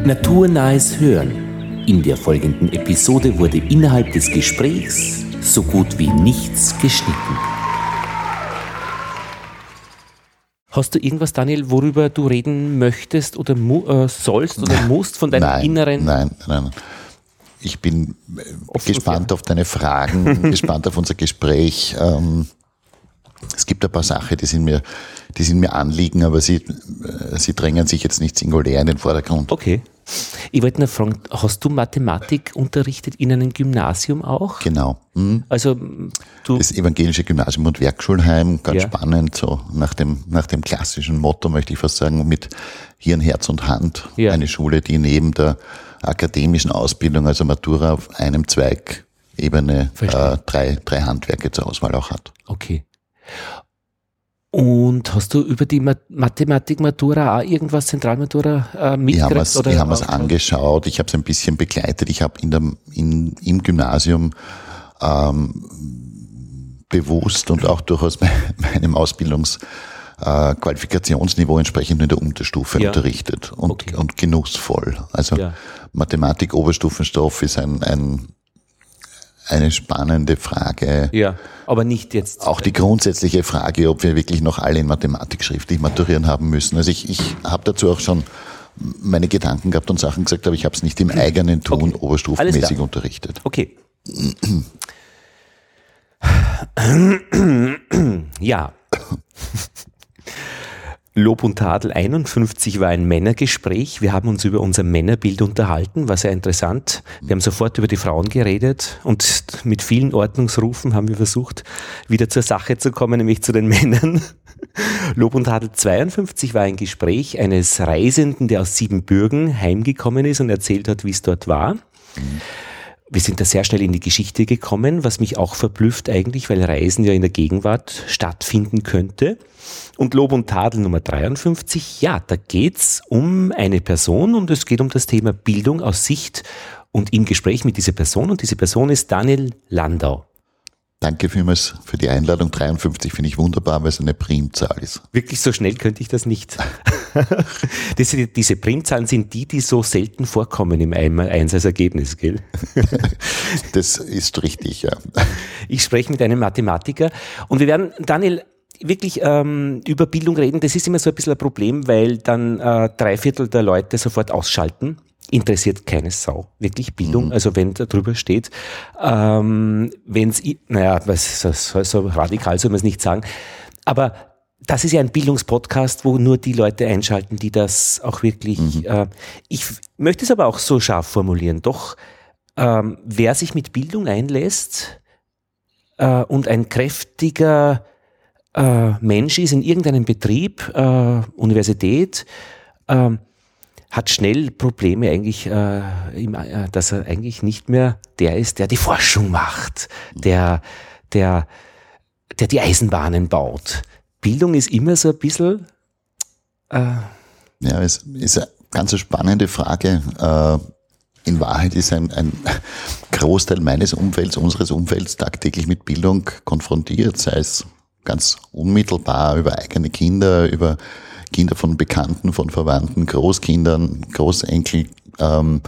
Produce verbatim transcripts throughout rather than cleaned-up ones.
Naturnahes Hören. In der folgenden Episode wurde innerhalb des Gesprächs so gut wie nichts geschnitten. Hast du irgendwas, Daniel, worüber du reden möchtest oder mu- äh, sollst oder musst von deinem nein, inneren... Nein, nein, ich bin gespannt auf deine Fragen, gespannt auf unser Gespräch. Ähm, es gibt ein paar Sachen, die sind mir, die sind mir Anliegen, aber sie, sie drängen sich jetzt nicht singulär in den Vordergrund. Okay. Ich wollte noch fragen, hast du Mathematik unterrichtet in einem Gymnasium auch? Genau. Hm. Also du Das evangelische Gymnasium und Werkschulheim, ganz Ja. spannend, so nach dem, nach dem klassischen Motto möchte ich fast sagen, mit Hirn, Herz und Hand. Ja. Eine Schule, die neben der akademischen Ausbildung, also Matura auf einem Zweig Ebene, Verstehe. äh, drei, drei Handwerke zur Auswahl auch hat. Okay. Und hast du über die Ma- Mathematik-Matura auch irgendwas, Zentralmatura, äh, Die haben mitgekriegt? es oder die haben es angeschaut? angeschaut, ich habe es ein bisschen begleitet. Ich habe in dem, in, im Gymnasium ähm, bewusst und auch durchaus me- meinem Ausbildungs- äh, Qualifikationsniveau entsprechend in der Unterstufe Ja. unterrichtet und, Okay. und genussvoll. Also Ja. Mathematik Oberstufenstoff ist ein, ein, eine spannende Frage. Ja, aber nicht jetzt. Auch die grundsätzliche Frage, ob wir wirklich noch alle in Mathematik schriftlich maturieren haben müssen. Also ich, ich habe dazu auch schon meine Gedanken gehabt und Sachen gesagt, aber ich habe es nicht im eigenen Tun Okay. Alles oberstufenmäßig klar. unterrichtet. Okay. Ja. Lob und Tadel einundfünfzig war ein Männergespräch. Wir haben uns über unser Männerbild unterhalten, war sehr interessant. Wir haben sofort über die Frauen geredet und mit vielen Ordnungsrufen haben wir versucht, wieder zur Sache zu kommen, nämlich zu den Männern. Lob und Tadel zweiundfünfzig war ein Gespräch eines Reisenden, der aus Siebenbürgen heimgekommen ist und erzählt hat, wie es dort war. Wir sind da sehr schnell in die Geschichte gekommen, was mich auch verblüfft eigentlich, weil Reisen ja in der Gegenwart stattfinden könnte. Und Lob und Tadel Nummer dreiundfünfzig, ja, da geht's um eine Person und es geht um das Thema Bildung aus Sicht und im Gespräch mit dieser Person. Und diese Person ist Daniel Landau. Danke vielmals für die Einladung. dreiundfünfzig finde ich wunderbar, weil es eine Primzahl ist. Wirklich so schnell könnte ich das nicht. diese, diese Primzahlen sind die, die so selten vorkommen im Einmal-Eins als Ergebnis, gell? Das ist richtig, ja. Ich spreche mit einem Mathematiker und wir werden, Daniel, wirklich ähm, über Bildung reden. Das ist immer so ein bisschen ein Problem, weil dann äh, drei Viertel der Leute sofort ausschalten. Interessiert keine Sau. Wirklich Bildung, mhm. Also wenn da drüber steht, ähm, wenn es, naja, was, so, so radikal soll man es nicht sagen, aber das ist ja ein Bildungspodcast, wo nur die Leute einschalten, die das auch wirklich, mhm. äh, ich möchte es aber auch so scharf formulieren, doch ähm, wer sich mit Bildung einlässt äh, und ein kräftiger äh, Mensch ist in irgendeinem Betrieb, äh, Universität, äh, hat schnell Probleme eigentlich, äh, im, äh, dass er eigentlich nicht mehr der ist, der die Forschung macht, der, der, der die Eisenbahnen baut. Bildung ist immer so ein bisschen... Äh Ja, es ist eine ganz spannende Frage. Äh, in Wahrheit ist ein, ein Großteil meines Umfelds, unseres Umfelds tagtäglich mit Bildung konfrontiert, sei es ganz unmittelbar über eigene Kinder, über Kinder von Bekannten, von Verwandten, Großkindern, Großenkel, ähm,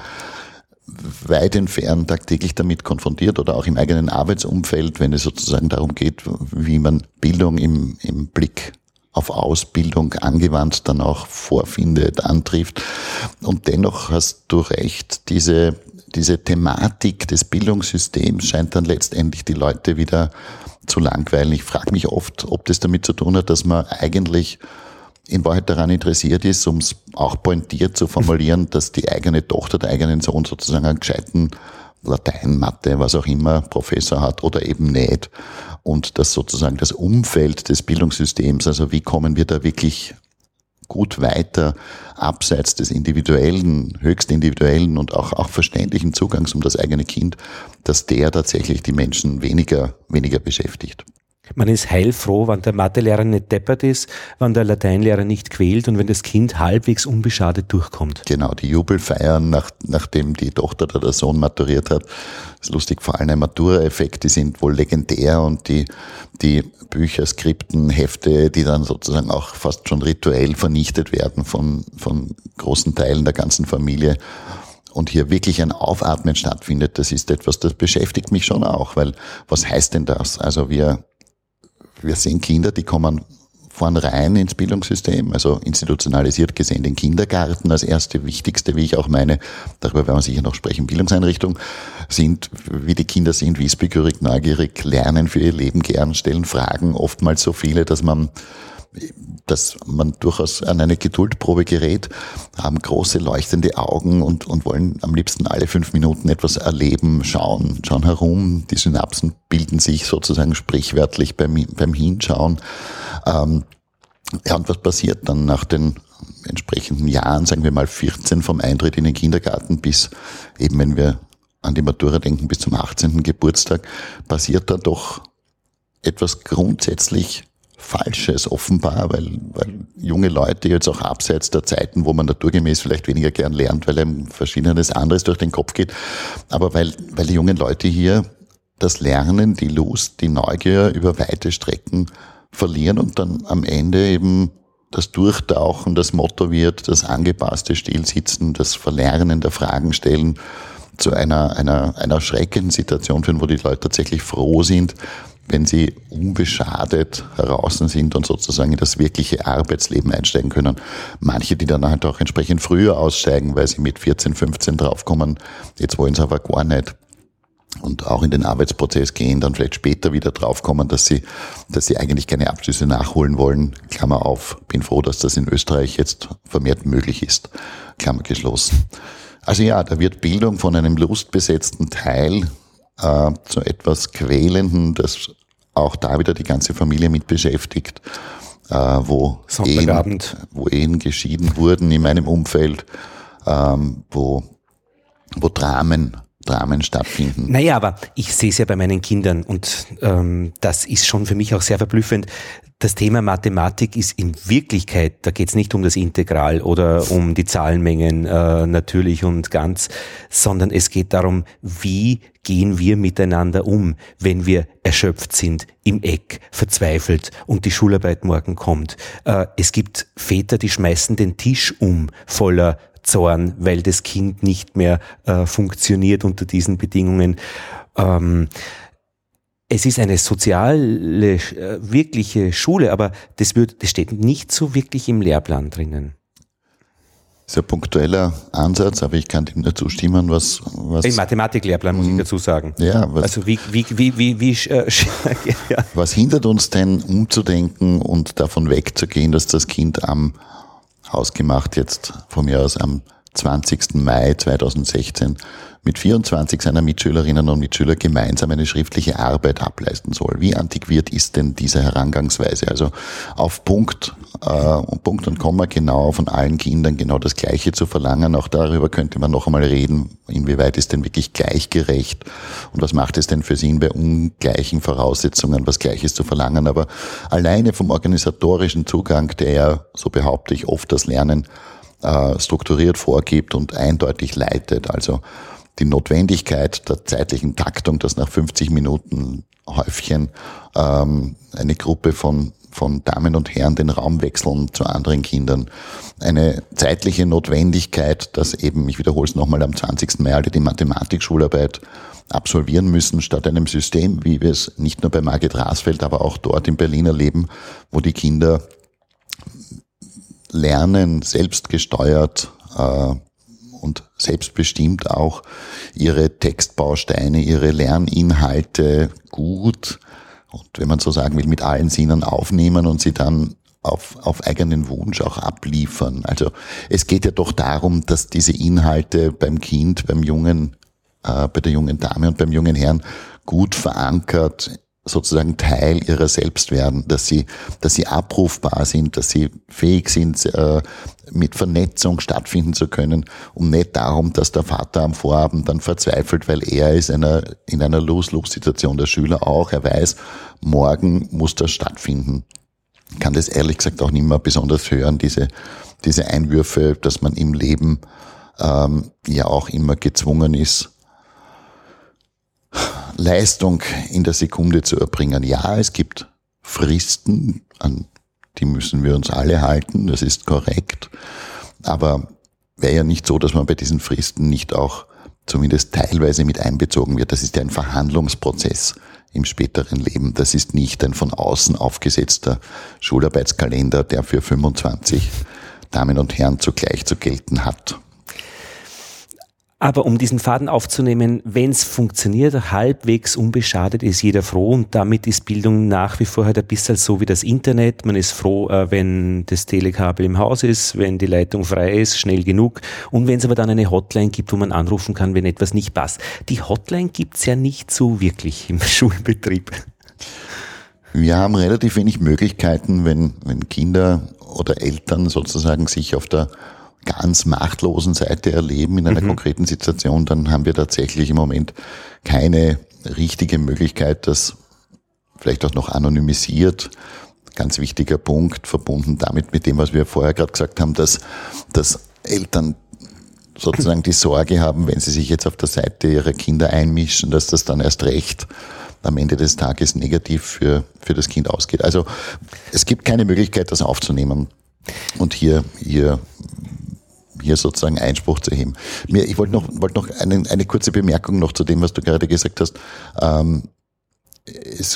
weit entfernt tagtäglich damit konfrontiert oder auch im eigenen Arbeitsumfeld, wenn es sozusagen darum geht, wie man Bildung im, im Blick auf Ausbildung angewandt dann auch vorfindet, antrifft. Und dennoch hast du recht, diese, diese Thematik des Bildungssystems scheint dann letztendlich die Leute wieder zu langweilen. Ich frage mich oft, ob das damit zu tun hat, dass man eigentlich in Wahrheit daran interessiert ist, um es auch pointiert zu formulieren, dass die eigene Tochter, der eigenen Sohn sozusagen einen gescheiten Latein, Mathe, was auch immer, Professor hat oder eben nicht. Und dass sozusagen das Umfeld des Bildungssystems, also wie kommen wir da wirklich gut weiter, abseits des individuellen, höchst individuellen und auch, auch verständlichen Zugangs um das eigene Kind, dass der tatsächlich die Menschen weniger, weniger beschäftigt. Man ist heilfroh, wenn der Mathelehrer nicht deppert ist, wenn der Lateinlehrer nicht quält und wenn das Kind halbwegs unbeschadet durchkommt. Genau, die Jubelfeiern, nach, nachdem die Tochter oder der Sohn maturiert hat. Das ist lustig, vor allem ein Matura-Effekt, die sind wohl legendär und die, die Bücher, Skripten, Hefte, die dann sozusagen auch fast schon rituell vernichtet werden von, von großen Teilen der ganzen Familie. Und hier wirklich ein Aufatmen stattfindet, das ist etwas, das beschäftigt mich schon auch, weil was heißt denn das? Also wir, wir sehen Kinder, die kommen vorn rein ins Bildungssystem, also institutionalisiert gesehen den Kindergarten als erste, wichtigste, wie ich auch meine, darüber werden wir sicher noch sprechen, Bildungseinrichtung, sind, wie die Kinder sind, wissbegierig, neugierig, lernen für ihr Leben gern, stellen Fragen, oftmals so viele, dass man dass man durchaus an eine Geduldprobe gerät, haben große leuchtende Augen und, und wollen am liebsten alle fünf Minuten etwas erleben, schauen, schauen herum. Die Synapsen bilden sich sozusagen sprichwörtlich beim, beim Hinschauen. Ähm, ja, und was passiert dann nach den entsprechenden Jahren, sagen wir mal vierzehn vom Eintritt in den Kindergarten bis eben, wenn wir an die Matura denken, bis zum achtzehnten Geburtstag, passiert da doch etwas grundsätzlich Falsches offenbar, weil, weil junge Leute jetzt auch abseits der Zeiten, wo man naturgemäß vielleicht weniger gern lernt, weil einem Verschiedenes anderes durch den Kopf geht, aber weil, weil die jungen Leute hier das Lernen, die Lust, die Neugier über weite Strecken verlieren und dann am Ende eben das Durchtauchen, das Motto wird, das angepasste Stillsitzen, das Verlernen der Fragen stellen, zu einer, einer, einer erschreckenden Situation führen, wo die Leute tatsächlich froh sind, wenn sie unbeschadet heraus sind und sozusagen in das wirkliche Arbeitsleben einsteigen können. Manche, die dann halt auch entsprechend früher aussteigen, weil sie mit vierzehn, fünfzehn draufkommen, jetzt wollen sie aber gar nicht. Und auch in den Arbeitsprozess gehen, dann vielleicht später wieder draufkommen, dass sie, dass sie eigentlich keine Abschlüsse nachholen wollen. Klammer auf, bin froh, dass das in Österreich jetzt vermehrt möglich ist. Klammer geschlossen. Also ja, da wird Bildung von einem lustbesetzten Teil äh, zu etwas Quälenden, das auch da wieder die ganze Familie mit beschäftigt, äh, wo, Ehen, wo Ehen geschieden wurden in meinem Umfeld, ähm, wo, wo Dramen Dramen stattfinden. Naja, aber ich sehe es ja bei meinen Kindern und ähm, das ist schon für mich auch sehr verblüffend. Das Thema Mathematik ist in Wirklichkeit, da geht es nicht um das Integral oder um die Zahlenmengen äh, natürlich und ganz, sondern es geht darum, wie gehen wir miteinander um, wenn wir erschöpft sind, im Eck, verzweifelt und die Schularbeit morgen kommt. Äh, es gibt Väter, die schmeißen den Tisch um voller Zorn, weil das Kind nicht mehr äh, funktioniert unter diesen Bedingungen. Ähm, es ist eine soziale, äh, wirkliche Schule, aber das, wird, das steht nicht so wirklich im Lehrplan drinnen. Das ist ein punktueller Ansatz, aber ich kann dem nur zustimmen, was... was Im Mathematiklehrplan muss ich dazu sagen. Ja, was, also wie... wie, wie, wie, wie äh, ja. Was hindert uns denn, umzudenken und davon wegzugehen, dass das Kind am ausgemacht jetzt von mir aus am zwanzigsten Mai zweitausendsechzehn mit vierundzwanzig seiner Mitschülerinnen und Mitschüler gemeinsam eine schriftliche Arbeit ableisten soll. Wie antiquiert ist denn diese Herangehensweise? Also auf Punkt, äh, Punkt und Komma genau von allen Kindern genau das Gleiche zu verlangen. Auch darüber könnte man noch einmal reden, inwieweit ist denn wirklich gleichgerecht und was macht es denn für sie bei ungleichen Voraussetzungen, was Gleiches zu verlangen. Aber alleine vom organisatorischen Zugang, der ja, so behaupte ich, oft das Lernen äh, strukturiert vorgibt und eindeutig leitet, also die Notwendigkeit der zeitlichen Taktung, dass nach fünfzig Minuten Häufchen ähm, eine Gruppe von von Damen und Herren den Raum wechseln zu anderen Kindern. Eine zeitliche Notwendigkeit, dass eben, ich wiederhole es nochmal, am zwanzigsten Mai alle die Mathematik-Schularbeit absolvieren müssen, statt einem System, wie wir es nicht nur bei Margit Rasfeld, aber auch dort in Berlin erleben, wo die Kinder lernen, selbstgesteuert, äh, und selbstbestimmt auch ihre Textbausteine, ihre Lerninhalte gut und, wenn man so sagen will, mit allen Sinnen aufnehmen und sie dann auf, auf eigenen Wunsch auch abliefern. Also es geht ja doch darum, dass diese Inhalte beim Kind, beim jungen, äh, bei der jungen Dame und beim jungen Herrn gut verankert sozusagen Teil ihrer selbst werden, dass sie, dass sie abrufbar sind, dass sie fähig sind, äh, mit Vernetzung stattfinden zu können, und nicht darum, dass der Vater am Vorabend dann verzweifelt, weil er ist einer, in einer Lose-Lose-Situation, der Schüler auch, er weiß, morgen muss das stattfinden. Ich kann das ehrlich gesagt auch nicht mehr besonders hören, diese, diese Einwürfe, dass man im Leben ähm, ja auch immer gezwungen ist, Leistung in der Sekunde zu erbringen. Ja, es gibt Fristen, an die müssen wir uns alle halten, das ist korrekt. Aber wäre ja nicht so, dass man bei diesen Fristen nicht auch zumindest teilweise mit einbezogen wird. Das ist ja ein Verhandlungsprozess im späteren Leben. Das ist nicht ein von außen aufgesetzter Schularbeitskalender, der für fünfundzwanzig Damen und Herren zugleich zu gelten hat. Aber um diesen Faden aufzunehmen, wenn es funktioniert, halbwegs unbeschadet, ist jeder froh, und damit ist Bildung nach wie vor halt ein bisschen so wie das Internet. Man ist froh, wenn das Telekabel im Haus ist, wenn die Leitung frei ist, schnell genug, und wenn es aber dann eine Hotline gibt, wo man anrufen kann, wenn etwas nicht passt. Die Hotline gibt's ja nicht so wirklich im Schulbetrieb. Wir haben relativ wenig Möglichkeiten, wenn, wenn Kinder oder Eltern sozusagen sich auf der ganz machtlosen Seite erleben in einer mhm. konkreten Situation, dann haben wir tatsächlich im Moment keine richtige Möglichkeit, das vielleicht auch noch anonymisiert. Ganz wichtiger Punkt, verbunden damit mit dem, was wir vorher gerade gesagt haben, dass, dass Eltern sozusagen die Sorge haben, wenn sie sich jetzt auf der Seite ihrer Kinder einmischen, dass das dann erst recht am Ende des Tages negativ für, für das Kind ausgeht. Also es gibt keine Möglichkeit, das aufzunehmen und hier, hier hier sozusagen Einspruch zu erheben. Mir, ich wollte noch, wollte noch eine, eine kurze Bemerkung noch zu dem, was du gerade gesagt hast. Ähm, es,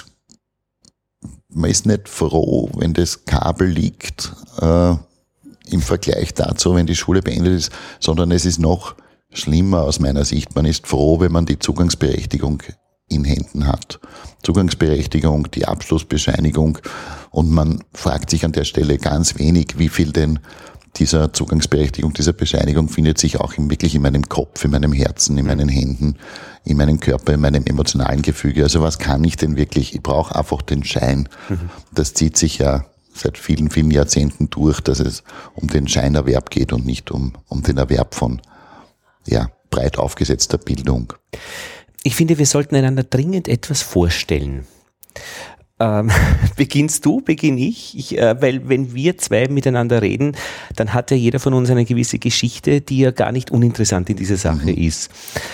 man ist nicht froh, wenn das Kabel liegt, äh, im Vergleich dazu, wenn die Schule beendet ist, sondern es ist noch schlimmer aus meiner Sicht. Man ist froh, wenn man die Zugangsberechtigung in Händen hat. Zugangsberechtigung, die Abschlussbescheinigung, und man fragt sich an der Stelle ganz wenig, wie viel denn dieser Zugangsberechtigung, dieser Bescheinigung findet sich auch wirklich in meinem Kopf, in meinem Herzen, in meinen Händen, in meinem Körper, in meinem emotionalen Gefüge. Also was kann ich denn wirklich? Ich brauche einfach den Schein. Mhm. Das zieht sich ja seit vielen, vielen Jahrzehnten durch, dass es um den Scheinerwerb geht und nicht um, um den Erwerb von, ja, breit aufgesetzter Bildung. Ich finde, wir sollten einander dringend etwas vorstellen. Ähm, beginnst du, beginn ich? ich äh, weil wenn wir zwei miteinander reden, dann hat ja jeder von uns eine gewisse Geschichte, die ja gar nicht uninteressant in dieser Sache mhm. ist.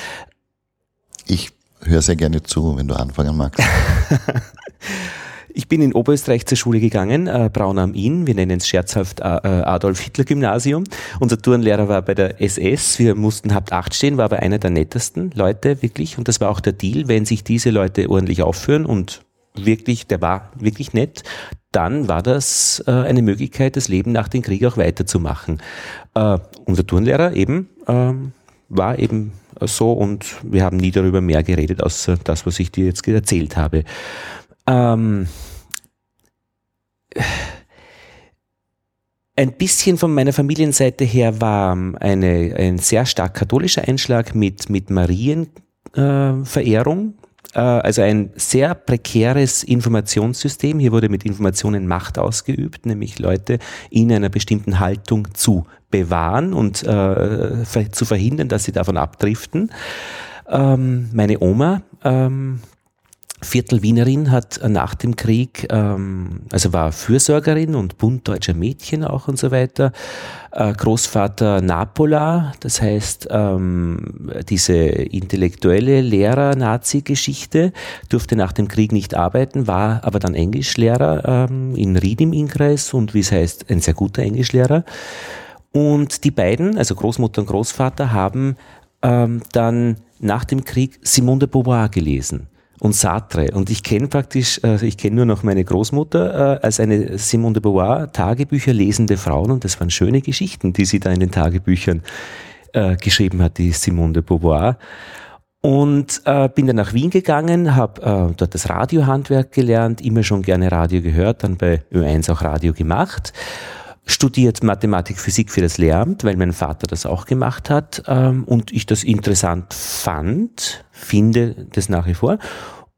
Ich höre sehr gerne zu, wenn du anfangen magst. Ich bin in Oberösterreich zur Schule gegangen, äh, Braunau am Inn, wir nennen es scherzhaft äh, Adolf-Hitler-Gymnasium. Unser Turnlehrer war bei der S S, wir mussten halb acht stehen, war aber einer der nettesten Leute, wirklich, und das war auch der Deal, wenn sich diese Leute ordentlich aufführen und wirklich, der war wirklich nett, dann war das äh, eine Möglichkeit, das Leben nach dem Krieg auch weiterzumachen. Äh, unser Turnlehrer eben äh, war eben so, und wir haben nie darüber mehr geredet, außer das, was ich dir jetzt erzählt habe. Ähm, ein bisschen von meiner Familienseite her war eine, ein sehr stark katholischer Einschlag mit, mit Marienverehrung. Äh, Also ein sehr prekäres Informationssystem. Hier wurde mit Informationen Macht ausgeübt, nämlich Leute in einer bestimmten Haltung zu bewahren und äh, zu verhindern, dass sie davon abdriften. Ähm, meine Oma, ähm, Viertel-Wienerin, hat nach dem Krieg, ähm, also war Fürsorgerin und Bund deutscher Mädchen auch und so weiter. Äh, Großvater Napola, das heißt ähm, diese intellektuelle Lehrer-Nazi-Geschichte, durfte nach dem Krieg nicht arbeiten, war aber dann Englischlehrer ähm, in Ried im Innkreis und wie es heißt, ein sehr guter Englischlehrer. Und die beiden, also Großmutter und Großvater, haben ähm, dann nach dem Krieg Simone de Beauvoir gelesen und Sartre. Und ich kenne praktisch, äh, ich kenne nur noch meine Großmutter äh, als eine Simone de Beauvoir Tagebücher lesende Frau, und das waren schöne Geschichten, die sie da in den Tagebüchern äh, geschrieben hat, die Simone de Beauvoir. Und äh, bin dann nach Wien gegangen, habe äh, dort das Radiohandwerk gelernt, immer schon gerne Radio gehört, dann bei Ö eins auch Radio gemacht. Studiert Mathematik, Physik für das Lehramt, weil mein Vater das auch gemacht hat ähm, und ich das interessant fand, finde das nach wie vor.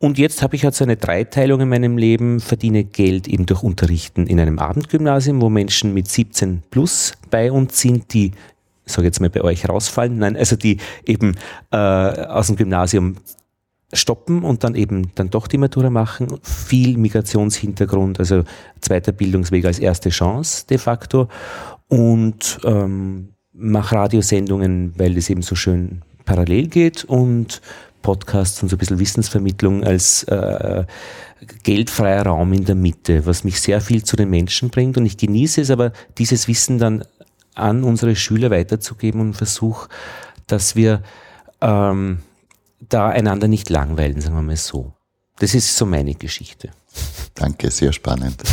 Und jetzt habe ich halt so eine Dreiteilung in meinem Leben, verdiene Geld eben durch Unterrichten in einem Abendgymnasium, wo Menschen mit siebzehn plus bei uns sind, die, ich sage jetzt mal, bei euch rausfallen, nein, also die eben äh, aus dem Gymnasium stoppen und dann eben dann doch die Matura machen. Viel Migrationshintergrund, also zweiter Bildungsweg als erste Chance de facto. Und ähm, mache Radiosendungen, weil das eben so schön parallel geht, und Podcasts und so ein bisschen Wissensvermittlung als äh, geldfreier Raum in der Mitte, was mich sehr viel zu den Menschen bringt, und ich genieße es aber, dieses Wissen dann an unsere Schüler weiterzugeben und versuche, dass wir ähm, da einander nicht langweilen, sagen wir mal so. Das ist so meine Geschichte. Danke, sehr spannend.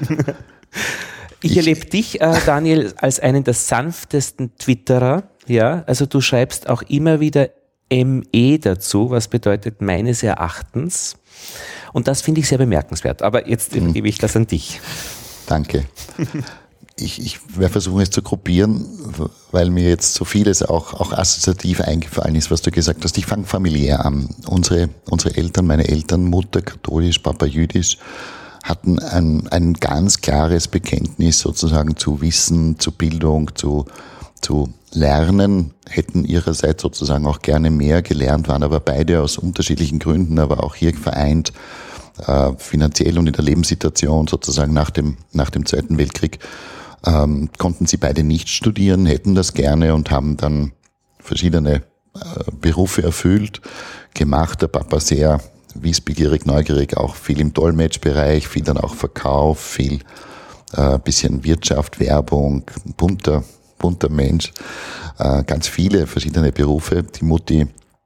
Ich, ich erlebe dich, äh, Daniel, als einen der sanftesten Twitterer. Ja, also du schreibst auch immer wieder M E dazu, was bedeutet meines Erachtens. Und das finde ich sehr bemerkenswert. Aber jetzt mhm. gebe ich das an dich. Danke. Ich, ich werde versuchen, es zu gruppieren, weil mir jetzt so vieles auch, auch assoziativ eingefallen ist, was du gesagt hast. Ich fange familiär an. Unsere, unsere Eltern, meine Eltern, Mutter katholisch, Papa jüdisch, hatten ein, ein ganz klares Bekenntnis sozusagen zu Wissen, zu Bildung, zu, zu Lernen, hätten ihrerseits sozusagen auch gerne mehr gelernt, waren aber beide aus unterschiedlichen Gründen, aber auch hier vereint, äh, finanziell und in der Lebenssituation sozusagen nach dem, nach dem Zweiten Weltkrieg, ähm, konnten sie beide nicht studieren, hätten das gerne und haben dann verschiedene äh, Berufe erfüllt, gemacht. Der Papa sehr wissbegierig, neugierig, auch viel im Dolmetschbereich, viel dann auch Verkauf, viel äh, bisschen Wirtschaft, Werbung, bunter, bunter Mensch, äh, ganz viele verschiedene Berufe. Die Mutti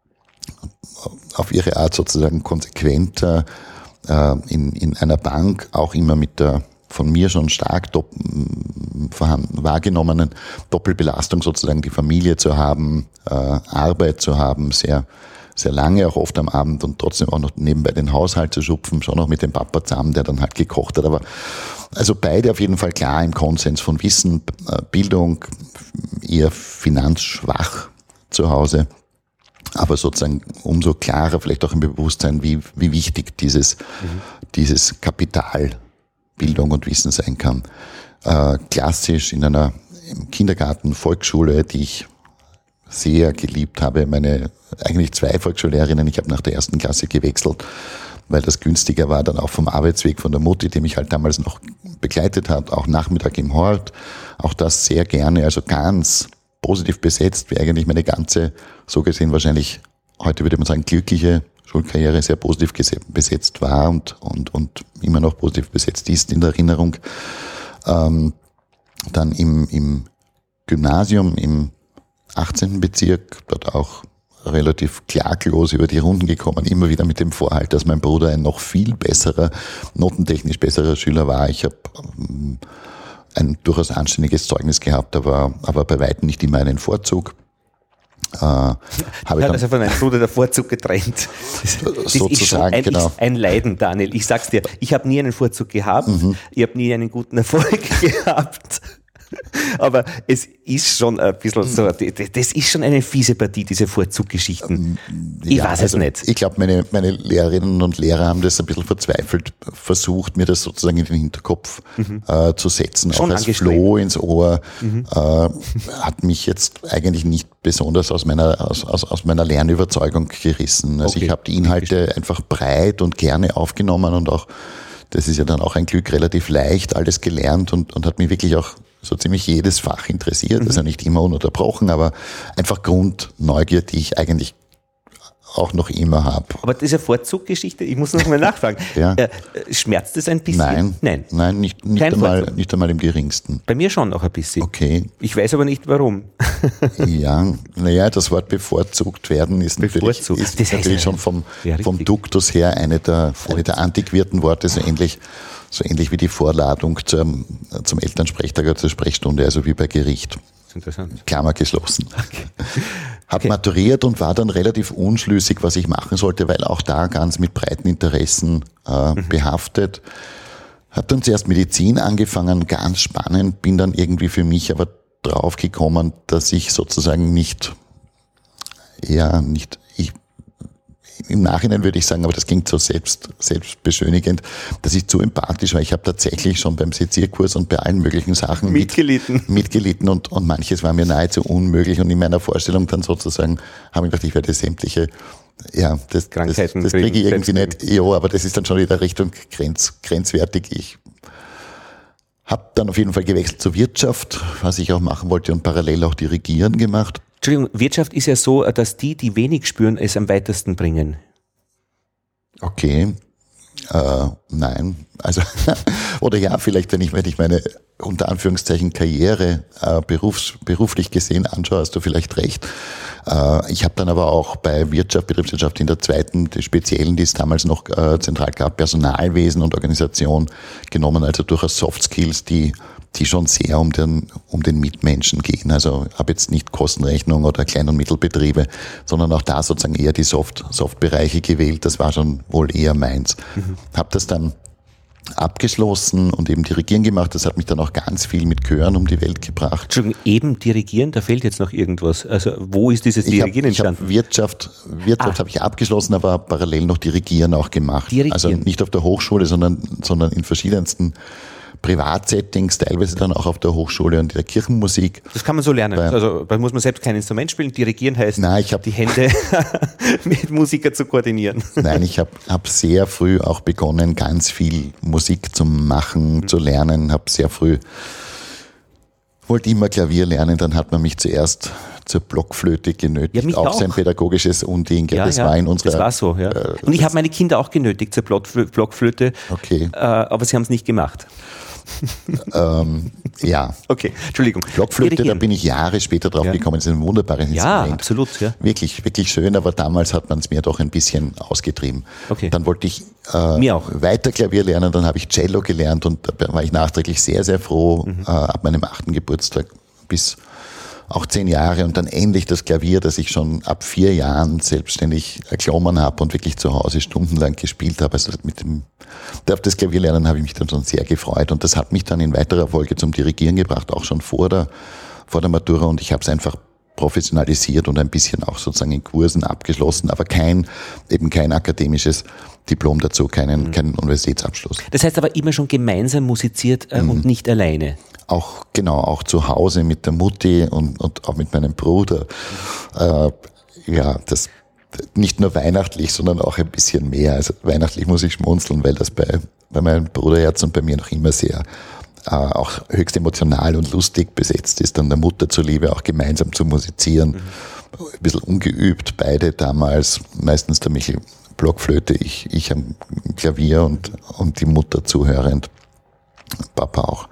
auf ihre Art sozusagen konsequenter äh, in, in einer Bank, auch immer mit der von mir schon stark dopp- vorhanden, wahrgenommenen Doppelbelastung sozusagen, die Familie zu haben, äh, Arbeit zu haben, sehr sehr lange, auch oft am Abend, und trotzdem auch noch nebenbei den Haushalt zu schupfen, schon noch mit dem Papa zusammen, der dann halt gekocht hat. Aber also beide auf jeden Fall klar im Konsens von Wissen, Bildung, eher finanzschwach zu Hause, aber sozusagen umso klarer vielleicht auch im Bewusstsein, wie, wie wichtig dieses, mhm. dieses Kapital Bildung und Wissen sein kann. Äh, klassisch in einer im Kindergarten, Volksschule, die ich sehr geliebt habe, meine eigentlich zwei Volksschullehrerinnen, ich habe nach der ersten Klasse gewechselt, weil das günstiger war, dann auch vom Arbeitsweg von der Mutti, die mich halt damals noch begleitet hat, auch Nachmittag im Hort, auch das sehr gerne, also ganz positiv besetzt, wie eigentlich meine ganze, so gesehen wahrscheinlich, heute würde man sagen, glückliche Schulkarriere sehr positiv besetzt war und, und, und immer noch positiv besetzt ist in der Erinnerung. Ähm, dann im, im Gymnasium, im achtzehnten Bezirk, dort auch relativ klaglos über die Runden gekommen, immer wieder mit dem Vorhalt, dass mein Bruder ein noch viel besserer, notentechnisch besserer Schüler war. Ich habe ähm, ein durchaus anständiges Zeugnis gehabt, aber, aber bei weitem nicht immer einen Vorzug. Äh, habe ich hat also von meinem Bruder der Vorzug getrennt. Das, das sozusagen, ist ein, genau. Ist ein Leiden, Daniel. Ich sag's dir, ich habe nie einen Vorzug gehabt, mhm. ich habe nie einen guten Erfolg gehabt. Aber es ist schon ein bisschen so, das ist schon eine fiese Partie, diese Vorzuggeschichten. Ich ja, weiß also es nicht. Ich glaube, meine, meine Lehrerinnen und Lehrer haben das ein bisschen verzweifelt versucht, mir das sozusagen in den Hinterkopf mhm. äh, zu setzen. Schon auch als Floh ins Ohr. Mhm. Äh, hat mich jetzt eigentlich nicht besonders aus meiner, aus, aus, aus meiner Lernüberzeugung gerissen. Also okay. Ich habe die Inhalte einfach breit und gerne aufgenommen und auch, das ist ja dann auch ein Glück, relativ leicht alles gelernt und, und hat mich wirklich auch so ziemlich jedes Fach interessiert, mhm. also nicht immer ununterbrochen, aber einfach Grundneugier, die ich eigentlich auch noch immer habe. Aber diese Vorzuggeschichte, ich muss noch mal nachfragen, ja. äh, schmerzt es ein bisschen? Nein, nein, nein nicht, nicht, einmal, nicht einmal im geringsten. Bei mir schon noch ein bisschen. Okay. Ich weiß aber nicht warum. Ja, naja, das Wort bevorzugt werden ist bevorzugt. natürlich, ist das heißt natürlich schon vom, ja, vom Duktus her eine der, eine der antiquierten Worte, so ähnlich So ähnlich wie die Vorladung zum, zum Elternsprechtag oder zur Sprechstunde, also wie bei Gericht. Interessant. Klammer geschlossen. Okay. Hab okay. maturiert und war dann relativ unschlüssig, was ich machen sollte, weil auch da ganz mit breiten Interessen äh, mhm. behaftet. Hab dann zuerst Medizin angefangen, ganz spannend, bin dann irgendwie für mich aber drauf gekommen, dass ich sozusagen nicht, ja, nicht, ich, im Nachhinein würde ich sagen, aber das klingt so selbst, selbstbeschönigend, dass ich zu empathisch war. Ich habe tatsächlich schon beim Sezierkurs und bei allen möglichen Sachen mitgelitten, mit, mitgelitten und, und manches war mir nahezu unmöglich. Und in meiner Vorstellung dann sozusagen habe ich gedacht, ich werde sämtliche, ja, das, das, das kriege ich irgendwie nicht. Ja, aber das ist dann schon wieder Richtung grenz, grenzwertig. Ich habe dann auf jeden Fall gewechselt zur Wirtschaft, was ich auch machen wollte und parallel auch Dirigieren gemacht. Entschuldigung, Wirtschaft ist ja so, dass die, die wenig spüren, es am weitesten bringen. Okay, äh, nein, also oder ja, vielleicht wenn ich, wenn ich meine unter Anführungszeichen Karriere äh, berufs, beruflich gesehen anschaue, hast du vielleicht recht. Äh, ich habe dann aber auch bei Wirtschaft, Betriebswirtschaft in der zweiten, die speziellen, die es damals noch äh, zentral gab, Personalwesen und Organisation genommen, also durchaus Soft Skills, die die schon sehr um den, um den Mitmenschen gehen. Also habe jetzt nicht Kostenrechnung oder Klein- und Mittelbetriebe, sondern auch da sozusagen eher die Soft, Soft-Bereiche gewählt. Das war schon wohl eher meins. Mhm. Habe das dann abgeschlossen und eben Dirigieren gemacht. Das hat mich dann auch ganz viel mit Chören um die Welt gebracht. Entschuldigung, eben Dirigieren, da fehlt jetzt noch irgendwas. Also wo ist dieses Dirigieren ich hab, entstanden? Ich habe Wirtschaft, Wirtschaft ah. habe ich abgeschlossen, aber parallel noch Dirigieren auch gemacht. Dirigieren. Also nicht auf der Hochschule, sondern, sondern in verschiedensten Privatsettings, teilweise dann auch auf der Hochschule und in der Kirchenmusik. Das kann man so lernen. Weil, also da muss man selbst kein Instrument spielen. Dirigieren heißt, nein, ich hab, die Hände mit Musiker zu koordinieren. Nein, ich habe hab sehr früh auch begonnen, ganz viel Musik zu machen, mhm. zu lernen. Habe sehr früh, wollte immer Klavier lernen, dann hat man mich zuerst zur Blockflöte genötigt, ja, auch, auch sein pädagogisches Unding. Ja, das ja, war in unserer. Das war so, ja. Äh, und ich habe meine Kinder auch genötigt zur Blockflöte, okay. äh, aber sie haben es nicht gemacht. ähm, ja. Okay, Entschuldigung. Blockflöte, da bin ich Jahre später drauf ja. gekommen. Das ist ein wunderbares Instrument. Ja, absolut. Ja. Wirklich, wirklich schön, aber damals hat man es mir doch ein bisschen ausgetrieben. Okay. Dann wollte ich äh, mir auch. weiter Klavier lernen, dann habe ich Cello gelernt und da war ich nachträglich sehr, sehr froh, mhm. äh, ab meinem achten Geburtstag bis auch zehn Jahre und dann endlich das Klavier, das ich schon ab vier Jahren selbstständig erklommen habe und wirklich zu Hause stundenlang gespielt habe. Also mit dem, auf das Klavierlernen habe ich mich dann schon sehr gefreut und das hat mich dann in weiterer Folge zum Dirigieren gebracht, auch schon vor der, vor der Matura und ich habe es einfach professionalisiert und ein bisschen auch sozusagen in Kursen abgeschlossen, aber kein, eben kein akademisches Diplom dazu, keinen, mhm. keinen Universitätsabschluss. Das heißt aber immer schon gemeinsam musiziert äh, mhm. und nicht alleine. Auch, genau, auch zu Hause mit der Mutti und, und auch mit meinem Bruder. Äh, ja, das, nicht nur weihnachtlich, sondern auch ein bisschen mehr. Also weihnachtlich muss ich schmunzeln, weil das bei, bei meinem Bruderherz und bei mir noch immer sehr, äh, auch höchst emotional und lustig besetzt ist, dann der Mutter zuliebe auch gemeinsam zu musizieren. Mhm. Ein bisschen ungeübt, beide damals, meistens der Michel Blockflöte, ich, ich am Klavier und, und die Mutter zuhörend, Papa auch.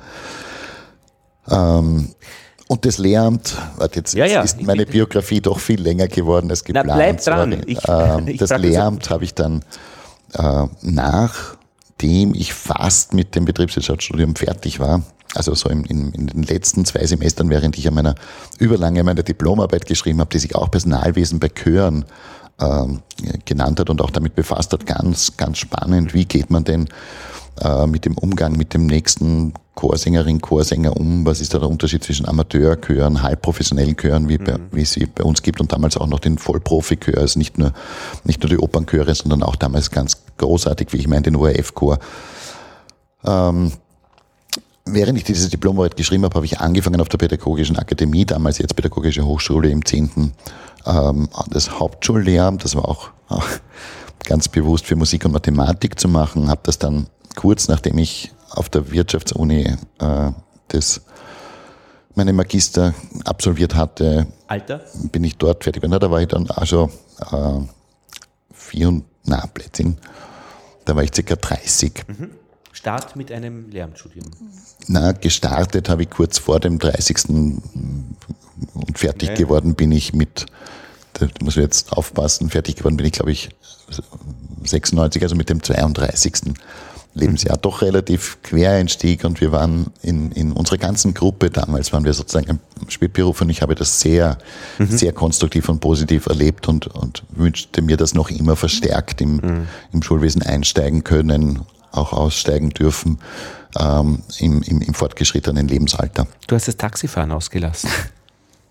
Ähm, und das Lehramt, warte, jetzt ja, ja. ist meine Biografie doch viel länger geworden als geplant. Na, bleib dran. Ich, ähm, ich das Lehramt habe ich dann, äh, nachdem ich fast mit dem Betriebswirtschaftsstudium fertig war, also so in, in, in den letzten zwei Semestern, während ich an meiner überlange meine Diplomarbeit geschrieben habe, die sich auch Personalwesen bei Chören ähm, genannt hat und auch damit befasst hat, ganz, ganz spannend, wie geht man denn äh, mit dem Umgang mit dem nächsten Chorsängerin, Chorsänger um, was ist da der Unterschied zwischen Amateurchören, halbprofessionellen Chören, wie, bei, wie es sie bei uns gibt und damals auch noch den Vollprofi-Chör, also nicht nur, nicht nur die Opernchöre, sondern auch damals ganz großartig, wie ich meine, den O R F-Chor. Ähm, Während ich diese Diplomarbeit geschrieben habe, habe ich angefangen auf der Pädagogischen Akademie, damals jetzt Pädagogische Hochschule im zehnten Ähm, das Hauptschullehramt, das war auch, auch ganz bewusst für Musik und Mathematik zu machen, habe das dann kurz nachdem ich auf der Wirtschaftsuni äh, das meine Magister absolviert hatte. Alter? Bin ich dort fertig. Na, da war ich dann also äh, vier und, na, Blödsinn, da war ich circa dreißig. Mhm. Start mit einem Lehramtsstudium? Na, gestartet habe ich kurz vor dem dreißigsten und fertig ja. geworden bin ich mit, da muss ich jetzt aufpassen, fertig geworden bin ich, glaube ich, sechsundneunzig, also mit dem zweiunddreißigsten Lebensjahr. Doch relativ Quereinstieg und wir waren in, in unserer ganzen Gruppe damals, waren wir sozusagen im Spätberuf und ich habe das sehr, mhm. sehr konstruktiv und positiv erlebt und, und wünschte mir das noch immer verstärkt im, mhm. im Schulwesen einsteigen können, auch aussteigen dürfen ähm, im, im, im fortgeschrittenen Lebensalter. Du hast das Taxifahren ausgelassen.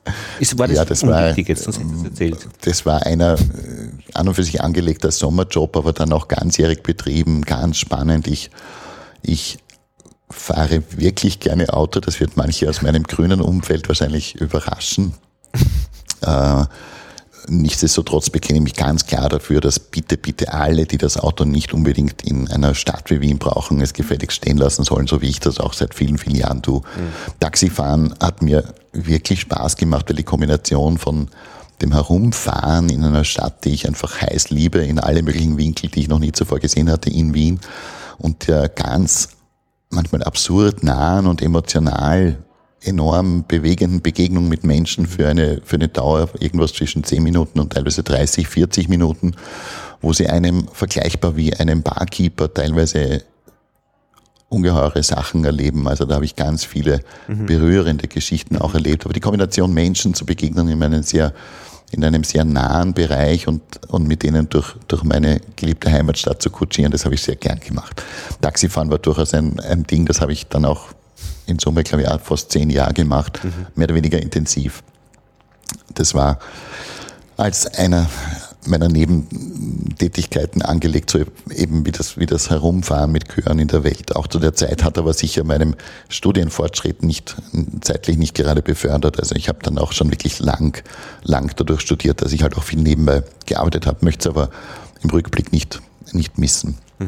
Ist, war das, ja, das unwichtig war, jetzt, sonst hättest du das erzählt. Das war einer an und für sich angelegter Sommerjob, aber dann auch ganzjährig betrieben, ganz spannend. Ich, ich fahre wirklich gerne Auto, das wird manche aus meinem grünen Umfeld wahrscheinlich überraschen. äh, Nichtsdestotrotz bekenne ich mich ganz klar dafür, dass bitte, bitte alle, die das Auto nicht unbedingt in einer Stadt wie Wien brauchen, es gefälligst stehen lassen sollen, so wie ich das auch seit vielen, vielen Jahren tue. Mhm. Taxifahren hat mir wirklich Spaß gemacht, weil die Kombination von dem Herumfahren in einer Stadt, die ich einfach heiß liebe, in alle möglichen Winkel, die ich noch nie zuvor gesehen hatte in Wien, und der ganz manchmal absurd nahen und emotional enorm bewegenden Begegnung mit Menschen für eine, für eine Dauer irgendwas zwischen zehn Minuten und teilweise dreißig, vierzig Minuten, wo sie einem vergleichbar wie einem Barkeeper teilweise ungeheure Sachen erleben. Also da habe ich ganz viele mhm. berührende Geschichten auch erlebt. Aber die Kombination Menschen zu begegnen in einem sehr, in einem sehr nahen Bereich und, und mit denen durch, durch meine geliebte Heimatstadt zu kutschieren, das habe ich sehr gern gemacht. Taxifahren war durchaus ein, ein Ding, das habe ich dann auch in Summe, glaube ich, auch fast zehn Jahre gemacht, mhm. mehr oder weniger intensiv. Das war als einer meiner Nebentätigkeiten angelegt, so eben wie das, wie das Herumfahren mit Chören in der Welt. Auch zu der Zeit hat aber sicher meinem Studienfortschritt nicht, zeitlich nicht gerade befördert. Also ich habe dann auch schon wirklich lang, lang dadurch studiert, dass ich halt auch viel nebenbei gearbeitet habe, möchte es aber im Rückblick nicht, nicht missen. Mhm.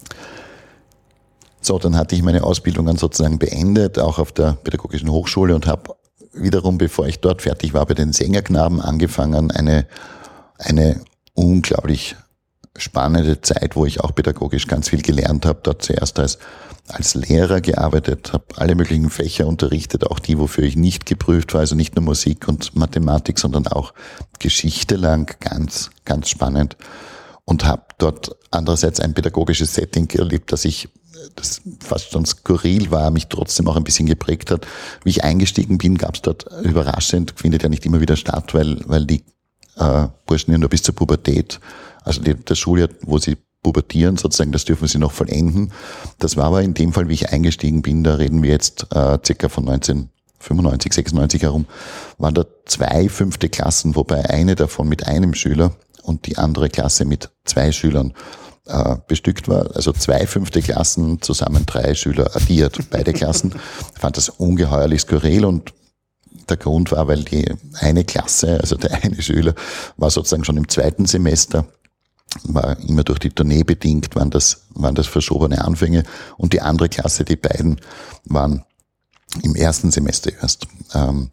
So, dann hatte ich meine Ausbildung dann sozusagen beendet, auch auf der Pädagogischen Hochschule, und habe wiederum, bevor ich dort fertig war, bei den Sängerknaben angefangen, eine, eine unglaublich spannende Zeit, wo ich auch pädagogisch ganz viel gelernt habe. Dort zuerst als, als Lehrer gearbeitet, habe alle möglichen Fächer unterrichtet, auch die, wofür ich nicht geprüft war, also nicht nur Musik und Mathematik, sondern auch Geschichte lang, ganz, ganz spannend. Und habe dort andererseits ein pädagogisches Setting erlebt, das ich das fast schon skurril war, mich trotzdem auch ein bisschen geprägt hat. Wie ich eingestiegen bin, gab es dort überraschend, findet ja nicht immer wieder statt, weil, weil die äh, Burschen ja nur bis zur Pubertät, also die, das Schuljahr, wo sie pubertieren sozusagen, das dürfen sie noch vollenden. Das war aber in dem Fall, wie ich eingestiegen bin, da reden wir jetzt äh, circa von neunzehnhundertfünfundneunzig, sechsundneunzig herum, waren da zwei fünfte Klassen, wobei eine davon mit einem Schüler und die andere Klasse mit zwei Schülern äh, bestückt war. Also zwei fünfte Klassen, zusammen drei Schüler addiert, beide Klassen. Ich fand das ungeheuerlich skurril, und der Grund war, weil die eine Klasse, also der eine Schüler, war sozusagen schon im zweiten Semester, war immer durch die Tournee bedingt, waren das, waren das verschobene Anfänge, und die andere Klasse, die beiden, waren im ersten Semester erst. Ähm,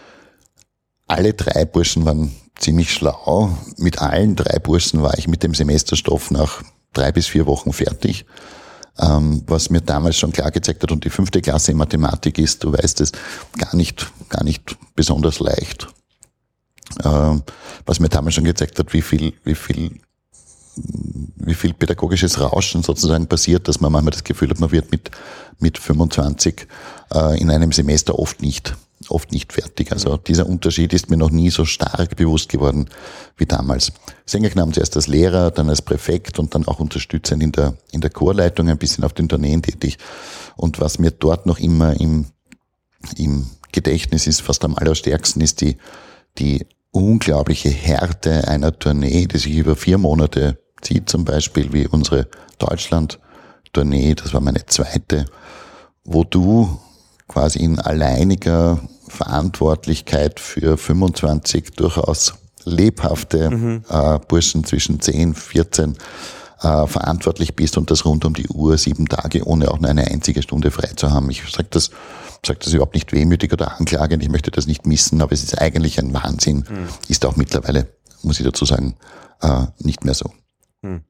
alle drei Burschen waren ziemlich schlau. Mit allen drei Burschen war ich mit dem Semesterstoff nach drei bis vier Wochen fertig. Ähm, was mir damals schon klar gezeigt hat, und die fünfte Klasse in Mathematik ist, du weißt es, gar nicht, gar nicht besonders leicht. Ähm, was mir damals schon gezeigt hat, wie viel, wie viel, wie viel pädagogisches Rauschen sozusagen passiert, dass man manchmal das Gefühl hat, man wird mit, mit fünfundzwanzig äh, in einem Semester oft nicht, oft nicht fertig. Also dieser Unterschied ist mir noch nie so stark bewusst geworden wie damals. Sängerknaben zuerst als Lehrer, dann als Präfekt und dann auch unterstützend in der, in der Chorleitung, ein bisschen auf den Tourneen tätig. Und was mir dort noch immer im, im Gedächtnis ist, fast am allerstärksten, ist die, die unglaubliche Härte einer Tournee, die sich über vier Monate zieht, zum Beispiel wie unsere Deutschland-Tournee, das war meine zweite, wo du quasi in alleiniger Verantwortlichkeit für fünfundzwanzig durchaus lebhafte mhm. äh, Burschen zwischen zehn, vierzehn äh, verantwortlich bist, und das rund um die Uhr, sieben Tage, ohne auch nur eine einzige Stunde frei zu haben. Ich sage das, sag das überhaupt nicht wehmütig oder anklagend, ich möchte das nicht missen, aber es ist eigentlich ein Wahnsinn, mhm. ist auch mittlerweile, muss ich dazu sagen, äh, nicht mehr so. Mhm.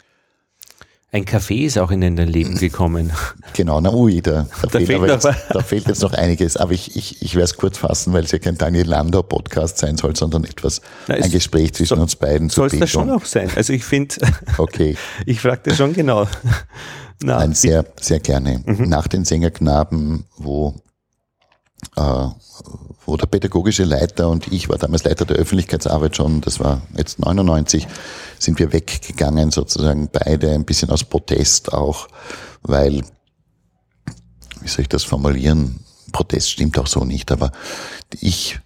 Ein Café ist auch in dein Leben gekommen. Genau, na ui, da, da, da, fehlt, fehlt aber jetzt, da fehlt jetzt noch einiges. Aber ich, ich, ich werde es kurz fassen, weil es ja kein Daniel Landau-Podcast sein soll, sondern etwas, na, ein Gespräch zwischen so, uns beiden. Soll es das schon auch sein? Also ich finde, okay. ich frage das schon genau. Na, Nein, sehr, sehr gerne. Mhm. Nach den Sängerknaben, wo äh, wo der pädagogische Leiter und ich war damals Leiter der Öffentlichkeitsarbeit schon, das war jetzt neunundneunzig, sind wir weggegangen, sozusagen beide ein bisschen aus Protest auch, weil, wie soll ich das formulieren, Protest stimmt auch so nicht, aber ich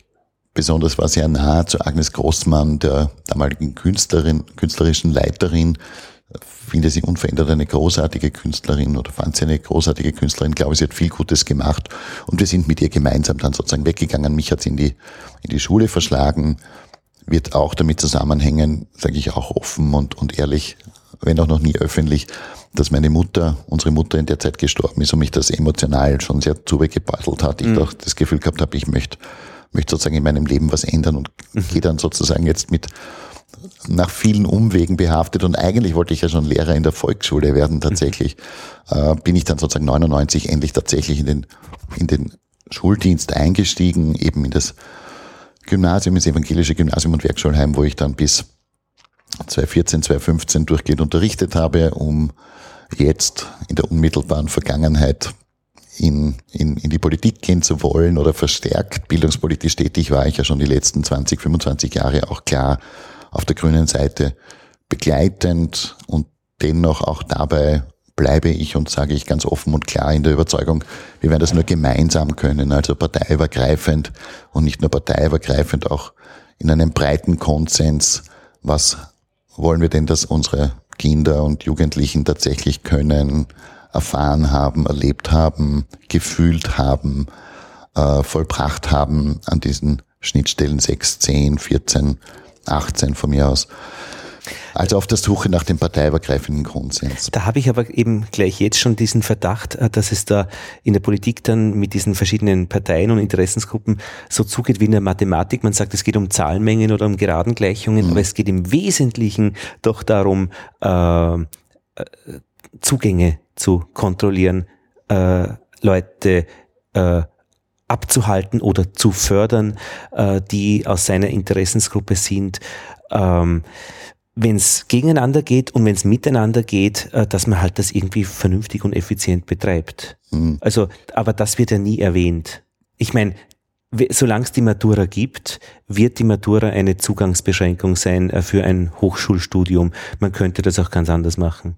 besonders war sehr nah zu Agnes Grossmann, der damaligen Künstlerin, künstlerischen Leiterin. Finde sie unverändert eine großartige Künstlerin oder fand sie eine großartige Künstlerin. Ich glaube, sie hat viel Gutes gemacht und wir sind mit ihr gemeinsam dann sozusagen weggegangen. Mich hat sie in die, in die Schule verschlagen, wird auch damit zusammenhängen, sage ich auch offen und, und ehrlich, wenn auch noch nie öffentlich, dass meine Mutter, unsere Mutter in der Zeit gestorben ist und mich das emotional schon sehr zugebeutelt hat. Ich mhm. doch das Gefühl gehabt habe, ich möchte, möchte sozusagen in meinem Leben was ändern und mhm. gehe dann sozusagen jetzt mit nach vielen Umwegen behaftet und eigentlich wollte ich ja schon Lehrer in der Volksschule werden tatsächlich, mhm. äh, bin ich dann sozusagen neunundneunzig endlich tatsächlich in den, in den Schuldienst eingestiegen, eben in das Gymnasium, ins evangelische Gymnasium und Werkschulheim, wo ich dann bis zweitausendvierzehn, zweitausendfünfzehn durchgehend unterrichtet habe, um jetzt in der unmittelbaren Vergangenheit in, in, in die Politik gehen zu wollen oder verstärkt bildungspolitisch tätig war ich ja schon die letzten zwanzig, fünfundzwanzig Jahre auch klar auf der grünen Seite begleitend und dennoch auch dabei bleibe ich und sage ich ganz offen und klar in der Überzeugung, wir werden das nur gemeinsam können, also parteiübergreifend und nicht nur parteiübergreifend, auch in einem breiten Konsens, was wollen wir denn, dass unsere Kinder und Jugendlichen tatsächlich können, erfahren haben, erlebt haben, gefühlt haben, äh, vollbracht haben an diesen Schnittstellen sechs, zehn, vierzehn, achtzehn von mir aus. Also auf der Suche nach dem parteiübergreifenden Konsens. Da habe ich aber eben gleich jetzt schon diesen Verdacht, dass es da in der Politik dann mit diesen verschiedenen Parteien und Interessensgruppen so zugeht wie in der Mathematik. Man sagt, es geht um Zahlenmengen oder um Geradengleichungen, mhm. aber es geht im Wesentlichen doch darum, äh, Zugänge zu kontrollieren, äh, Leute äh, abzuhalten oder zu fördern, äh, die aus seiner Interessensgruppe sind. Ähm, wenn es gegeneinander geht und wenn es miteinander geht, äh, dass man halt das irgendwie vernünftig und effizient betreibt. Mhm. Also, aber das wird ja nie erwähnt. Ich meine, solange es die Matura gibt, wird die Matura eine Zugangsbeschränkung sein äh, für ein Hochschulstudium. Man könnte das auch ganz anders machen.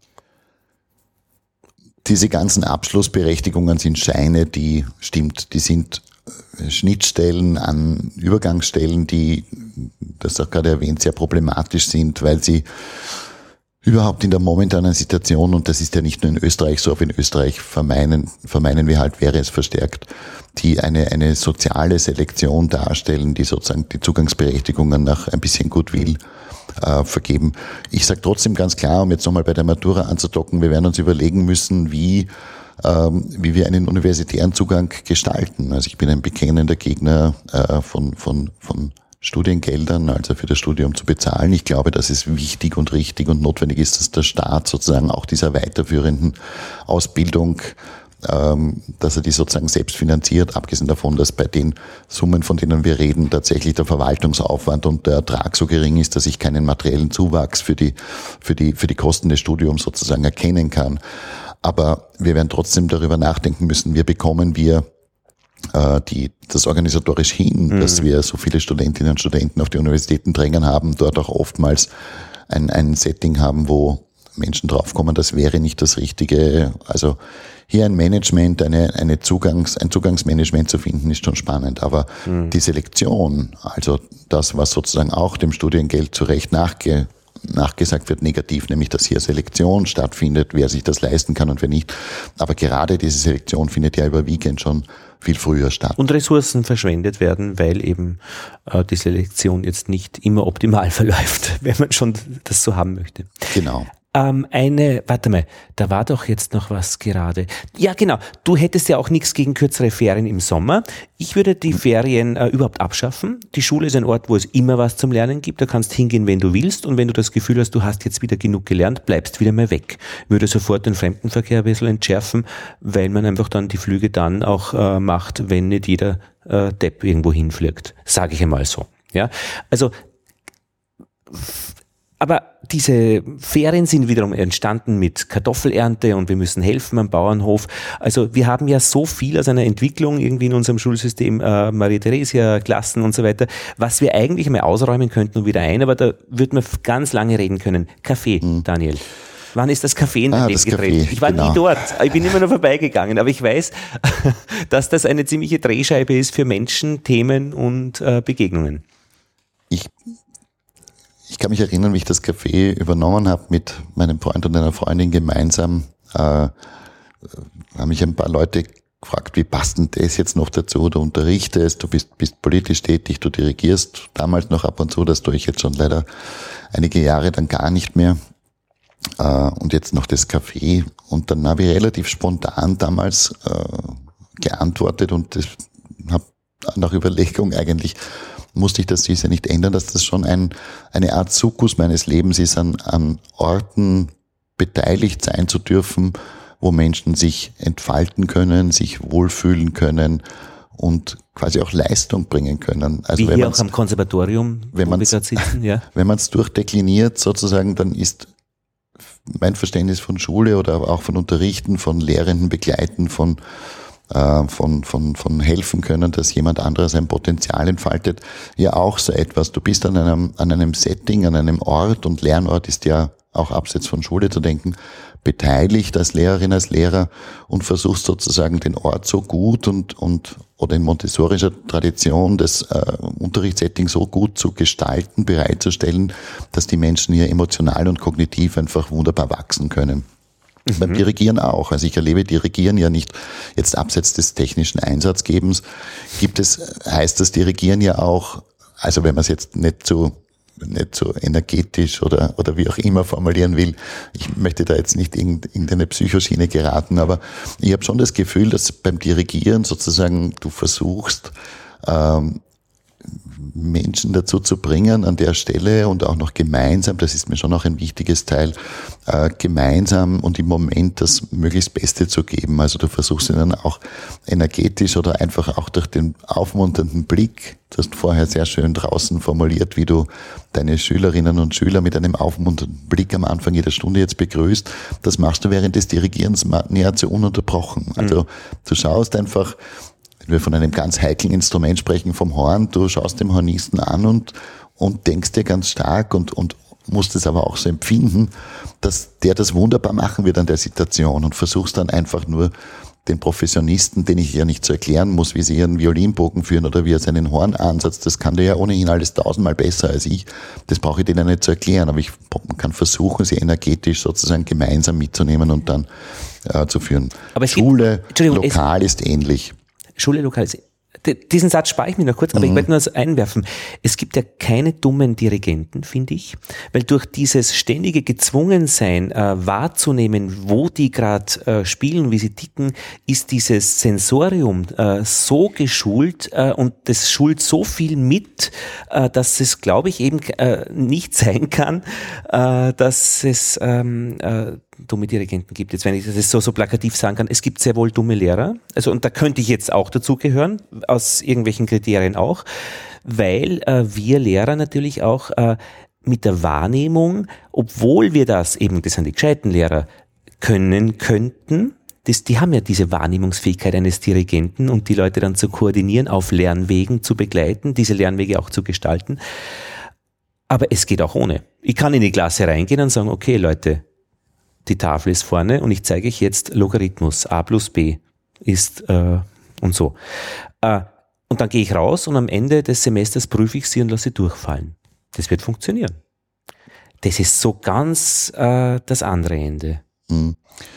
Diese ganzen Abschlussberechtigungen sind Scheine, die, stimmt, die sind Schnittstellen an Übergangsstellen, die, das auch gerade erwähnt, sehr problematisch sind, weil sie überhaupt in der momentanen Situation, und das ist ja nicht nur in Österreich so, aber in Österreich vermeinen, vermeinen wir halt, wäre es verstärkt, die eine, eine soziale Selektion darstellen, die sozusagen die Zugangsberechtigungen nach ein bisschen Goodwill äh, vergeben. Ich sage trotzdem ganz klar, um jetzt nochmal bei der Matura anzudocken, wir werden uns überlegen müssen, wie ähm, wie wir einen universitären Zugang gestalten. Also ich bin ein bekennender Gegner äh, von, von, von Studiengeldern, also für das Studium zu bezahlen. Ich glaube, dass es wichtig und richtig und notwendig ist, dass der Staat sozusagen auch dieser weiterführenden Ausbildung, ähm, dass er die sozusagen selbst finanziert, abgesehen davon, dass bei den Summen, von denen wir reden, tatsächlich der Verwaltungsaufwand und der Ertrag so gering ist, dass ich keinen materiellen Zuwachs für die, für die, für die Kosten des Studiums sozusagen erkennen kann. Aber wir werden trotzdem darüber nachdenken müssen, wie bekommen wir äh, die, das organisatorisch hin, mhm. dass wir so viele Studentinnen und Studenten auf die Universitäten drängen haben, dort auch oftmals ein, ein Setting haben, wo Menschen draufkommen, das wäre nicht das Richtige. Also hier ein Management, eine, eine Zugangs, ein Zugangsmanagement zu finden, ist schon spannend. Aber mhm. die Selektion, also das, was sozusagen auch dem Studiengeld zu Recht nachge nachgesagt wird, negativ, nämlich dass hier Selektion stattfindet, wer sich das leisten kann und wer nicht. Aber gerade diese Selektion findet ja überwiegend schon viel früher statt. Und Ressourcen verschwendet werden, weil eben äh, die Selektion jetzt nicht immer optimal verläuft, wenn man schon das so haben möchte. Genau. Ähm, eine, warte mal, da war doch jetzt noch was gerade. Ja, genau. Du hättest ja auch nichts gegen kürzere Ferien im Sommer. Ich würde die Ferien äh, überhaupt abschaffen. Die Schule ist ein Ort, wo es immer was zum Lernen gibt. Da kannst hingehen, wenn du willst. Und wenn du das Gefühl hast, du hast jetzt wieder genug gelernt, bleibst wieder mal weg. Würde sofort den Fremdenverkehr ein bisschen entschärfen, weil man einfach dann die Flüge dann auch äh, macht, wenn nicht jeder äh, Depp irgendwo hinfliegt. Sage ich einmal so. Ja, also aber diese Ferien sind wiederum entstanden mit Kartoffelernte und wir müssen helfen am Bauernhof. Also wir haben ja so viel aus einer Entwicklung irgendwie in unserem Schulsystem, äh, Maria Theresia, Klassen und so weiter, was wir eigentlich mal ausräumen könnten und wieder ein, aber da würde man ganz lange reden können. Kaffee, mhm. Daniel. Wann ist das Café in dein Ah, Leben das getreten? Café, Ich war genau. nie dort. Ich bin immer nur vorbeigegangen. Aber ich weiß, dass das eine ziemliche Drehscheibe ist für Menschen, Themen und äh, Begegnungen. Ich, ich kann mich erinnern, wie ich das Café übernommen habe mit meinem Freund und einer Freundin gemeinsam. Äh, haben mich ein paar Leute gefragt, wie passt denn das jetzt noch dazu? Du unterrichtest, du bist, bist politisch tätig, du dirigierst damals noch ab und zu, das tue ich jetzt schon leider einige Jahre dann gar nicht mehr. Uh, und jetzt noch das Café. Und dann habe ich relativ spontan damals uh, geantwortet und das habe nach Überlegung eigentlich, musste ich das ja nicht ändern, dass das schon ein, eine Art Sukkus meines Lebens ist, an, an Orten beteiligt sein zu dürfen, wo Menschen sich entfalten können, sich wohlfühlen können und quasi auch Leistung bringen können. Also Wie wenn hier auch am Konservatorium, wenn wo wir man's, gerade sitzen. Ja. Wenn man es durchdekliniert sozusagen, dann ist mein Verständnis von Schule oder auch von Unterrichten, von Lehrenden begleiten, von, äh, von, von, von helfen können, dass jemand anderes sein Potenzial entfaltet, ja auch so etwas. Du bist an einem, an einem Setting, an einem Ort und Lernort ist ja auch abseits von Schule zu denken, beteiligt als Lehrerin, als Lehrer und versuchst sozusagen den Ort so gut und, und oder in montessorischer Tradition das äh, Unterrichtssetting so gut zu gestalten, bereitzustellen, dass die Menschen hier emotional und kognitiv einfach wunderbar wachsen können. Mhm. Beim Dirigieren auch. Also ich erlebe Dirigieren ja nicht jetzt abseits des technischen Einsatzgebens. Gibt es, heißt das Dirigieren ja auch, also wenn man es jetzt nicht so nicht so energetisch oder oder wie auch immer formulieren will. Ich möchte da jetzt nicht in irgendeine Psychoschiene geraten, aber ich habe schon das Gefühl, dass beim Dirigieren sozusagen du versuchst, ähm, Menschen dazu zu bringen an der Stelle und auch noch gemeinsam, das ist mir schon auch ein wichtiges Teil, äh, gemeinsam und im Moment das möglichst Beste zu geben. Also du versuchst ihnen auch energetisch oder einfach auch durch den aufmunternden Blick, du hast vorher sehr schön draußen formuliert, wie du deine Schülerinnen und Schüler mit einem aufmunternden Blick am Anfang jeder Stunde jetzt begrüßt. Das machst du während des Dirigierens nahezu ununterbrochen. Also mhm. du schaust einfach, wenn wir von einem ganz heiklen Instrument sprechen, vom Horn, du schaust dem Hornisten an und, und denkst dir ganz stark und, und musst es aber auch so empfinden, dass der das wunderbar machen wird an der Situation und versuchst dann einfach nur den Professionisten, den ich ja nicht so erklären muss, wie sie ihren Violinbogen führen oder wie er seinen Horn ansetzt, das kann der ja ohnehin alles tausendmal besser als ich. Das brauche ich denen nicht zu erklären, aber ich kann versuchen, sie energetisch sozusagen gemeinsam mitzunehmen und dann äh, zu führen. Aber Schule, gibt, lokal ist ähnlich. Schule lokal ist. Diesen Satz spare ich mir noch kurz, aber mhm. ich wollte nur so einwerfen. Es gibt ja keine dummen Dirigenten, finde ich, weil durch dieses ständige Gezwungensein äh, wahrzunehmen, wo die gerade äh, spielen, wie sie ticken, ist dieses Sensorium äh, so geschult äh, und das schult so viel mit, äh, dass es, glaube ich, eben äh, nicht sein kann, äh, dass es ähm, äh, dumme Dirigenten gibt. Jetzt, wenn ich das so, so plakativ sagen kann, es gibt sehr wohl dumme Lehrer. Also, und da könnte ich jetzt auch dazugehören, aus irgendwelchen Kriterien auch, weil äh, wir Lehrer natürlich auch äh, mit der Wahrnehmung, obwohl wir das eben, das sind die gescheiten Lehrer, können könnten, das, die haben ja diese Wahrnehmungsfähigkeit eines Dirigenten und die Leute dann zu koordinieren, auf Lernwegen zu begleiten, diese Lernwege auch zu gestalten. Aber es geht auch ohne. Ich kann in die Klasse reingehen und sagen, okay Leute, die Tafel ist vorne und ich zeige euch jetzt Logarithmus. A plus B ist äh, und so. Äh, und dann gehe ich raus und am Ende des Semesters prüfe ich sie und lasse sie durchfallen. Das wird funktionieren. Das ist so ganz äh, das andere Ende. Mhm.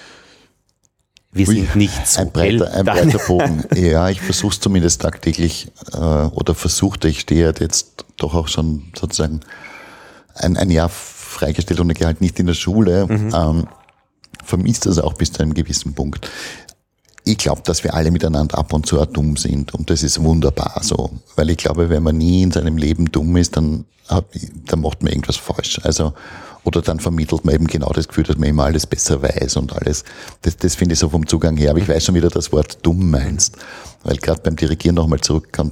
Wir sind Ui, nicht so ein breiter, ein breiter Bogen. Ja, ich versuche es zumindest tagtäglich äh, oder versuchte, ich stehe jetzt doch auch schon sozusagen ein, ein Jahr freigestellt und halt nicht in der Schule, mhm. ähm, vermisst das auch bis zu einem gewissen Punkt. Ich glaube, dass wir alle miteinander ab und zu auch dumm sind und das ist wunderbar so, weil ich glaube, wenn man nie in seinem Leben dumm ist, dann, hat, dann macht man irgendwas falsch. Also oder dann vermittelt man eben genau das Gefühl, dass man immer alles besser weiß und alles. Das, das finde ich so vom Zugang her. Aber ich weiß schon wieder, das Wort dumm meinst, weil gerade beim Dirigieren nochmal zurückkommt,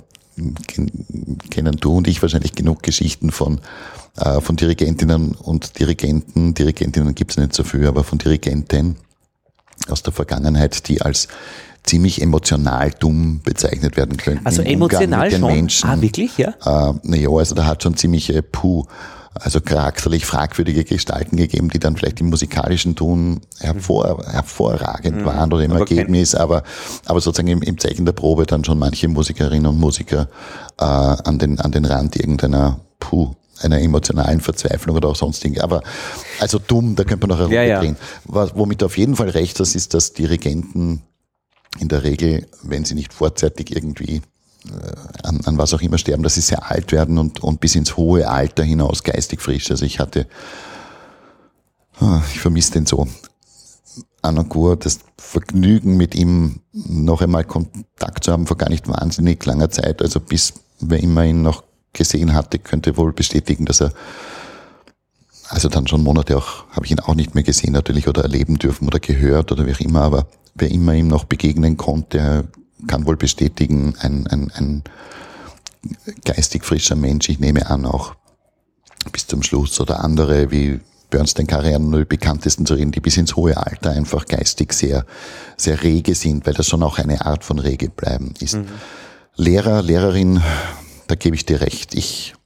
kennen du und ich wahrscheinlich genug Geschichten von von Dirigentinnen und Dirigenten, Dirigentinnen gibt es nicht so viel, aber von Dirigenten aus der Vergangenheit, die als ziemlich emotional dumm bezeichnet werden könnten. Also emotional schon? Menschen. Ah, wirklich, ja? Äh, naja, also da hat schon ziemliche Puh also charakterlich fragwürdige Gestalten gegeben, die dann vielleicht im musikalischen Tun hervor, hervorragend mhm. waren oder im aber Ergebnis, aber, aber sozusagen im, im Zeichen der Probe dann schon manche Musikerinnen und Musiker äh, an den, an den Rand irgendeiner, puh, einer emotionalen Verzweiflung oder auch sonstigen. Aber also dumm, da könnte man noch herumdrehen. Ja, ja. Womit du auf jeden Fall recht hast, ist, dass Dirigenten in der Regel, wenn sie nicht vorzeitig irgendwie äh, an, an was auch immer sterben, dass sie sehr alt werden und, und bis ins hohe Alter hinaus geistig frisch. Also ich hatte, oh, ich vermisse den so, Aznavour, das Vergnügen mit ihm noch einmal Kontakt zu haben vor gar nicht wahnsinnig langer Zeit, also bis wer immer ihn noch gesehen hatte, könnte wohl bestätigen, dass er, also dann schon Monate auch, habe ich ihn auch nicht mehr gesehen natürlich oder erleben dürfen oder gehört oder wie auch immer, aber wer immer ihm noch begegnen konnte, kann wohl bestätigen, ein, ein, ein geistig frischer Mensch, ich nehme an auch bis zum Schluss, oder andere wie Bernstein, Karajan, nur die bekanntesten zu reden, die bis ins hohe Alter einfach geistig sehr, sehr rege sind, weil das schon auch eine Art von rege bleiben ist. Mhm. Lehrer, Lehrerin, da gebe ich dir recht. Ich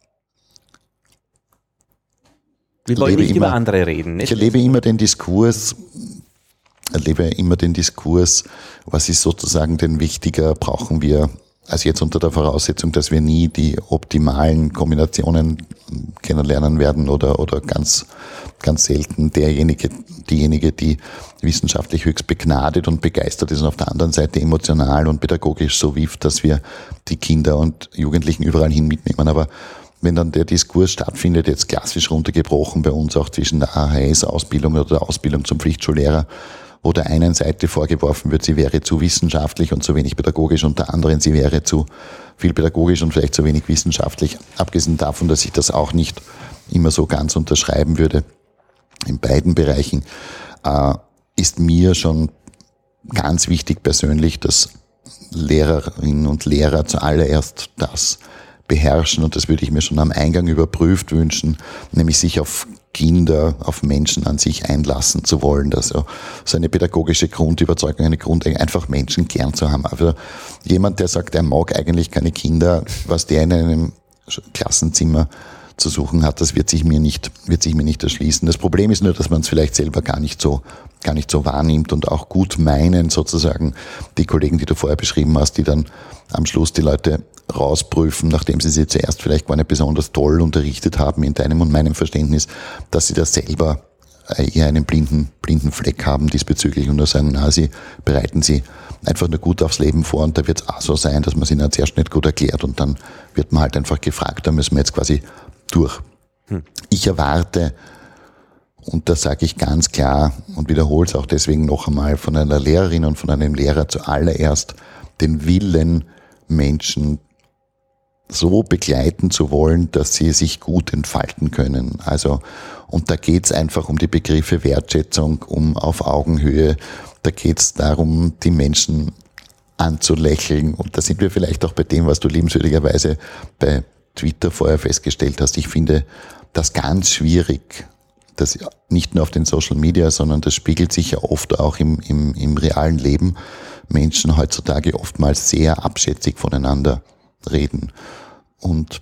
Wir wollen nicht immer, über andere reden. Nicht? Ich erlebe immer den Diskurs, erlebe immer den Diskurs, was ist sozusagen denn wichtiger, brauchen wir, also jetzt unter der Voraussetzung, dass wir nie die optimalen Kombinationen kennenlernen werden oder, oder ganz, ganz selten derjenige, diejenige, die wissenschaftlich höchst begnadet und begeistert ist und auf der anderen Seite emotional und pädagogisch so wieft, dass wir die Kinder und Jugendlichen überall hin mitnehmen. Aber wenn dann der Diskurs stattfindet, jetzt klassisch runtergebrochen bei uns auch zwischen der A H S-Ausbildung oder der Ausbildung zum Pflichtschullehrer, wo der einen Seite vorgeworfen wird, sie wäre zu wissenschaftlich und zu wenig pädagogisch und der anderen, sie wäre zu viel pädagogisch und vielleicht zu wenig wissenschaftlich, abgesehen davon, dass ich das auch nicht immer so ganz unterschreiben würde, in beiden Bereichen, äh, ist mir schon ganz wichtig persönlich, dass Lehrerinnen und Lehrer zuallererst das beherrschen, und das würde ich mir schon am Eingang überprüft wünschen, nämlich sich auf Kinder, auf Menschen an sich einlassen zu wollen, also so eine pädagogische Grundüberzeugung, eine Grund, einfach Menschen gern zu haben. Also jemand, der sagt, er mag eigentlich keine Kinder, was der in einem Klassenzimmer zu suchen hat, das wird sich mir nicht, wird sich mir nicht erschließen. Das Problem ist nur, dass man es vielleicht selber gar nicht so, gar nicht so wahrnimmt und auch gut meinen, sozusagen die Kollegen, die du vorher beschrieben hast, die dann am Schluss die Leute rausprüfen, nachdem sie sie zuerst vielleicht gar nicht besonders toll unterrichtet haben in deinem und meinem Verständnis, dass sie da selber eher einen blinden, blinden Fleck haben diesbezüglich und nur sagen, na, sie bereiten sie einfach nur gut aufs Leben vor und da wird es auch so sein, dass man es ihnen zuerst nicht gut erklärt und dann wird man halt einfach gefragt, da müssen wir jetzt quasi durch. Hm. Ich erwarte, und das sage ich ganz klar und wiederhole es auch deswegen noch einmal, von einer Lehrerin und von einem Lehrer zuallererst den Willen, Menschen so begleiten zu wollen, dass sie sich gut entfalten können. Also, und da geht's einfach um die Begriffe Wertschätzung, um auf Augenhöhe. Da geht's darum, die Menschen anzulächeln. Und da sind wir vielleicht auch bei dem, was du liebenswürdigerweise bei Twitter vorher festgestellt hast. Ich finde das ganz schwierig, das nicht nur auf den Social Media, sondern das spiegelt sich ja oft auch im, im, im realen Leben. Menschen heutzutage oftmals sehr abschätzig voneinander reden und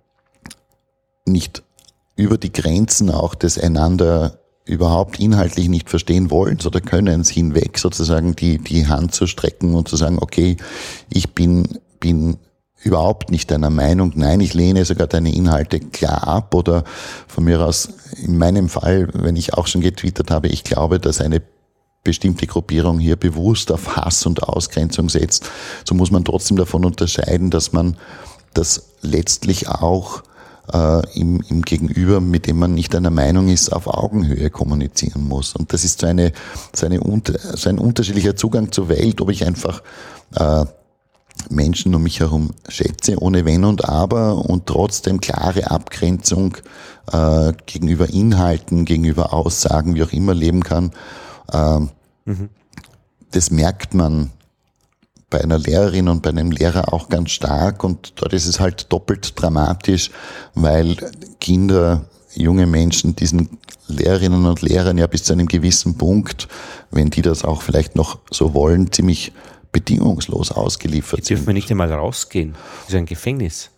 nicht über die Grenzen auch des einander überhaupt inhaltlich nicht verstehen wollen oder können es hinweg sozusagen die, die Hand zu strecken und zu sagen, okay, ich bin, bin überhaupt nicht deiner Meinung, nein, ich lehne sogar deine Inhalte klar ab oder von mir aus, in meinem Fall, wenn ich auch schon getwittert habe, ich glaube, dass eine bestimmte Gruppierung hier bewusst auf Hass und Ausgrenzung setzt, so muss man trotzdem davon unterscheiden, dass man das letztlich auch äh, im, im Gegenüber, mit dem man nicht einer Meinung ist, auf Augenhöhe kommunizieren muss. Und das ist so, eine, so, eine, so ein unterschiedlicher Zugang zur Welt, ob ich einfach äh, Menschen um mich herum schätze, ohne Wenn und Aber und trotzdem klare Abgrenzung äh, gegenüber Inhalten, gegenüber Aussagen, wie auch immer leben kann. Äh, mhm. Das merkt man bei einer Lehrerin und bei einem Lehrer auch ganz stark und dort ist es halt doppelt dramatisch, weil Kinder, junge Menschen diesen Lehrerinnen und Lehrern ja bis zu einem gewissen Punkt, wenn die das auch vielleicht noch so wollen, ziemlich bedingungslos ausgeliefert sind. Jetzt dürfen wir nicht einmal rausgehen. Das ist ein Gefängnis.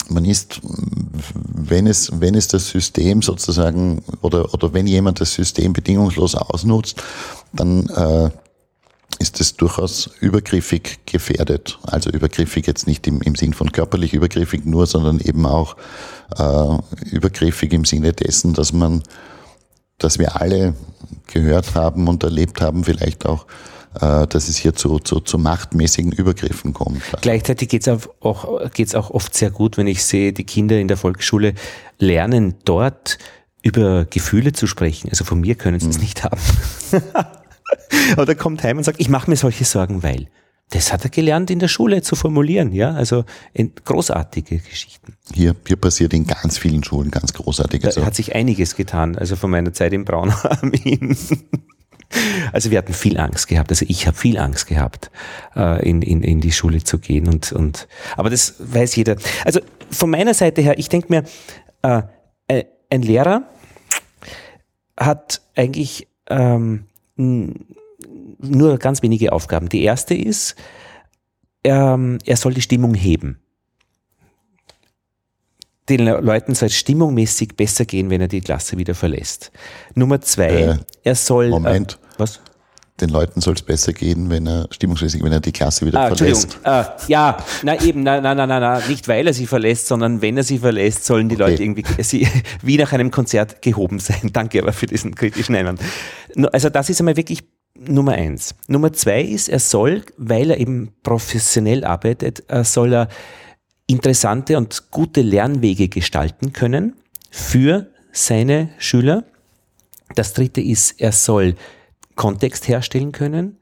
man ist, wenn es, wenn es das System sozusagen oder, oder wenn jemand das System bedingungslos ausnutzt, dann äh, ist es durchaus übergriffig gefährdet. Also übergriffig jetzt nicht im, im Sinn von körperlich übergriffig nur, sondern eben auch äh, übergriffig im Sinne dessen, dass man, dass wir alle gehört haben und erlebt haben, vielleicht auch, dass es hier zu, zu, zu machtmäßigen Übergriffen kommt. Gleichzeitig geht es auch, geht's auch oft sehr gut, wenn ich sehe, die Kinder in der Volksschule lernen dort über Gefühle zu sprechen. Also von mir können sie es mhm. nicht haben. Oder kommt heim und sagt, ich mache mir solche Sorgen, weil. Das hat er gelernt in der Schule zu formulieren, ja, also großartige Geschichten. Hier, hier passiert in ganz vielen Schulen ganz großartiges. Da hat sich einiges getan, also von meiner Zeit im Braunarmin. Also wir hatten viel Angst gehabt, also ich habe viel Angst gehabt, äh, in, in, in die Schule zu gehen und, und aber das weiß jeder. Also von meiner Seite her, ich denke mir, äh, ein Lehrer hat eigentlich ähm, nur ganz wenige Aufgaben. Die erste ist, ähm, er soll die Stimmung heben. Den Leuten soll es stimmungsmäßig besser gehen, wenn er die Klasse wieder verlässt. Nummer zwei, äh, er soll... Moment. Äh, was? Den Leuten soll es besser gehen, wenn er stimmungsmäßig, wenn er die Klasse wieder ah, verlässt. Äh, ja, na eben, na, na, na, na, na, nicht weil er sie verlässt, sondern wenn er sie verlässt, sollen die okay. Leute irgendwie sie, wie nach einem Konzert gehoben sein. Danke aber für diesen kritischen Einwand. Also das ist einmal wirklich Nummer eins. Nummer zwei ist, er soll, weil er eben professionell arbeitet, soll er interessante und gute Lernwege gestalten können für seine Schüler. Das dritte ist, er soll Kontext herstellen können.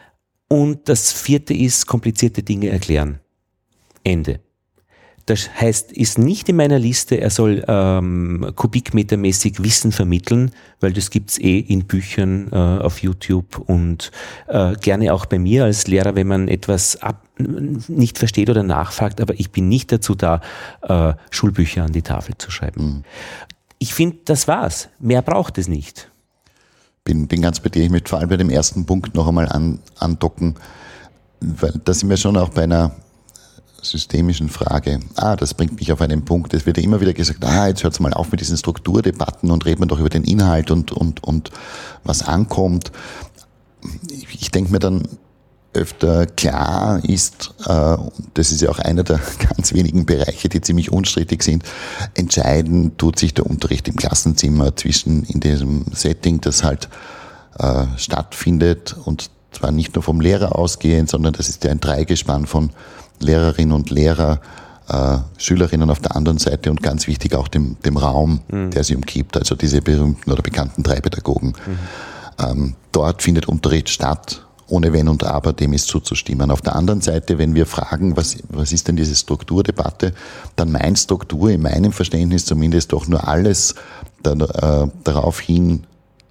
Und das vierte ist, komplizierte Dinge erklären. Ende. Das heißt, ist nicht in meiner Liste, er soll ähm, kubikmetermäßig Wissen vermitteln, weil das gibt's eh in Büchern äh, auf YouTube und äh, gerne auch bei mir als Lehrer, wenn man etwas ab, nicht versteht oder nachfragt, aber ich bin nicht dazu da, äh, Schulbücher an die Tafel zu schreiben. Mhm. Ich finde, das war's. Mehr braucht es nicht. Bin, bin ganz bei dir. Ich möchte vor allem bei dem ersten Punkt noch einmal an, andocken, weil da sind wir schon auch bei einer systemischen Frage. Ah, das bringt mich auf einen Punkt. Es wird ja immer wieder gesagt, ah, jetzt hört's mal auf mit diesen Strukturdebatten und reden wir doch über den Inhalt und, und, und was ankommt. Ich, ich denke mir dann öfter, klar ist, äh, das ist ja auch einer der ganz wenigen Bereiche, die ziemlich unstrittig sind, entscheiden tut sich der Unterricht im Klassenzimmer zwischen in diesem Setting, das halt äh, stattfindet und zwar nicht nur vom Lehrer ausgehend, sondern das ist ja ein Dreigespann von Lehrerinnen und Lehrer, äh, Schülerinnen auf der anderen Seite und ganz wichtig auch dem, dem Raum, mhm. der sie umgibt, also diese berühmten oder bekannten drei Pädagogen. Mhm. Ähm, dort findet Unterricht statt, ohne Wenn und Aber, dem ist zuzustimmen. Auf der anderen Seite, wenn wir fragen, was, was ist denn diese Strukturdebatte, dann meint Struktur in meinem Verständnis zumindest doch nur alles da, äh, darauf hingehend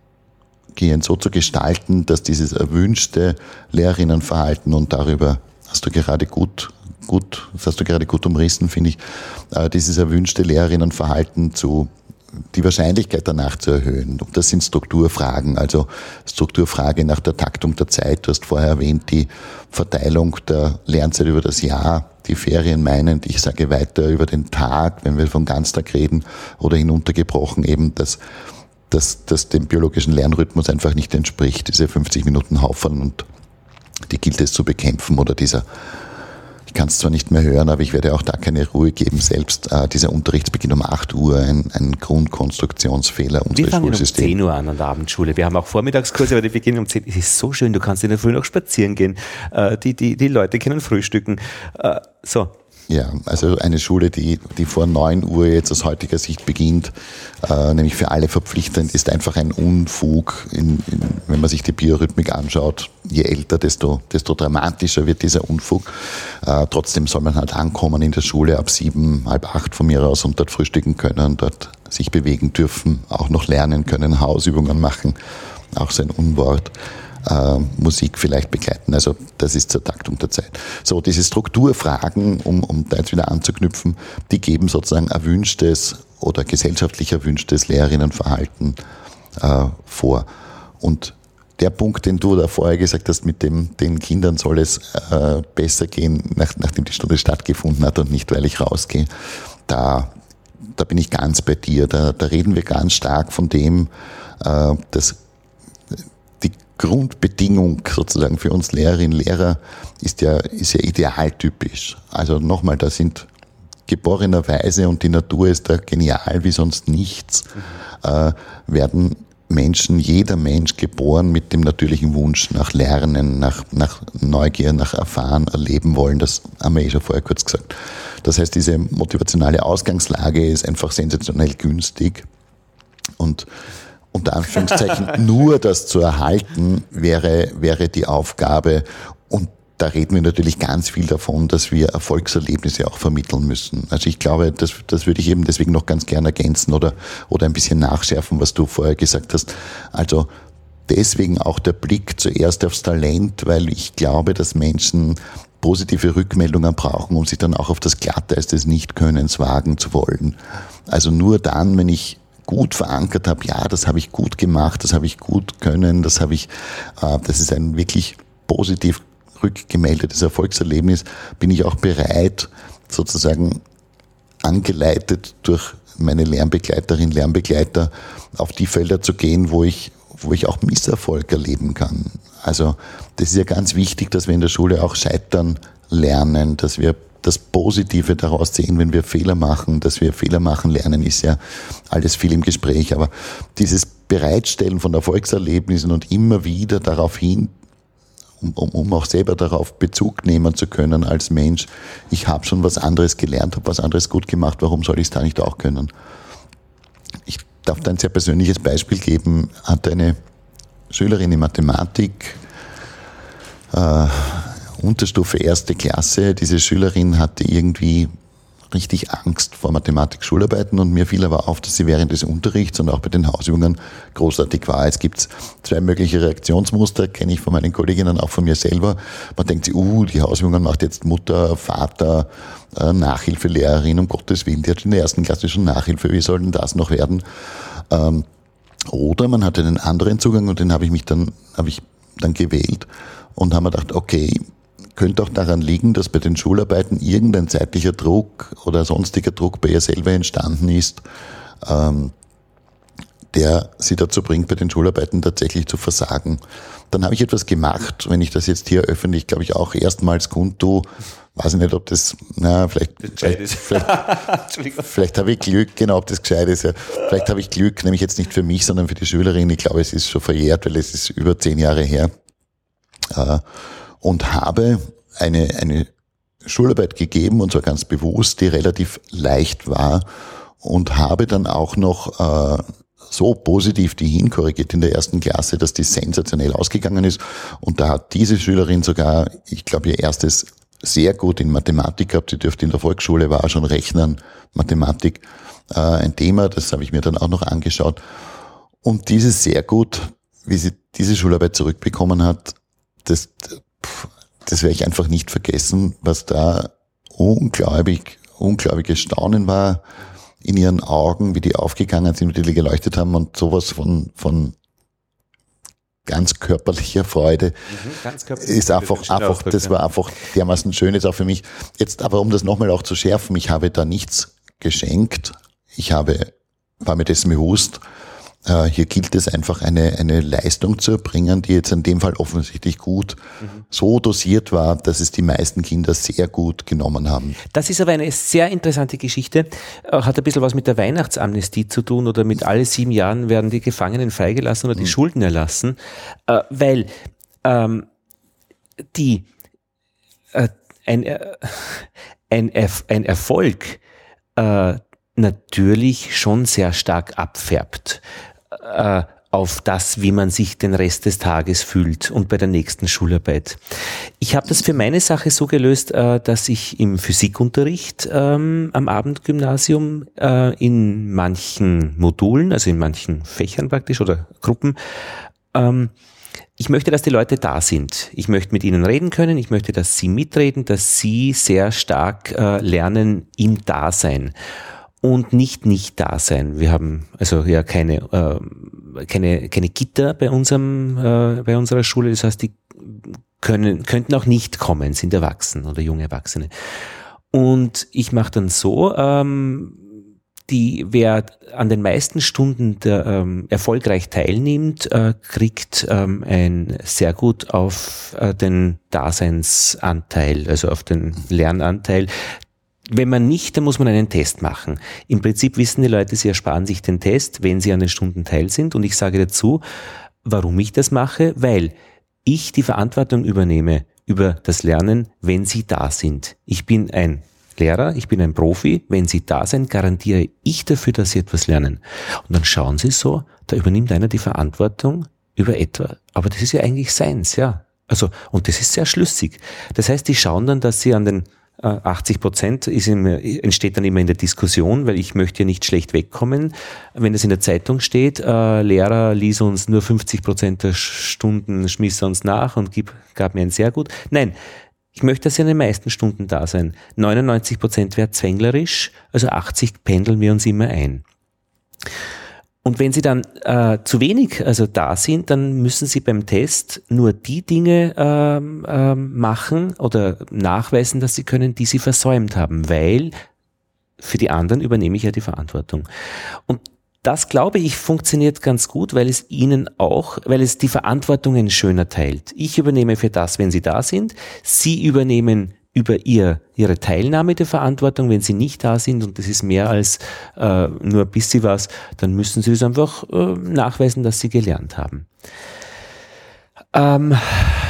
so zu gestalten, dass dieses erwünschte Lehrerinnenverhalten und darüber hast du gerade gut, gut, das hast du gerade gut umrissen, finde ich, äh, dieses erwünschte Lehrerinnenverhalten zu, die Wahrscheinlichkeit danach zu erhöhen. Und das sind Strukturfragen, also Strukturfrage nach der Taktung der Zeit. Du hast vorher erwähnt, die Verteilung der Lernzeit über das Jahr, die Ferien meinend, ich sage weiter über den Tag, wenn wir von Ganztag reden oder hinuntergebrochen eben, dass dass das dem biologischen Lernrhythmus einfach nicht entspricht, diese fünfzig Minuten Haufern und die gilt es zu bekämpfen oder dieser, ich kann es zwar nicht mehr hören, aber ich werde auch da keine Ruhe geben selbst, äh, dieser Unterrichtsbeginn um acht Uhr, ein, ein Grundkonstruktionsfehler unseres Schulsystems. Wir fangen um zehn Uhr an an der Abendschule. Wir haben auch Vormittagskurse, aber die beginnen um zehn Uhr. Es ist so schön, du kannst in der Früh noch spazieren gehen. Äh, die, die, die Leute können frühstücken. Äh, so. Ja, also eine Schule, die, die vor neun Uhr jetzt aus heutiger Sicht beginnt, äh, nämlich für alle verpflichtend, ist einfach ein Unfug, in, in, wenn man sich die Biorhythmik anschaut. Je älter, desto, desto dramatischer wird dieser Unfug. Äh, trotzdem soll man halt ankommen in der Schule ab sieben, halb acht von mir aus und dort frühstücken können, dort sich bewegen dürfen, auch noch lernen können, Hausübungen machen, auch so ein Unwort. Äh, Musik vielleicht begleiten. Also das ist zur Taktung der Zeit. So, diese Strukturfragen, um, um da jetzt wieder anzuknüpfen, die geben sozusagen erwünschtes oder gesellschaftlich erwünschtes Lehrerinnenverhalten äh, vor. Und der Punkt, den du da vorher gesagt hast, mit dem den Kindern soll es äh, besser gehen, nach, nachdem die Stunde stattgefunden hat und nicht, weil ich rausgehe, da, da bin ich ganz bei dir. Da, da reden wir ganz stark von dem, äh, dass die Grundbedingung sozusagen für uns Lehrerinnen und Lehrer ist ja, ist ja idealtypisch. Also nochmal, da sind geborenerweise, und die Natur ist da genial wie sonst nichts, mhm. äh, werden Menschen, jeder Mensch geboren mit dem natürlichen Wunsch nach Lernen, nach, nach Neugier, nach Erfahren, Erleben wollen. Das haben wir eh schon vorher kurz gesagt. Das heißt, diese motivationale Ausgangslage ist einfach sensationell günstig. Und unter Anführungszeichen nur das zu erhalten, wäre, wäre die Aufgabe. Und da reden wir natürlich ganz viel davon, dass wir Erfolgserlebnisse auch vermitteln müssen. Also ich glaube, das, das würde ich eben deswegen noch ganz gerne ergänzen oder, oder ein bisschen nachschärfen, was du vorher gesagt hast. Also deswegen auch der Blick zuerst aufs Talent, weil ich glaube, dass Menschen positive Rückmeldungen brauchen, um sich dann auch auf das Glatteis des Nichtkönnens wagen zu wollen. Also nur dann, wenn ich gut verankert habe, ja, das habe ich gut gemacht, das habe ich gut können, das habe ich, äh, das ist ein wirklich positiv rückgemeldetes Erfolgserlebnis, bin ich auch bereit, sozusagen angeleitet durch meine Lernbegleiterin, Lernbegleiter auf die Felder zu gehen, wo ich, wo ich auch Misserfolg erleben kann. Also das ist ja ganz wichtig, dass wir in der Schule auch scheitern lernen, dass wir das Positive daraus sehen, wenn wir Fehler machen, dass wir Fehler machen lernen, ist ja alles viel im Gespräch. Aber dieses Bereitstellen von Erfolgserlebnissen und immer wieder darauf hin, um, um, um auch selber darauf Bezug nehmen zu können als Mensch, ich habe schon was anderes gelernt, habe was anderes gut gemacht, warum soll ich es da nicht auch können? Ich darf da ein sehr persönliches Beispiel geben, hatte eine Schülerin in Mathematik, äh, Unterstufe erste Klasse. Diese Schülerin hatte irgendwie richtig Angst vor Mathematik-Schularbeiten und mir fiel aber auf, dass sie während des Unterrichts und auch bei den Hausübungen großartig war. Es gibt zwei mögliche Reaktionsmuster, kenne ich von meinen Kolleginnen, auch von mir selber. Man denkt sich, uh, die Hausübungen macht jetzt Mutter, Vater, äh, Nachhilfelehrerin, um Gottes Willen, die hat in der ersten Klasse schon Nachhilfe, wie soll denn das noch werden? Ähm, oder man hat einen anderen Zugang und den habe ich mich dann, habe ich dann gewählt und haben mir gedacht, okay, könnte auch daran liegen, dass bei den Schularbeiten irgendein zeitlicher Druck oder sonstiger Druck bei ihr selber entstanden ist, ähm, der sie dazu bringt, bei den Schularbeiten tatsächlich zu versagen. Dann habe ich etwas gemacht, wenn ich das jetzt hier öffentlich, glaube ich, auch erstmals kundtue, weiß ich nicht, ob das, na, vielleicht, vielleicht, vielleicht, vielleicht habe ich Glück, genau, ob das gescheit ist. Ja. Vielleicht habe ich Glück, nämlich jetzt nicht für mich, sondern für die Schülerin. Ich glaube, es ist schon verjährt, weil es ist über zehn Jahre her. Äh, und habe eine, eine Schularbeit gegeben, und zwar ganz bewusst, die relativ leicht war, und habe dann auch noch äh, so positiv die hinkorrigiert in der ersten Klasse, dass die sensationell ausgegangen ist. Und da hat diese Schülerin sogar, ich glaube, ihr erstes sehr gut in Mathematik gehabt. Sie dürfte in der Volksschule, war schon Rechnen, Mathematik äh, ein Thema, das habe ich mir dann auch noch angeschaut. Und dieses sehr gut, wie sie diese Schularbeit zurückbekommen hat, das, das werde ich einfach nicht vergessen, was da unglaublich, unglaubliches Staunen war in ihren Augen, wie die aufgegangen sind, wie die geleuchtet haben und sowas von, von ganz körperlicher Freude. Mhm, ganz körperlich ist einfach, einfach, das war einfach dermaßen schön jetzt auch für mich. Jetzt aber, um das nochmal auch zu schärfen, ich habe da nichts geschenkt. Ich habe, war mir dessen bewusst, hier gilt es einfach eine, eine Leistung zu erbringen, die jetzt in dem Fall offensichtlich gut mhm. so dosiert war, dass es die meisten Kinder sehr gut genommen haben. Das ist aber eine sehr interessante Geschichte, hat ein bisschen was mit der Weihnachtsamnestie zu tun oder mit alle sieben Jahren werden die Gefangenen freigelassen oder die mhm. Schulden erlassen, weil ähm, die äh, ein, äh, ein, ein Erfolg äh, natürlich schon sehr stark abfärbt äh, auf das, wie man sich den Rest des Tages fühlt und bei der nächsten Schularbeit. Ich habe das für meine Sache so gelöst, äh, dass ich im Physikunterricht ähm, am Abendgymnasium äh, in manchen Modulen, also in manchen Fächern praktisch oder Gruppen, ähm, ich möchte, dass die Leute da sind. Ich möchte mit ihnen reden können. Ich möchte, dass sie mitreden, dass sie sehr stark äh, lernen im Dasein. Und nicht nicht da sein. Wir haben also ja keine äh, keine keine Gitter bei unserem äh, bei unserer Schule. Das heißt, die können könnten auch nicht kommen, sind erwachsen oder junge Erwachsene. Und ich mache dann so, ähm, die, wer an den meisten Stunden der, ähm, erfolgreich teilnimmt, äh, kriegt ähm, ein sehr gut auf äh, den Daseinsanteil, also auf den Lernanteil. Wenn man nicht, dann muss man einen Test machen. Im Prinzip wissen die Leute, sie ersparen sich den Test, wenn sie an den Stunden teil sind. Und ich sage dazu, warum ich das mache, weil ich die Verantwortung übernehme über das Lernen, wenn sie da sind. Ich bin ein Lehrer, ich bin ein Profi, wenn Sie da sind, garantiere ich dafür, dass Sie etwas lernen. Und dann schauen Sie so, da übernimmt einer die Verantwortung über etwas, aber das ist ja eigentlich seins, ja. Also, und das ist sehr schlüssig. Das heißt, die schauen dann, dass sie an den äh, achtzig Prozent ist immer, entsteht dann immer in der Diskussion, weil ich möchte ja nicht schlecht wegkommen. Wenn das in der Zeitung steht, äh, Lehrer ließ uns nur fünfzig Prozent der Stunden, schmiss uns nach und gib, gab mir ein sehr gut. Nein, ich möchte, dass Sie an den meisten Stunden da sein. neunundneunzig Prozent wäre zwänglerisch, also achtzig pendeln wir uns immer ein. Und wenn Sie dann äh, zu wenig also da sind, dann müssen Sie beim Test nur die Dinge ähm, ähm, machen oder nachweisen, dass Sie können, die Sie versäumt haben, weil für die anderen übernehme ich ja die Verantwortung. Und das, glaube ich, funktioniert ganz gut, weil es Ihnen auch, weil es die Verantwortungen schöner teilt. Ich übernehme für das, wenn Sie da sind. Sie übernehmen über ihr, Ihre Teilnahme der Verantwortung, wenn Sie nicht da sind und das ist mehr als äh, nur ein bisschen was, dann müssen Sie es einfach äh, nachweisen, dass Sie gelernt haben. Ähm,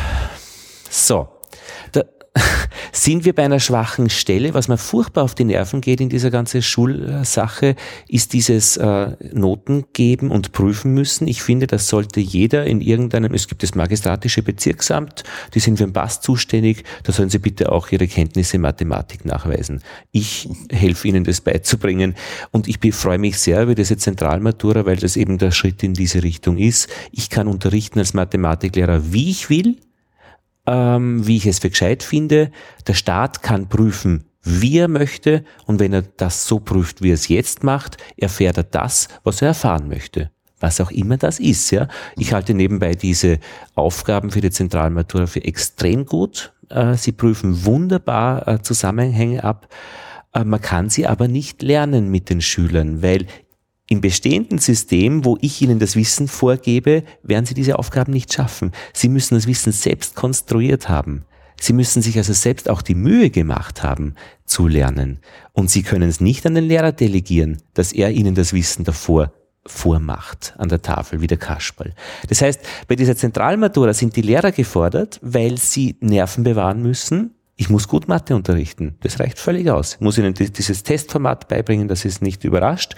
so. Da, sind wir bei einer schwachen Stelle, was mir furchtbar auf die Nerven geht in dieser ganzen Schulsache, ist dieses äh, Noten geben und prüfen müssen. Ich finde, das sollte jeder in irgendeinem, es gibt das magistratische Bezirksamt, die sind für den Pass zuständig, da sollen Sie bitte auch Ihre Kenntnisse in Mathematik nachweisen. Ich helfe Ihnen, das beizubringen und ich freue mich sehr über diese Zentralmatura, weil das eben der Schritt in diese Richtung ist. Ich kann unterrichten als Mathematiklehrer, wie ich will, wie ich es für gescheit finde. Der Staat kann prüfen, wie er möchte und wenn er das so prüft, wie er es jetzt macht, erfährt er das, was er erfahren möchte. Was auch immer das ist, ja. Ich halte nebenbei diese Aufgaben für die Zentralmatura für extrem gut. Sie prüfen wunderbar Zusammenhänge ab. Man kann sie aber nicht lernen mit den Schülern, weil im bestehenden System, wo ich Ihnen das Wissen vorgebe, werden Sie diese Aufgaben nicht schaffen. Sie müssen das Wissen selbst konstruiert haben. Sie müssen sich also selbst auch die Mühe gemacht haben, zu lernen. Und Sie können es nicht an den Lehrer delegieren, dass er Ihnen das Wissen davor vormacht, an der Tafel, wie der Kasperl. Das heißt, bei dieser Zentralmatura sind die Lehrer gefordert, weil sie Nerven bewahren müssen. Ich muss gut Mathe unterrichten. Das reicht völlig aus. Ich muss Ihnen dieses Testformat beibringen, das ist nicht überrascht.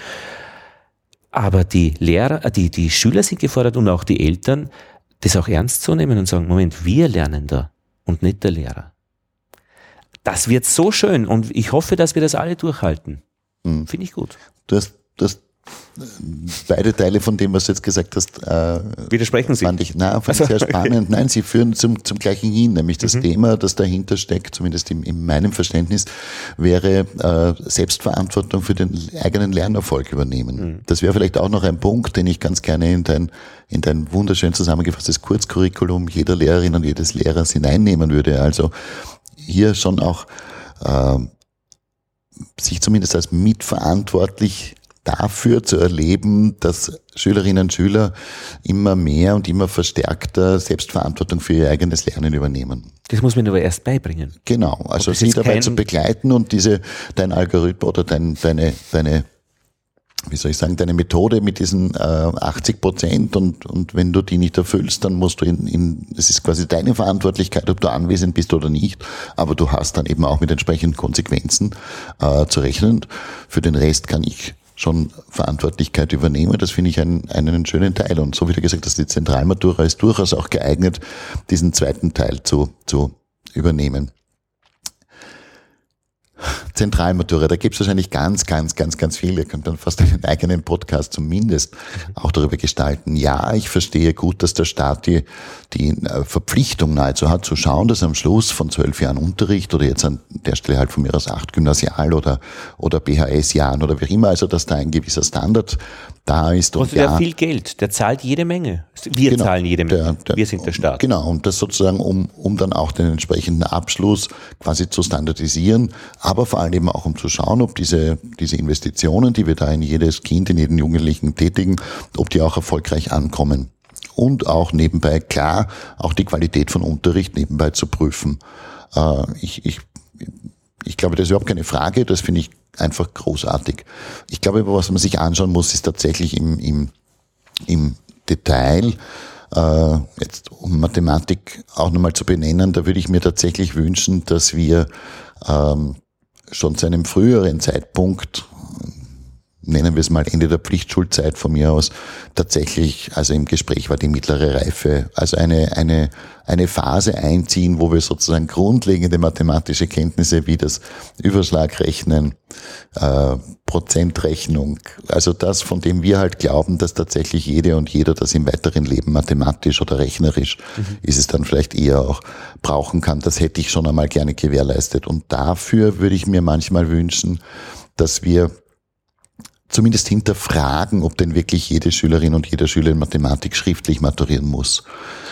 Aber die Lehrer, die, die Schüler sind gefordert und auch die Eltern, das auch ernst zu nehmen und sagen, Moment, wir lernen da und nicht der Lehrer. Das wird so schön und ich hoffe, dass wir das alle durchhalten. Mhm. Finde ich gut. Du hast, du hast beide Teile von dem, was du jetzt gesagt hast, äh, widersprechen Sie? Fand ich, nein, fand ich sehr spannend. Nein, sie führen zum, zum Gleichen hin, nämlich das mhm. Thema, das dahinter steckt, zumindest in, in meinem Verständnis, wäre äh, Selbstverantwortung für den eigenen Lernerfolg übernehmen. Mhm. Das wäre vielleicht auch noch ein Punkt, den ich ganz gerne in dein, in dein wunderschön zusammengefasstes Kurzcurriculum jeder Lehrerin und jedes Lehrers hineinnehmen würde. Also hier schon auch äh, sich zumindest als mitverantwortlich dafür zu erleben, dass Schülerinnen und Schüler immer mehr und immer verstärkter Selbstverantwortung für ihr eigenes Lernen übernehmen. Das muss man aber erst beibringen. Genau, also sie dabei zu begleiten und diese, dein Algorithmus oder dein, deine, deine, wie soll ich sagen, deine Methode mit diesen äh, achtzig Prozent und, und wenn du die nicht erfüllst, dann musst du in, in, es ist quasi deine Verantwortlichkeit, ob du anwesend bist oder nicht, aber du hast dann eben auch mit entsprechenden Konsequenzen äh, zu rechnen. Für den Rest kann ich schon Verantwortlichkeit übernehmen. Das finde ich einen, einen schönen Teil. Und so wie du gesagt hast, die Zentralmatura ist durchaus auch geeignet, diesen zweiten Teil zu, zu übernehmen. Zentralmatura, da gibt es wahrscheinlich ganz, ganz, ganz, ganz viel. Ihr könnt dann fast einen eigenen Podcast zumindest auch darüber gestalten. Ja, ich verstehe gut, dass der Staat die, die Verpflichtung nahezu hat, zu schauen, dass am Schluss von zwölf Jahren Unterricht oder jetzt an der Stelle halt von mir aus acht Gymnasial- oder, oder B H S-Jahren oder wie immer, also dass da ein gewisser Standard da ist. Und der hat viel Geld, der zahlt jede Menge. Wir genau, zahlen jede Menge, der, der, wir sind der Staat. Genau, und das sozusagen, um, um dann auch den entsprechenden Abschluss quasi zu standardisieren, aber vor allem eben auch um zu schauen, ob diese, diese Investitionen, die wir da in jedes Kind, in jeden Jugendlichen tätigen, ob die auch erfolgreich ankommen. Und auch nebenbei, klar, auch die Qualität von Unterricht nebenbei zu prüfen. Äh, ich, ich, ich glaube, das ist überhaupt keine Frage, das finde ich einfach großartig. Ich glaube, was man sich anschauen muss, ist tatsächlich im, im, im Detail, äh, jetzt um Mathematik auch nochmal zu benennen, da würde ich mir tatsächlich wünschen, dass wir ähm, schon zu einem früheren Zeitpunkt, nennen wir es mal Ende der Pflichtschulzeit von mir aus, tatsächlich, also im Gespräch war die mittlere Reife, also eine, eine, eine Phase einziehen, wo wir sozusagen grundlegende mathematische Kenntnisse wie das Überschlagrechnen, äh, Prozentrechnung, also das, von dem wir halt glauben, dass tatsächlich jede und jeder das im weiteren Leben mathematisch oder rechnerisch, mhm. ist es dann vielleicht eher auch, brauchen kann, das hätte ich schon einmal gerne gewährleistet. Und dafür würde ich mir manchmal wünschen, dass wir zumindest hinterfragen, ob denn wirklich jede Schülerin und jeder Schüler in Mathematik schriftlich maturieren muss.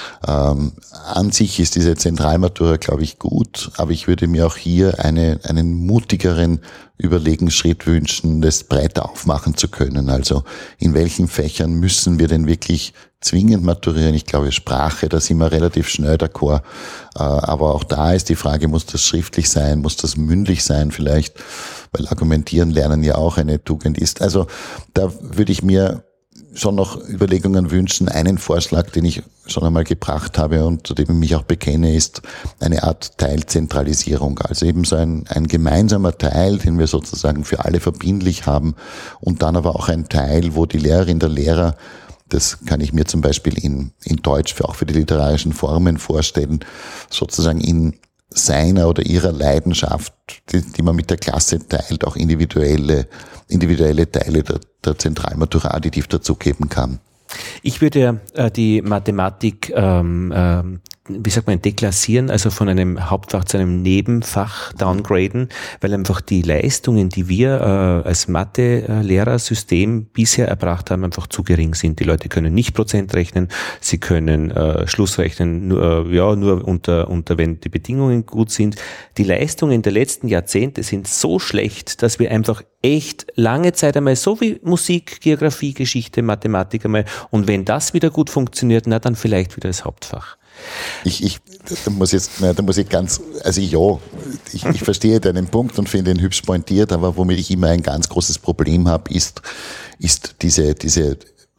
Ähm, an sich ist diese Zentralmatura, glaube ich, gut, aber ich würde mir auch hier eine, einen mutigeren Überlegensschritt wünschen, das breiter aufmachen zu können. Also in welchen Fächern müssen wir denn wirklich zwingend maturieren? Ich glaube, Sprache, da sind wir relativ schnell d'accord. Äh, aber auch da ist die Frage, muss das schriftlich sein, muss das mündlich sein vielleicht? Weil Argumentieren lernen ja auch eine Tugend ist. Also da würde ich mir schon noch Überlegungen wünschen. Einen Vorschlag, den ich schon einmal gebracht habe und zu dem ich mich auch bekenne, ist eine Art Teilzentralisierung. Also eben so ein, ein gemeinsamer Teil, den wir sozusagen für alle verbindlich haben und dann aber auch ein Teil, wo die Lehrerin, der Lehrer, das kann ich mir zum Beispiel in, in Deutsch für, auch für die literarischen Formen vorstellen, sozusagen in seiner oder ihrer Leidenschaft, die, die man mit der Klasse teilt, auch individuelle, individuelle Teile der, der Zentralmatura additiv dazugeben kann. Ich würde äh, die Mathematik, ähm, ähm, wie sagt man, deklassieren, also von einem Hauptfach zu einem Nebenfach downgraden, weil einfach die Leistungen, die wir äh, als Mathe-Lehrersystem bisher erbracht haben, einfach zu gering sind. Die Leute können nicht Prozent rechnen, sie können äh, Schlussrechnen nur, äh, ja, nur unter, unter, wenn die Bedingungen gut sind. Die Leistungen der letzten Jahrzehnte sind so schlecht, dass wir einfach echt lange Zeit einmal, so wie Musik, Geografie, Geschichte, Mathematik einmal, und wenn das wieder gut funktioniert, na dann vielleicht wieder das Hauptfach. Ich, ich, da muss jetzt, na, da muss ich ganz, also ja, ich, ich verstehe deinen Punkt und finde ihn hübsch pointiert, aber womit ich immer ein ganz großes Problem habe, ist, ist diese, diese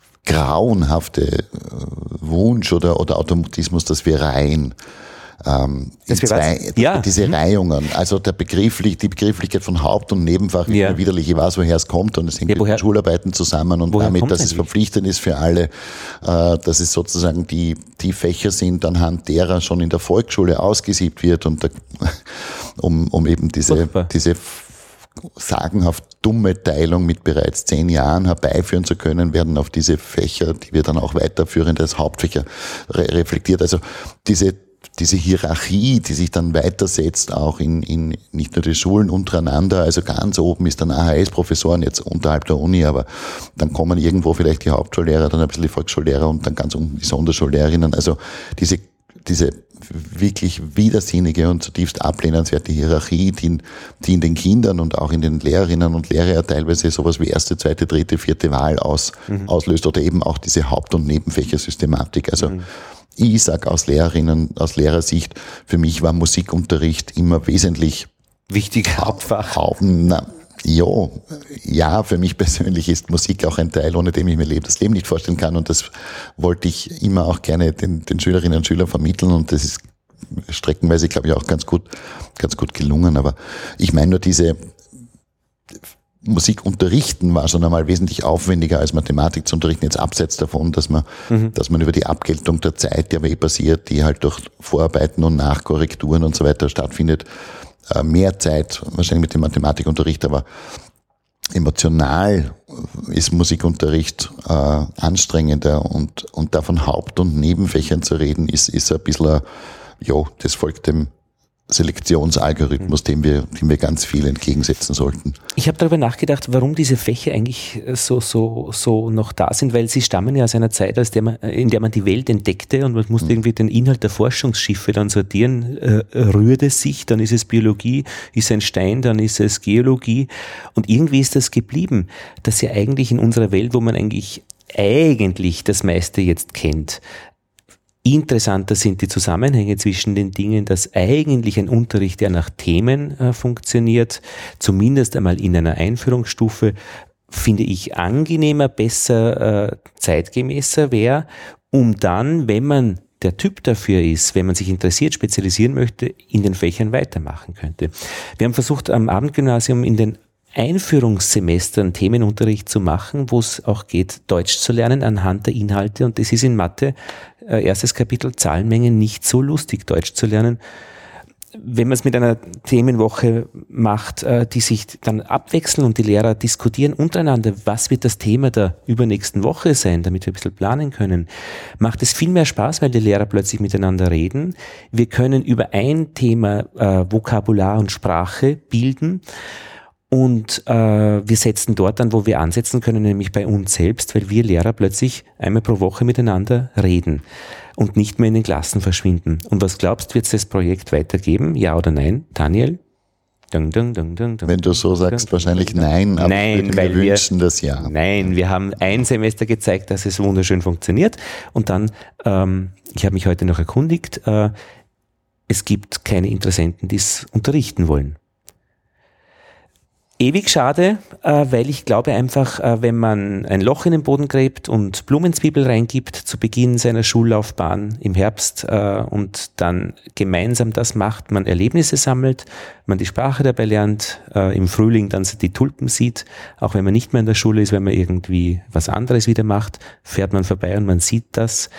grauenhafte Wunsch oder, oder Automatismus, dass wir reihen. Ähm, das zwei, ja. Diese mhm. Reihungen, also der Begrifflich, die Begrifflichkeit von Haupt- und Nebenfach ist ja. widerlich. Ich weiß, woher es kommt und es hängt ja, mit Schularbeiten zusammen und damit, dass es verpflichtend ist für alle, äh, dass es sozusagen die, die Fächer sind, anhand derer schon in der Volksschule ausgesiebt wird und der, um, um eben diese, diese sagenhaft dumme Teilung mit bereits zehn Jahren herbeiführen zu können, werden auf diese Fächer, die wir dann auch weiterführend als Hauptfächer re- reflektiert. Also diese diese Hierarchie, die sich dann weitersetzt, auch in, in nicht nur die Schulen untereinander, also ganz oben ist dann A H S-Professoren jetzt unterhalb der Uni, aber dann kommen irgendwo vielleicht die Hauptschullehrer, dann ein bisschen die Volksschullehrer und dann ganz unten die Sonderschullehrerinnen. Also diese, diese wirklich widersinnige und zutiefst ablehnenswerte Hierarchie, die in, die in den Kindern und auch in den Lehrerinnen und Lehrern teilweise sowas wie erste, zweite, dritte, vierte Wahl aus, mhm. auslöst oder eben auch diese Haupt- und Nebenfächersystematik. Also mhm. ich sage aus Lehrerinnen, aus Lehrersicht, für mich war Musikunterricht immer wesentlich wichtig, Hauptfach. Haupt, na, ja, ja, für mich persönlich ist Musik auch ein Teil, ohne dem ich mir das Leben nicht vorstellen kann und das wollte ich immer auch gerne den, den Schülerinnen und Schülern vermitteln und das ist streckenweise, glaube ich, auch ganz gut, ganz gut gelungen, aber ich meine nur diese Musik unterrichten war schon einmal wesentlich aufwendiger als Mathematik zu unterrichten, jetzt abseits davon, dass man, mhm. dass man über die Abgeltung der Zeit, die aber eh passiert, die halt durch Vorarbeiten und Nachkorrekturen und so weiter stattfindet, mehr Zeit wahrscheinlich mit dem Mathematikunterricht, aber emotional ist Musikunterricht äh, anstrengender und, und davon Haupt- und Nebenfächern zu reden, ist, ist ein bisschen, ja, das folgt dem Selektionsalgorithmus, dem wir, dem wir ganz viel entgegensetzen sollten. Ich habe darüber nachgedacht, warum diese Fächer eigentlich so, so, so noch da sind, weil sie stammen ja aus einer Zeit, aus der man, in der man die Welt entdeckte und man musste mhm. irgendwie den Inhalt der Forschungsschiffe dann sortieren. Äh, rührt es sich, dann ist es Biologie, ist ein Stein, dann ist es Geologie. Und irgendwie ist das geblieben, dass ja eigentlich in unserer Welt, wo man eigentlich, eigentlich das meiste jetzt kennt, interessanter sind die Zusammenhänge zwischen den Dingen, dass eigentlich ein Unterricht, der nach Themen äh, funktioniert, zumindest einmal in einer Einführungsstufe, finde ich angenehmer, besser, äh, zeitgemäßer wäre, um dann, wenn man der Typ dafür ist, wenn man sich interessiert, spezialisieren möchte, in den Fächern weitermachen könnte. Wir haben versucht, am Abendgymnasium in den Einführungssemestern Themenunterricht zu machen, wo es auch geht, Deutsch zu lernen anhand der Inhalte. Und das ist in Mathe, äh, erstes Kapitel Zahlenmengen, nicht so lustig, Deutsch zu lernen. Wenn man es mit einer Themenwoche macht, äh, die sich dann abwechseln und die Lehrer diskutieren untereinander, was wird das Thema der übernächsten Woche sein, damit wir ein bisschen planen können, macht es viel mehr Spaß, weil die Lehrer plötzlich miteinander reden. Wir können über ein Thema äh, Vokabular und Sprache bilden. Und äh, wir setzen dort an, wo wir ansetzen können, nämlich bei uns selbst, weil wir Lehrer plötzlich einmal pro Woche miteinander reden und nicht mehr in den Klassen verschwinden. Und was glaubst du, wird es das Projekt weitergeben? Ja oder nein? Daniel? Dun, dun, dun, dun, dun, Wenn du so sagst, dun, wahrscheinlich dun, nein, aber nein, ich weil würde mir wünschen, wir, das ja. Nein, wir haben ein Semester gezeigt, dass es wunderschön funktioniert. Und dann, ähm, ich habe mich heute noch erkundigt, äh, es gibt keine Interessenten, die es unterrichten wollen. Ewig schade, äh, weil ich glaube einfach, äh, wenn man ein Loch in den Boden gräbt und Blumenzwiebel reingibt zu Beginn seiner Schullaufbahn im Herbst äh, und dann gemeinsam das macht, man Erlebnisse sammelt, man die Sprache dabei lernt, äh, im Frühling dann die Tulpen sieht, auch wenn man nicht mehr in der Schule ist, wenn man irgendwie was anderes wieder macht, fährt man vorbei und man sieht das.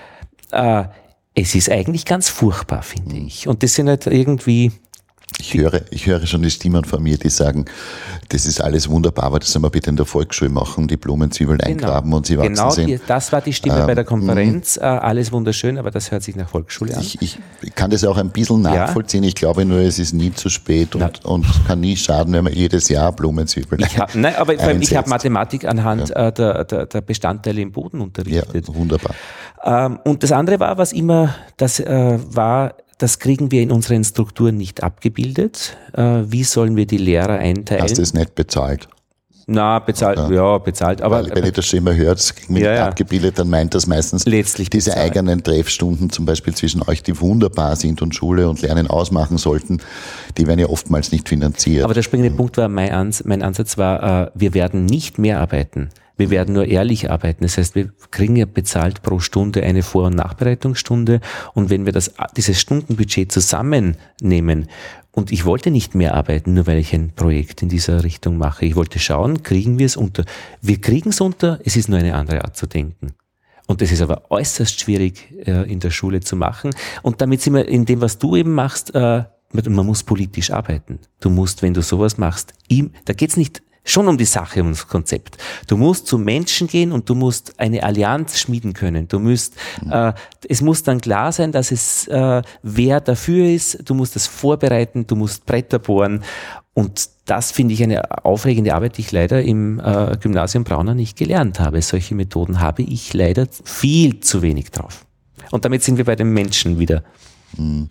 Äh, es ist eigentlich ganz furchtbar, finde ich. Und das sind halt irgendwie... Ich höre, ich höre schon die Stimmen von mir, die sagen, das ist alles wunderbar, aber das sollen wir bitte in der Volksschule machen, die Blumenzwiebeln genau. eingraben und sie wachsen genau, sehen. Genau, das war die Stimme ähm, bei der Konferenz, äh, alles wunderschön, aber das hört sich nach Volksschule an. Ich, ich kann das auch ein bisschen nachvollziehen, ja. Ich glaube nur, es ist nie zu spät und, und kann nie schaden, wenn man jedes Jahr Blumenzwiebeln ich hab, Nein, aber vor allem, ich habe Mathematik anhand ja. äh, der, der, der Bestandteile im Boden unterrichtet. Ja, wunderbar. Ähm, und das andere war, was immer, das äh, war, das kriegen wir in unseren Strukturen nicht abgebildet. Äh, wie sollen wir die Lehrer einteilen? Hast du es nicht bezahlt? Na, bezahlt, ja, ja bezahlt. Aber Weil, wenn ihr das schon immer hört, das kriegen wir ja, nicht ja. abgebildet, dann meint das meistens letztlich diese bezahlt. eigenen Treffstunden zum Beispiel zwischen euch, die wunderbar sind und Schule und Lernen ausmachen sollten, die werden ja oftmals nicht finanziert. Aber der springende mhm. Punkt war, mein, Ans- mein Ansatz war, äh, wir werden nicht mehr arbeiten. Wir werden nur ehrlich arbeiten. Das heißt, wir kriegen ja bezahlt pro Stunde eine Vor- und Nachbereitungsstunde. Und wenn wir das, dieses Stundenbudget zusammennehmen, und ich wollte nicht mehr arbeiten, nur weil ich ein Projekt in dieser Richtung mache. Ich wollte schauen, kriegen wir es unter. Wir kriegen es unter, es ist nur eine andere Art zu denken. Und das ist aber äußerst schwierig äh, in der Schule zu machen. Und damit sind wir in dem, was du eben machst, äh, man muss politisch arbeiten. Du musst, wenn du sowas machst, ihm, da geht's nicht schon um die Sache, um das Konzept. Du musst zu Menschen gehen und du musst eine Allianz schmieden können. Du musst, mhm. äh, es muss dann klar sein, dass es, äh, wer dafür ist. Du musst das vorbereiten, du musst Bretter bohren. Und das finde ich eine aufregende Arbeit, die ich leider im äh, Gymnasium Braunau nicht gelernt habe. Solche Methoden habe ich leider viel zu wenig drauf. Und damit sind wir bei den Menschen wieder. Mhm.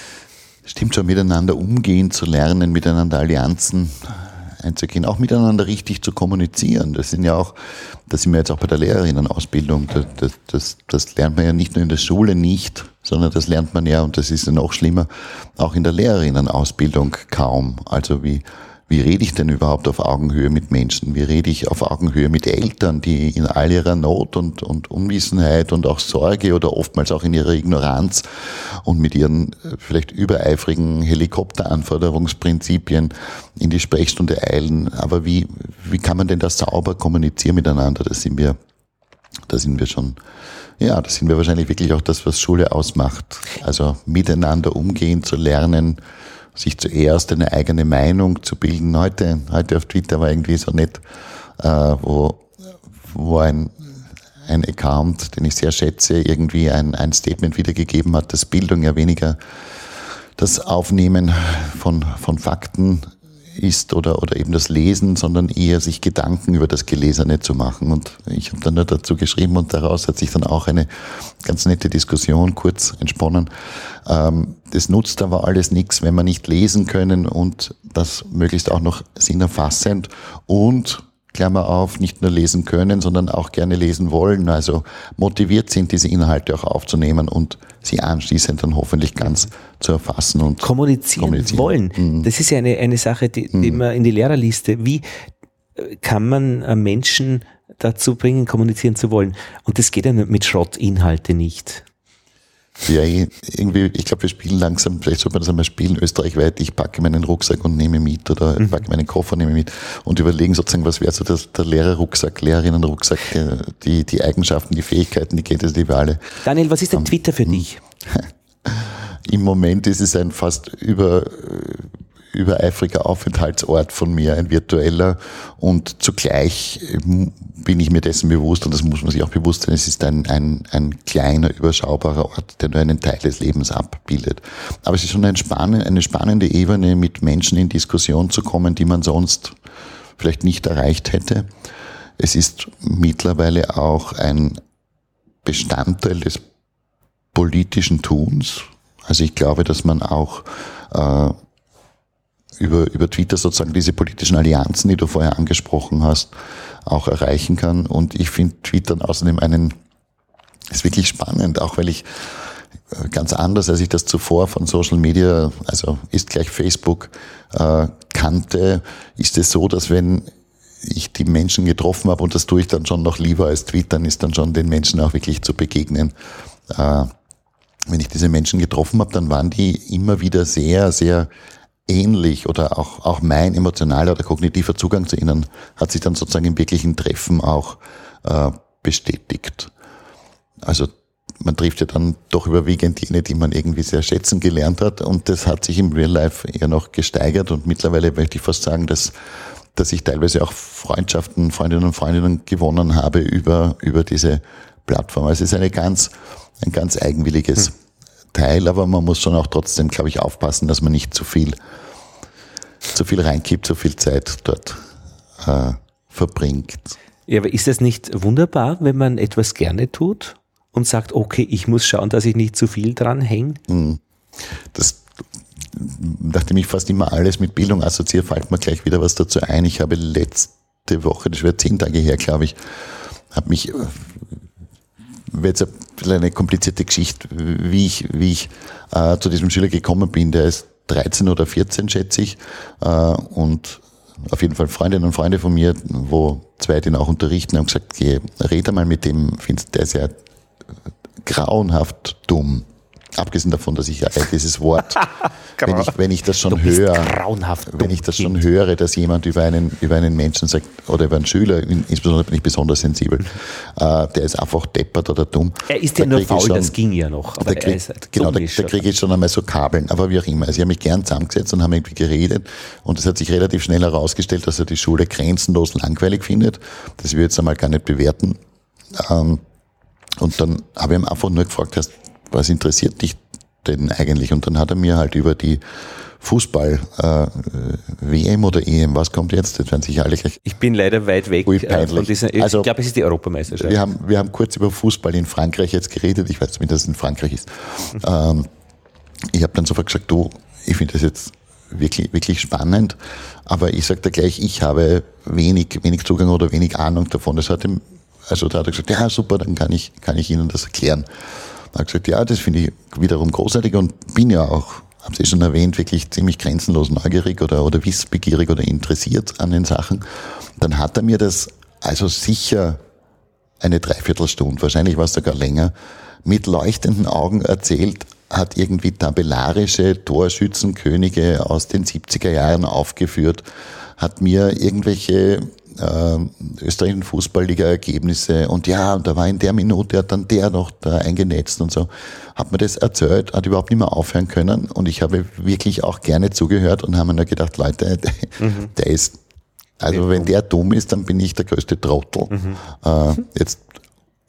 Stimmt schon, miteinander umgehen zu lernen, miteinander Allianzen einzugehen, auch miteinander richtig zu kommunizieren. Das sind ja auch, das sind wir jetzt auch bei der Lehrerinnenausbildung. Das, das, das, das lernt man ja nicht nur in der Schule nicht, sondern das lernt man ja, und das ist ja noch schlimmer, auch in der Lehrerinnenausbildung kaum. Also wie, wie rede ich denn überhaupt auf Augenhöhe mit Menschen? Wie rede ich auf Augenhöhe mit Eltern, die in all ihrer Not und, und Unwissenheit und auch Sorge oder oftmals auch in ihrer Ignoranz und mit ihren vielleicht übereifrigen Helikopteranforderungsprinzipien in die Sprechstunde eilen? Aber wie, wie kann man denn das sauber kommunizieren miteinander? Das sind wir, da sind wir schon, ja, das sind wir wahrscheinlich wirklich auch das, was Schule ausmacht. Also miteinander umgehen zu lernen, sich zuerst eine eigene Meinung zu bilden. Heute, heute auf Twitter war irgendwie so nett, äh, wo, wo ein, ein Account, den ich sehr schätze, irgendwie ein, ein Statement wiedergegeben hat, dass Bildung ja weniger das Aufnehmen von, von Fakten ist oder, oder eben das Lesen, sondern eher sich Gedanken über das Gelesene zu machen. Und ich habe dann nur dazu geschrieben und daraus hat sich dann auch eine ganz nette Diskussion kurz entsponnen. Ähm, das nutzt aber alles nichts, wenn wir nicht lesen können und das möglichst auch noch sinnerfassend und Klammer auf, nicht nur lesen können, sondern auch gerne lesen wollen, also motiviert sind, diese Inhalte auch aufzunehmen und sie anschließend dann hoffentlich ganz zu erfassen und kommunizieren, kommunizieren. wollen. Mhm. Das ist ja eine, eine Sache, die, die mhm. man in die Lehrerliste, wie kann man Menschen dazu bringen, kommunizieren zu wollen? Und das geht ja mit Schrottinhalte nicht. Ja, irgendwie, ich glaube, wir spielen langsam, vielleicht sollte man das einmal spielen, österreichweit, ich packe meinen Rucksack und nehme mit oder mhm. packe meinen Koffer und nehme mit und überlegen sozusagen, was wäre so der, der Lehrerrucksack, Lehrerinnenrucksack, die, die Eigenschaften, die Fähigkeiten, die Kenntnisse, die wir alle. Daniel, was ist denn Twitter für dich? Im Moment ist es ein fast über, übereifriger Aufenthaltsort von mir, ein virtueller und zugleich bin ich mir dessen bewusst und das muss man sich auch bewusst sein, es ist ein, ein, ein kleiner, überschaubarer Ort, der nur einen Teil des Lebens abbildet. Aber es ist schon ein spann- eine spannende Ebene, mit Menschen in Diskussion zu kommen, die man sonst vielleicht nicht erreicht hätte. Es ist mittlerweile auch ein Bestandteil des politischen Tuns. Also ich glaube, dass man auch äh, über, über Twitter sozusagen diese politischen Allianzen, die du vorher angesprochen hast, auch erreichen kann. Und ich finde Twitter außerdem einen, ist wirklich spannend, auch weil ich ganz anders, als ich das zuvor von Social Media, also ist gleich Facebook, äh, kannte, ist es so, dass wenn ich die Menschen getroffen habe, und das tue ich dann schon noch lieber als twittern, ist dann schon den Menschen auch wirklich zu begegnen. Äh, wenn ich diese Menschen getroffen habe, dann waren die immer wieder sehr, sehr ähnlich oder auch, auch mein emotionaler oder kognitiver Zugang zu ihnen hat sich dann sozusagen im wirklichen Treffen auch äh, bestätigt. Also man trifft ja dann doch überwiegend jene, die man irgendwie sehr schätzen gelernt hat und das hat sich im Real Life eher noch gesteigert und mittlerweile möchte ich fast sagen, dass, dass ich teilweise auch Freundschaften, Freundinnen und Freundinnen gewonnen habe über, über diese Plattform. Also es ist eine ganz, ein ganz eigenwilliges hm. Teil, aber man muss schon auch trotzdem, glaube ich, aufpassen, dass man nicht zu viel, zu viel reinkippt, zu viel Zeit dort äh, verbringt. Ja, aber ist das nicht wunderbar, wenn man etwas gerne tut und sagt, okay, ich muss schauen, dass ich nicht zu viel dran hänge? Das, nachdem ich fast immer alles mit Bildung assoziiere, fällt mir gleich wieder was dazu ein. Ich habe letzte Woche, das wäre zehn Tage her, glaube ich, habe mich, wäre jetzt eine komplizierte Geschichte, wie ich, wie ich äh, zu diesem Schüler gekommen bin. Der ist dreizehn oder vierzehn, schätze ich, äh, und auf jeden Fall Freundinnen und Freunde von mir, wo zwei den auch unterrichten, haben gesagt, geh, rede mal mit dem, findest der ist ja grauenhaft dumm. Abgesehen davon, dass ich ja dieses Wort, wenn ich, wenn ich das schon höre, wenn ich das schon höre, dass jemand über einen, über einen Menschen sagt, oder über einen Schüler, insbesondere bin ich besonders sensibel, äh, der ist einfach deppert oder dumm. Er ist ja nur faul, schon, das ging ja noch. Aber da krieg, halt genau, da, da kriege ich schon einmal so Kabeln, aber wie auch immer. Also ich habe mich gern zusammengesetzt und haben irgendwie geredet und es hat sich relativ schnell herausgestellt, dass er die Schule grenzenlos langweilig findet. Das will ich jetzt einmal gar nicht bewerten. Ähm, und dann habe ich ihn einfach nur gefragt, was interessiert dich denn eigentlich? Und dann hat er mir halt über die Fußball-W M äh, oder E M, was kommt jetzt? Das werden sich alle gleich. Ich bin leider weit weg. Ui, peinlich. Diesen, ich also, glaube, es ist die Europameisterschaft. Wir haben, wir haben kurz über Fußball in Frankreich jetzt geredet. Ich weiß nicht, wie das in Frankreich ist. Mhm. Ähm, ich habe dann sofort gesagt, du, ich finde das jetzt wirklich, wirklich spannend, aber ich sage da gleich, ich habe wenig, wenig Zugang oder wenig Ahnung davon. Das hat ihm, also da hat er gesagt, ja super, dann kann ich, kann ich Ihnen das erklären. Er hat gesagt, ja, das finde ich wiederum großartig und bin ja auch, habe es eh schon erwähnt, wirklich ziemlich grenzenlos neugierig oder, oder wissbegierig oder interessiert an den Sachen. Dann hat er mir das also sicher eine Dreiviertelstunde, wahrscheinlich war es sogar länger, mit leuchtenden Augen erzählt, hat irgendwie tabellarische Torschützenkönige aus den siebziger Jahren aufgeführt, hat mir irgendwelche Äh, österreichischen Fußballliga-Ergebnisse und ja, und da war in der Minute, hat dann der noch da eingenetzt und so. Hat mir das erzählt, hat überhaupt nicht mehr aufhören können und ich habe wirklich auch gerne zugehört und habe mir nur gedacht, Leute, der, mhm. der ist, also wenn der dumm ist, dann bin ich der größte Trottel. Mhm. Äh, jetzt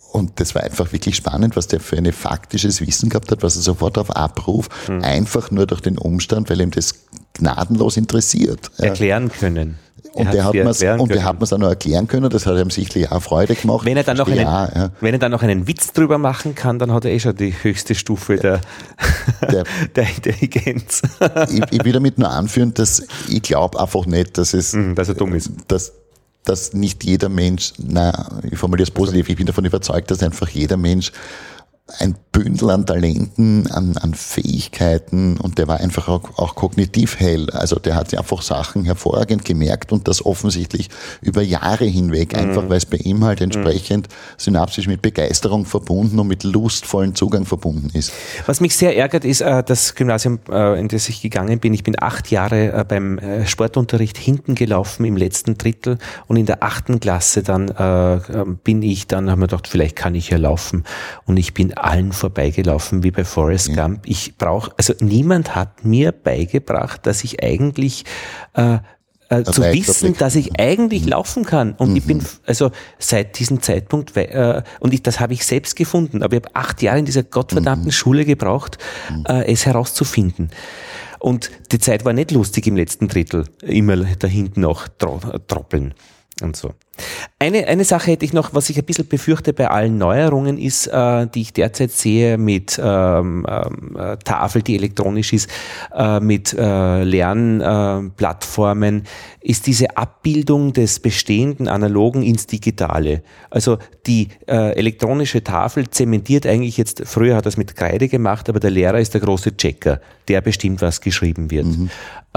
Und das war einfach wirklich spannend, was der für ein faktisches Wissen gehabt hat, was er sofort auf Abruf, mhm. einfach nur durch den Umstand, weil ihm das gnadenlos interessiert. Erklären können. Und der hat mir's, und der hat mir's auch noch erklären können, das hat ihm sicherlich auch Freude gemacht. Wenn er dann noch einen, ja, ja. wenn er dann noch einen Witz drüber machen kann, dann hat er eh schon die höchste Stufe der, der, der Intelligenz. Ich, ich will damit nur anführen, dass ich glaube einfach nicht, dass es, mhm, dass er dumm ist. Dass, dass nicht jeder Mensch, na, ich formuliere es positiv, ich bin davon überzeugt, dass einfach jeder Mensch ein Bündel an Talenten, an, an Fähigkeiten, und der war einfach auch, auch kognitiv hell. Also der hat einfach Sachen hervorragend gemerkt und das offensichtlich über Jahre hinweg, mhm. einfach weil es bei ihm halt entsprechend synaptisch mit Begeisterung verbunden und mit lustvollen Zugang verbunden ist. Was mich sehr ärgert, ist das Gymnasium, in das ich gegangen bin. Ich bin acht Jahre beim Sportunterricht hinten gelaufen im letzten Drittel, und in der achten Klasse dann äh, bin ich, dann haben wir gedacht, vielleicht kann ich ja laufen, und ich bin allen vorbeigelaufen wie bei Forrest ja. Gump. Ich brauche, also niemand hat mir beigebracht, dass ich eigentlich äh, äh, zu wissen, dass ich eigentlich mhm. laufen kann. Und mhm. ich bin also seit diesem Zeitpunkt, äh, und ich, das habe ich selbst gefunden, aber ich habe acht Jahre in dieser gottverdammten mhm. Schule gebraucht, mhm. äh, es herauszufinden. Und die Zeit war nicht lustig im letzten Drittel, immer da hinten auch tro- troppeln und so. Eine, eine Sache hätte ich noch, was ich ein bisschen befürchte bei allen Neuerungen ist, äh, die ich derzeit sehe mit ähm, äh, Tafel, die elektronisch ist, äh, mit äh, Lernplattformen, äh, ist diese Abbildung des bestehenden Analogen ins Digitale. Also die äh, elektronische Tafel zementiert eigentlich jetzt, früher hat er es mit Kreide gemacht, aber der Lehrer ist der große Checker, der bestimmt, was geschrieben wird. Mhm.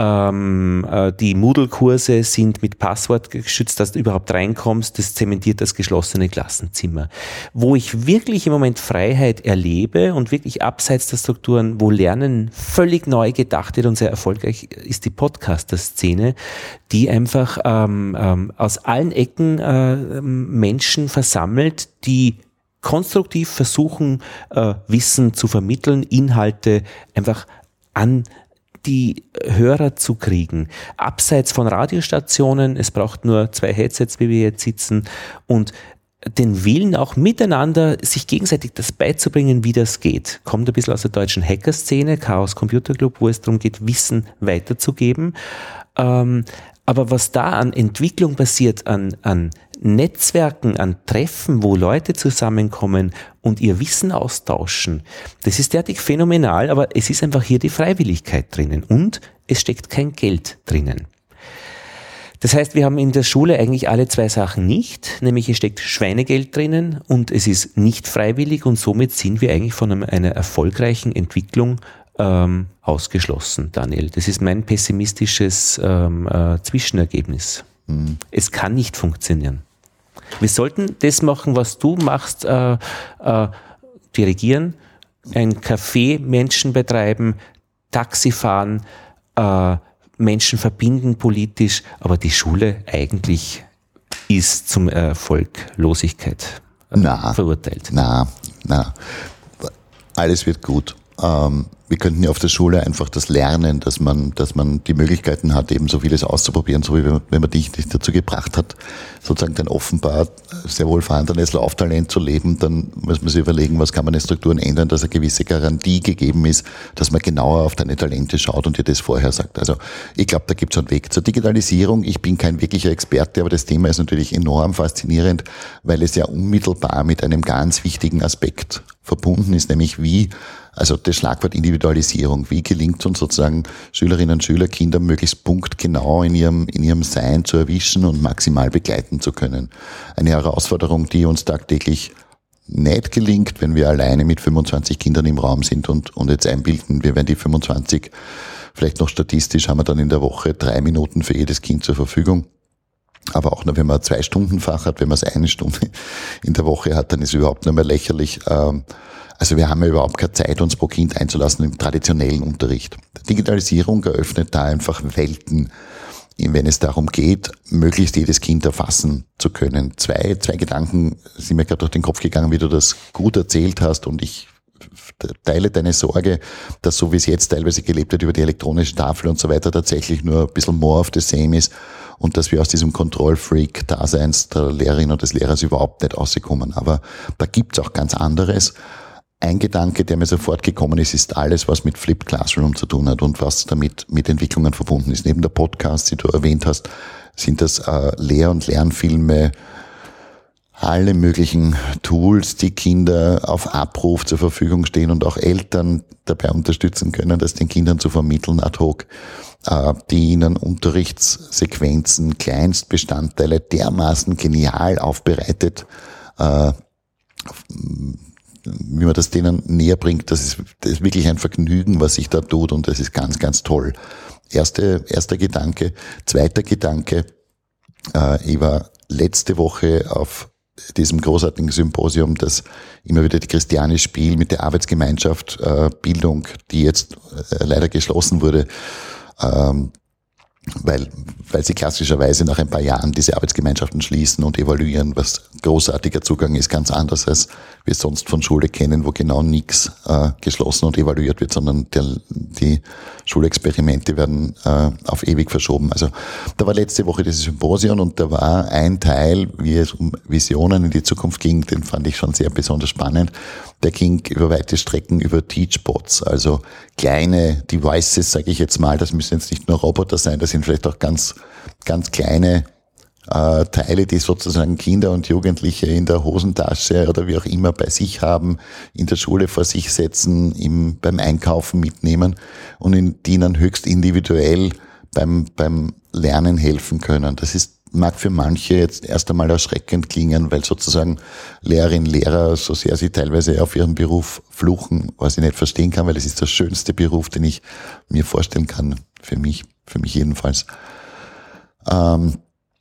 Ähm, äh, die Moodle-Kurse sind mit Passwort geschützt, dass du überhaupt reinkommst, das zementiert das geschlossene Klassenzimmer. Wo ich wirklich im Moment Freiheit erlebe und wirklich abseits der Strukturen, wo Lernen völlig neu gedacht wird und sehr erfolgreich, ist die Podcaster-Szene, die einfach ähm, ähm, aus allen Ecken äh, Menschen versammelt, die konstruktiv versuchen, äh, Wissen zu vermitteln, Inhalte einfach an die Hörer zu kriegen. Abseits von Radiostationen, es braucht nur zwei Headsets, wie wir jetzt sitzen, und den Willen auch miteinander, sich gegenseitig das beizubringen, wie das geht. Kommt ein bisschen aus der deutschen Hacker-Szene, Chaos Computer Club, wo es darum geht, Wissen weiterzugeben. Ähm, aber was da an Entwicklung passiert, an, an Netzwerken, an Treffen, wo Leute zusammenkommen und ihr Wissen austauschen, das ist derartig phänomenal, aber es ist einfach hier die Freiwilligkeit drinnen und es steckt kein Geld drinnen. Das heißt, wir haben in der Schule eigentlich alle zwei Sachen nicht, nämlich es steckt Schweinegeld drinnen und es ist nicht freiwillig, und somit sind wir eigentlich von einem, einer erfolgreichen Entwicklung ähm, ausgeschlossen, Daniel. Das ist mein pessimistisches ähm, äh, Zwischenergebnis. Mhm. Es kann nicht funktionieren. Wir sollten das machen, was du machst, äh, äh, dirigieren, ein Café Menschen betreiben, Taxi fahren, äh, Menschen verbinden politisch, aber die Schule eigentlich ist zum Erfolglosigkeit na, verurteilt. Na, na, alles wird gut. Ähm, wir könnten ja auf der Schule einfach das lernen, dass man, dass man die Möglichkeiten hat, eben so vieles auszuprobieren, so wie wenn man, wenn man dich nicht dazu gebracht hat, sozusagen dann offenbar sehr wohl vorhandenes Lauftalent zu leben, dann muss man sich überlegen, was kann man in Strukturen ändern, dass eine gewisse Garantie gegeben ist, dass man genauer auf deine Talente schaut und dir das vorher sagt. Also ich glaube, da gibt es einen Weg zur Digitalisierung. Ich bin kein wirklicher Experte, aber das Thema ist natürlich enorm faszinierend, weil es ja unmittelbar mit einem ganz wichtigen Aspekt verbunden ist, nämlich wie, also das Schlagwort Individualisierung, wie gelingt es uns sozusagen Schülerinnen und Schüler, Kinder möglichst punktgenau in ihrem, in ihrem Sein zu erwischen und maximal begleiten zu können. Eine Herausforderung, die uns tagtäglich nicht gelingt, wenn wir alleine mit fünfundzwanzig Kindern im Raum sind und, und jetzt einbilden, wir werden die fünfundzwanzig, vielleicht noch statistisch haben wir dann in der Woche drei Minuten für jedes Kind zur Verfügung. Aber auch nur, wenn man ein Zwei-Stunden-Fach hat, wenn man es eine Stunde in der Woche hat, dann ist es überhaupt nicht mehr lächerlich. Also wir haben ja überhaupt keine Zeit, uns pro Kind einzulassen im traditionellen Unterricht. Digitalisierung eröffnet da einfach Welten, wenn es darum geht, möglichst jedes Kind erfassen zu können. Zwei, zwei Gedanken sind mir gerade durch den Kopf gegangen, wie du das gut erzählt hast, und ich teile deine Sorge, dass so wie es jetzt teilweise gelebt wird über die elektronische Tafel und so weiter tatsächlich nur ein bisschen more of the same ist und dass wir aus diesem Control-Freak-Daseins der Lehrerin und des Lehrers überhaupt nicht rauskommen. Aber da gibt's auch ganz anderes. Ein Gedanke, der mir sofort gekommen ist, ist alles, was mit Flipped Classroom zu tun hat und was damit mit Entwicklungen verbunden ist. Neben der Podcasts, die du erwähnt hast, sind das äh, Lehr- und Lernfilme, alle möglichen Tools, die Kinder auf Abruf zur Verfügung stehen und auch Eltern dabei unterstützen können, das den Kindern zu vermitteln ad hoc, äh, die ihnen Unterrichtssequenzen, Kleinstbestandteile dermaßen genial aufbereitet, äh, wie man das denen näher bringt, das ist, das ist wirklich ein Vergnügen, was sich da tut und das ist ganz, ganz toll. Erste, erster Gedanke. Zweiter Gedanke, äh, ich war letzte Woche auf diesem großartigen Symposium, das immer wieder die Christiane Spiel mit der Arbeitsgemeinschaft äh, Bildung, die jetzt äh, leider geschlossen wurde, ähm, weil, weil sie klassischerweise nach ein paar Jahren diese Arbeitsgemeinschaften schließen und evaluieren, was großartiger Zugang ist, ganz anders als wir sonst von Schule kennen, wo genau nichts äh, geschlossen und evaluiert wird, sondern der, die Schulexperimente werden äh, auf ewig verschoben. Also da war letzte Woche dieses Symposium und da war ein Teil, wie es um Visionen in die Zukunft ging, den fand ich schon sehr besonders spannend. Der ging über weite Strecken über Teachbots, also kleine Devices, sage ich jetzt mal, das müssen jetzt nicht nur Roboter sein, das sind vielleicht auch ganz, ganz kleine äh, Teile, die sozusagen Kinder und Jugendliche in der Hosentasche oder wie auch immer bei sich haben, in der Schule vor sich setzen, im, beim Einkaufen mitnehmen und in, die ihnen höchst individuell beim, beim Lernen helfen können. Das ist mag für manche jetzt erst einmal erschreckend klingen, weil sozusagen Lehrerinnen, Lehrer, so sehr sie teilweise auf ihren Beruf fluchen, was ich nicht verstehen kann, weil es ist der schönste Beruf, den ich mir vorstellen kann, für mich, für mich jedenfalls. Ähm,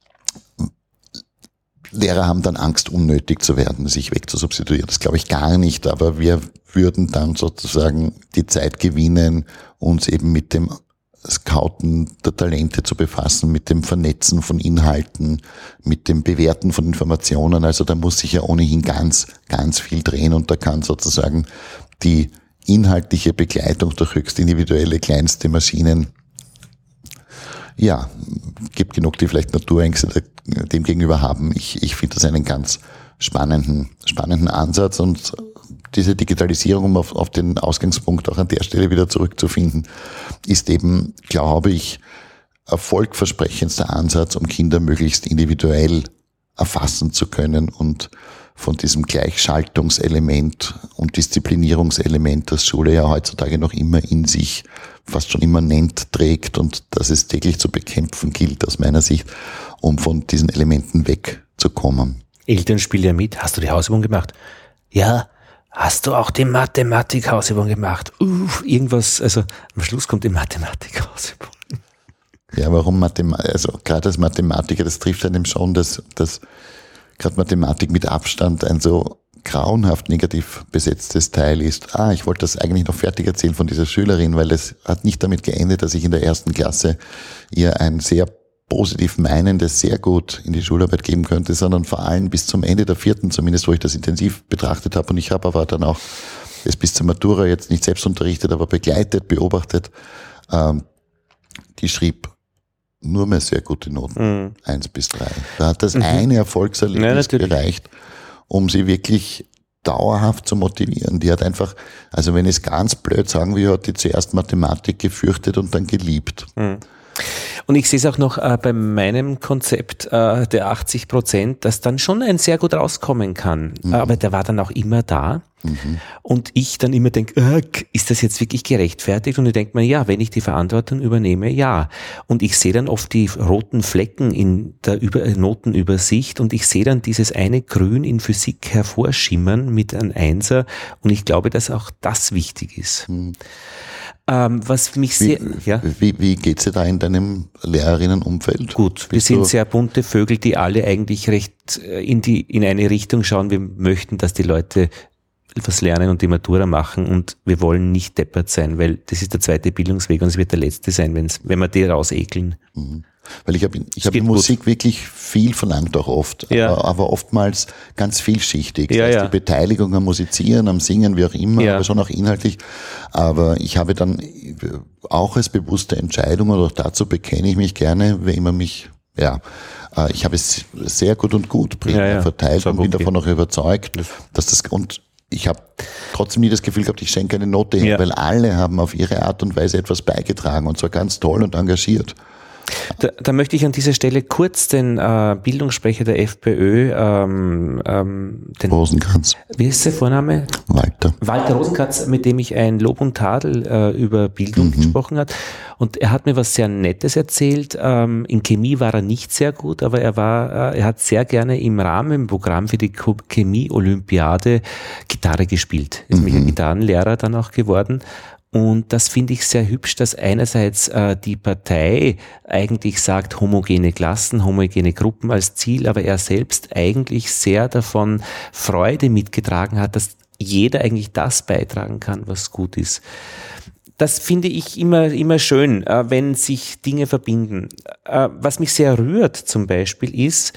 Lehrer haben dann Angst, unnötig zu werden, sich wegzusubstituieren. Das glaube ich gar nicht, aber wir würden dann sozusagen die Zeit gewinnen, uns eben mit dem Scouten der Talente zu befassen, mit dem Vernetzen von Inhalten, mit dem Bewerten von Informationen. Also da muss sich ja ohnehin ganz, ganz viel drehen und da kann sozusagen die inhaltliche Begleitung durch höchst individuelle kleinste Maschinen, ja, gibt genug, die vielleicht Naturängste dem gegenüber haben. Ich, ich finde das einen ganz spannenden, spannenden Ansatz und diese Digitalisierung, um auf, auf den Ausgangspunkt auch an der Stelle wieder zurückzufinden, ist eben, glaube ich, erfolgversprechendster Ansatz, um Kinder möglichst individuell erfassen zu können und von diesem Gleichschaltungselement und Disziplinierungselement, das Schule ja heutzutage noch immer in sich fast schon immanent trägt und das es täglich zu bekämpfen gilt, aus meiner Sicht, um von diesen Elementen wegzukommen. Eltern spielen ja mit. Hast du die Hausübung gemacht? Ja. Hast du auch die Mathematik-Hausübung gemacht? Uff, irgendwas, also am Schluss kommt die Mathematik-Hausübung. Ja, warum Mathematik, also gerade als Mathematiker, das trifft einem schon, dass, dass gerade Mathematik mit Abstand ein so grauenhaft negativ besetztes Teil ist. Ah, ich wollte das eigentlich noch fertig erzählen von dieser Schülerin, weil es hat nicht damit geendet, dass ich in der ersten Klasse ihr ein sehr positiv meinendes sehr gut in die Schularbeit geben könnte, sondern vor allem bis zum Ende der vierten, zumindest wo ich das intensiv betrachtet habe. Und ich habe aber dann auch es bis zur Matura jetzt nicht selbst unterrichtet, aber begleitet, beobachtet. Ähm, die schrieb nur mehr sehr gute Noten, mhm. eins bis drei. Da hat das mhm. eine Erfolgserlebnis ja, gereicht, um sie wirklich dauerhaft zu motivieren. Die hat einfach, also wenn ich es ganz blöd sagen will, hat die zuerst Mathematik gefürchtet und dann geliebt. Mhm. Und ich sehe es auch noch äh, bei meinem Konzept äh, der achtzig Prozent, dass dann schon ein sehr gut rauskommen kann. Mhm. Aber der war dann auch immer da. Mhm. Und ich dann immer denke, äh, ist das jetzt wirklich gerechtfertigt? Und ich denke mir, ja, wenn ich die Verantwortung übernehme, ja. Und ich sehe dann oft die roten Flecken in der Über- Notenübersicht und ich sehe dann dieses eine Grün in Physik hervorschimmern mit einem Einser. Und ich glaube, dass auch das wichtig ist. Mhm. Ähm, was mich sehr, wie, ja. Wie, wie geht's dir da in deinem Lehrerinnenumfeld? Gut, wir sind sehr bunte Vögel, die alle eigentlich recht in die, in eine Richtung schauen. Wir möchten, dass die Leute was lernen und die Matura machen und wir wollen nicht deppert sein, weil das ist der zweite Bildungsweg und es wird der letzte sein, wenn's, wenn wir die rausekeln. Mhm. Weil ich habe ich hab in Musik wirklich viel verlangt, auch oft, ja. aber, aber oftmals ganz vielschichtig. Ja, das heißt, ja. die Beteiligung am Musizieren, am Singen, wie auch immer, ja. aber schon auch inhaltlich. Aber ich habe dann auch als bewusste Entscheidung, oder auch dazu bekenne ich mich gerne, wenn man mich, ja, ich habe es sehr gut und gut ja, ja. verteilt und bin okay. davon auch überzeugt, dass das, und ich habe trotzdem nie das Gefühl gehabt, ich schenke eine Note hin, ja. weil alle haben auf ihre Art und Weise etwas beigetragen und zwar ganz toll und engagiert. Da, da möchte ich an dieser Stelle kurz den äh, Bildungssprecher der FPÖ, ähm, ähm, den Rosenkranz. Wie ist der Vorname? Walter. Walter Rosenkranz, mit dem ich ein Lob und Tadel äh, über Bildung mhm. gesprochen hat. Und er hat mir was sehr Nettes erzählt. Ähm, in Chemie war er nicht sehr gut, aber er war, äh, er hat sehr gerne im Rahmen im Programm für die Chemie-Olympiade Gitarre gespielt. Ist mhm. nämlich ein Gitarrenlehrer dann auch geworden. Und das finde ich sehr hübsch, dass einerseits äh, die Partei eigentlich sagt, homogene Klassen, homogene Gruppen als Ziel, aber er selbst eigentlich sehr davon Freude mitgetragen hat, dass jeder eigentlich das beitragen kann, was gut ist. Das finde ich immer, immer schön, äh, wenn sich Dinge verbinden. Äh, was mich sehr rührt zum Beispiel ist,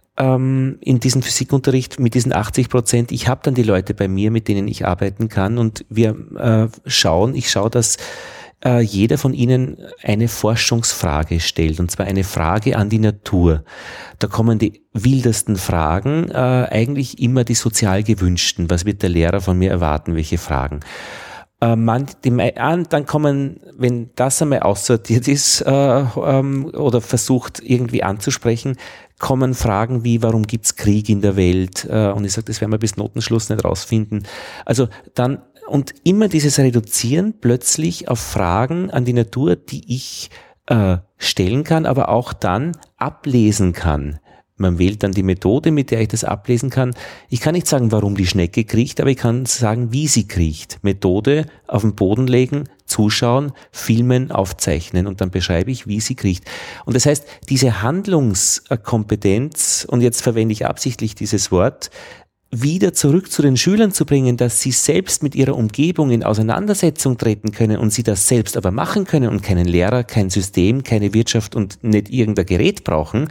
in diesem Physikunterricht mit diesen achtzig Prozent, ich habe dann die Leute bei mir, mit denen ich arbeiten kann und wir äh, schauen, ich schaue, dass äh, jeder von ihnen eine Forschungsfrage stellt und zwar eine Frage an die Natur. Da kommen die wildesten Fragen, äh, eigentlich immer die sozial gewünschten. Was wird der Lehrer von mir erwarten, welche Fragen? Man, die, dann kommen, wenn das einmal aussortiert ist äh, ähm, oder versucht irgendwie anzusprechen, kommen Fragen wie, warum gibt's Krieg in der Welt? Äh, und ich sage, das werden wir bis Notenschluss nicht rausfinden. Also dann, und immer dieses Reduzieren plötzlich auf Fragen an die Natur, die ich äh, stellen kann, aber auch dann ablesen kann. Man wählt dann die Methode, mit der ich das ablesen kann. Ich kann nicht sagen, warum die Schnecke kriecht, aber ich kann sagen, wie sie kriecht. Methode, auf den Boden legen, zuschauen, filmen, aufzeichnen und dann beschreibe ich, wie sie kriecht. Und das heißt, diese Handlungskompetenz, und jetzt verwende ich absichtlich dieses Wort, wieder zurück zu den Schülern zu bringen, dass sie selbst mit ihrer Umgebung in Auseinandersetzung treten können und sie das selbst aber machen können und keinen Lehrer, kein System, keine Wirtschaft und nicht irgendein Gerät brauchen.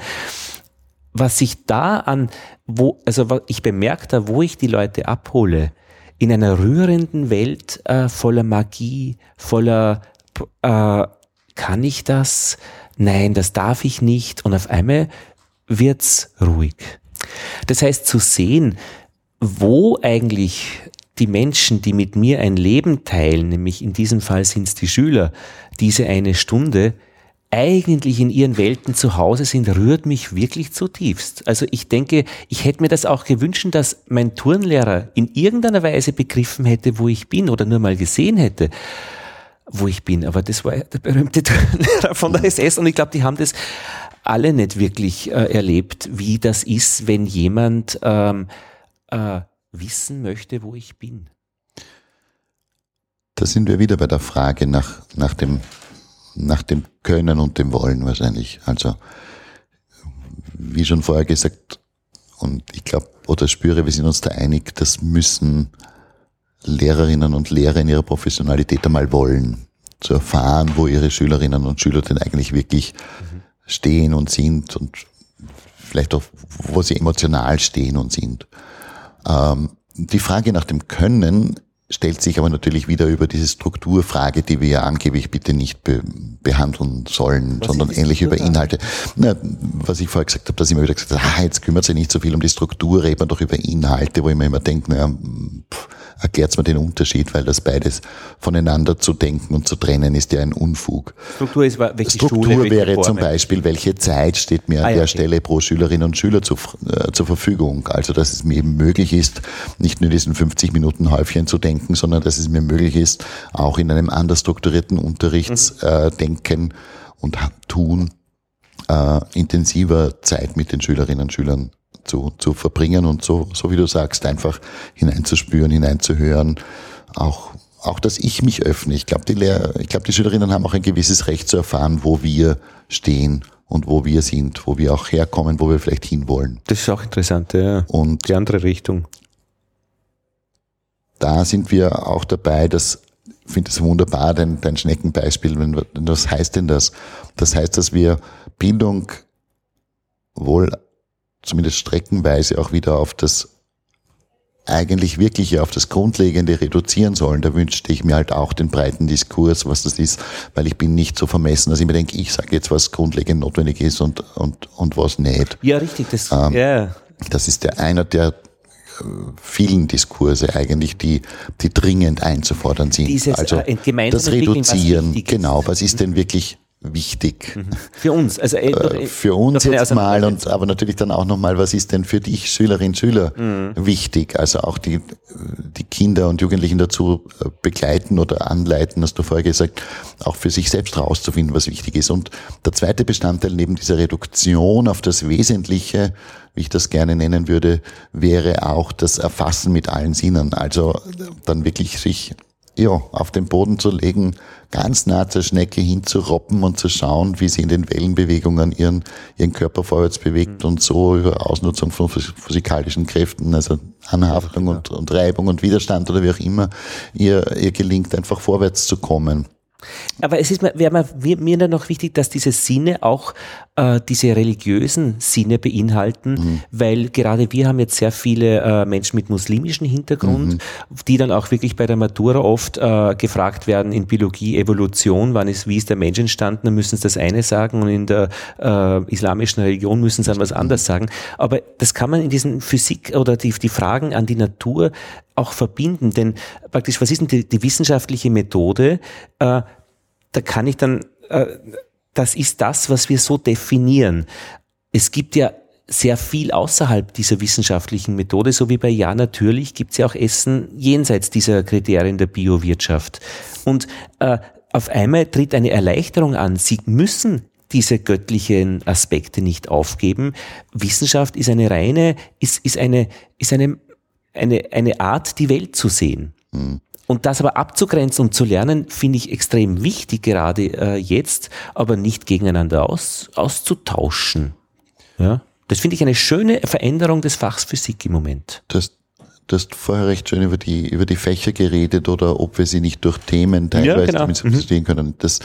Was ich da an, wo, also ich bemerke da, wo ich die Leute abhole, in einer rührenden Welt äh, voller Magie, voller, äh, kann ich das? Nein, das darf ich nicht. Und auf einmal wird's ruhig. Das heißt, zu sehen, wo eigentlich die Menschen, die mit mir ein Leben teilen, nämlich in diesem Fall sind es die Schüler, diese eine Stunde, eigentlich in ihren Welten zu Hause sind, rührt mich wirklich zutiefst. Also ich denke, ich hätte mir das auch gewünscht, dass mein Turnlehrer in irgendeiner Weise begriffen hätte, wo ich bin oder nur mal gesehen hätte, wo ich bin. Aber das war der berühmte Turnlehrer von der S S und ich glaube, die haben das alle nicht wirklich äh, erlebt, wie das ist, wenn jemand ähm, äh, wissen möchte, wo ich bin. Da sind wir wieder bei der Frage nach, nach dem nach dem Können und dem Wollen wahrscheinlich. Also, wie schon vorher gesagt, und ich glaube oder spüre, wir sind uns da einig, das müssen Lehrerinnen und Lehrer in ihrer Professionalität einmal wollen. Zu erfahren, wo ihre Schülerinnen und Schüler denn eigentlich wirklich mhm. stehen und sind und vielleicht auch, wo sie emotional stehen und sind. Ähm, die Frage nach dem Können stellt sich aber natürlich wieder über diese Strukturfrage, die wir ja angeblich bitte nicht be- behandeln sollen, was sondern ähnlich über Inhalte. Na, was ich vorher gesagt habe, dass ich immer wieder gesagt habe, ah, jetzt kümmert sich nicht so viel um die Struktur, redet man doch über Inhalte, wo ich mir immer denke, naja, erklärt mir den Unterschied, weil das beides voneinander zu denken und zu trennen ist ja ein Unfug. Struktur ist, welche Struktur Schule, welche wäre Formen. Zum Beispiel, welche Zeit steht mir ah, an der okay. Stelle pro Schülerinnen und Schüler zu, äh, zur Verfügung. Also, dass es mir eben möglich ist, nicht nur diesen fünfzig Minuten Häufchen zu denken, sondern dass es mir möglich ist, auch in einem anders strukturierten Unterrichtsdenken mhm. äh, und tun, äh, intensiver Zeit mit den Schülerinnen und Schülern zu, zu verbringen und so, so wie du sagst, einfach hineinzuspüren, hineinzuhören, auch, auch, dass ich mich öffne. Ich glaube, die Lehrer, ich glaube, die Schülerinnen haben auch ein gewisses Recht zu erfahren, wo wir stehen und wo wir sind, wo wir auch herkommen, wo wir vielleicht hinwollen. Das ist auch interessant, ja. Und die andere Richtung. Da sind wir auch dabei, dass finde es wunderbar, dein, dein Schneckenbeispiel. Wenn, was heißt denn das? Das heißt, dass wir Bildung wohl zumindest streckenweise auch wieder auf das eigentlich wirklich auf das Grundlegende reduzieren sollen. Da wünschte ich mir halt auch den breiten Diskurs, was das ist, weil ich bin nicht so vermessen, dass ich mir denke, ich sage jetzt, was grundlegend notwendig ist und, und, und was nicht. Ja, richtig. Das, ähm, ja. das ist der einer der vielen Diskurse eigentlich, die, die dringend einzufordern sind. Dieses, also äh, das Reduzieren, was genau, was ist denn wirklich wichtig? Mhm. Für uns, also äh, äh, für uns jetzt mal und aber natürlich dann auch nochmal, was ist denn für dich, Schülerinnen, Schüler, mhm. wichtig? Also auch die, die Kinder und Jugendlichen dazu begleiten oder anleiten, hast du vorher gesagt, auch für sich selbst rauszufinden, was wichtig ist. Und der zweite Bestandteil neben dieser Reduktion auf das Wesentliche, wie ich das gerne nennen würde, wäre auch das Erfassen mit allen Sinnen. Also dann wirklich sich ja, auf den Boden zu legen, ganz nah zur Schnecke hinzuroppen und zu schauen, wie sie in den Wellenbewegungen ihren, ihren Körper vorwärts bewegt mhm. und so über Ausnutzung von physikalischen Kräften, also Anhaftung ja, und, und Reibung und Widerstand oder wie auch immer, ihr, ihr gelingt, einfach vorwärts zu kommen. Aber es ist mir, wäre mir, mir dann noch wichtig, dass diese Sinne auch äh, diese religiösen Sinne beinhalten, mhm. weil gerade wir haben jetzt sehr viele äh, Menschen mit muslimischem Hintergrund, mhm. die dann auch wirklich bei der Matura oft äh, gefragt werden in Biologie, Evolution, wann ist, wie ist der Mensch entstanden, dann müssen sie das eine sagen und in der äh, islamischen Religion müssen sie dann was anderes sagen. Aber das kann man in diesen Physik oder die, die Fragen an die Natur auch verbinden, denn praktisch, was ist denn die, die wissenschaftliche Methode? Äh, da kann ich dann, äh, das ist das, was wir so definieren. Es gibt ja sehr viel außerhalb dieser wissenschaftlichen Methode, so wie bei Ja, natürlich gibt es ja auch Essen jenseits dieser Kriterien der Biowirtschaft. Und äh, auf einmal tritt eine Erleichterung an. Sie müssen diese göttlichen Aspekte nicht aufgeben. Wissenschaft ist eine reine, ist, ist eine, ist eine Eine, eine Art, die Welt zu sehen. Mhm. Und das aber abzugrenzen und zu lernen, finde ich extrem wichtig, gerade äh, jetzt, aber nicht gegeneinander aus, auszutauschen. Ja? Das finde ich eine schöne Veränderung des Fachs Physik im Moment. Du hast, du hast vorher recht schön über die, über die Fächer geredet oder ob wir sie nicht durch Themen teilweise ja, genau. zumindest verstehen mhm. können. Das,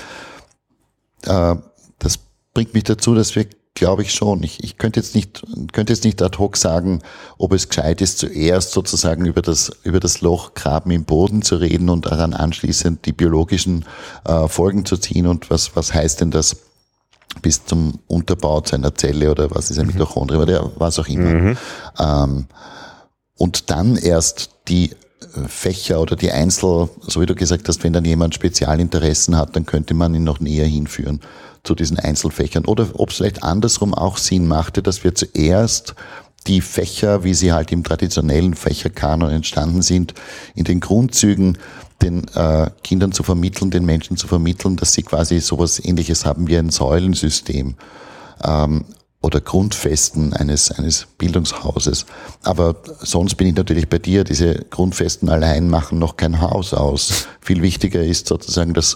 äh, das bringt mich dazu, dass wir glaube ich schon. Ich, ich könnte jetzt nicht, könnte jetzt nicht ad hoc sagen, ob es gescheit ist, zuerst sozusagen über das, über das Loch graben im Boden zu reden und daran anschließend die biologischen äh, Folgen zu ziehen und was, was heißt denn das bis zum Unterbau zu einer Zelle oder was ist ein Mitochondrium oder was auch immer. Mhm. Ähm, und dann erst die Fächer oder die Einzel, so wie du gesagt hast, wenn dann jemand Spezialinteressen hat, dann könnte man ihn noch näher hinführen zu diesen Einzelfächern. Oder ob es vielleicht andersrum auch Sinn machte, dass wir zuerst die Fächer, wie sie halt im traditionellen Fächerkanon entstanden sind, in den Grundzügen den äh, Kindern zu vermitteln, den Menschen zu vermitteln, dass sie quasi sowas Ähnliches haben wie ein Säulensystem ähm, oder Grundfesten eines eines Bildungshauses. Aber sonst bin ich natürlich bei dir, diese Grundfesten allein machen noch kein Haus aus. Viel wichtiger ist sozusagen das,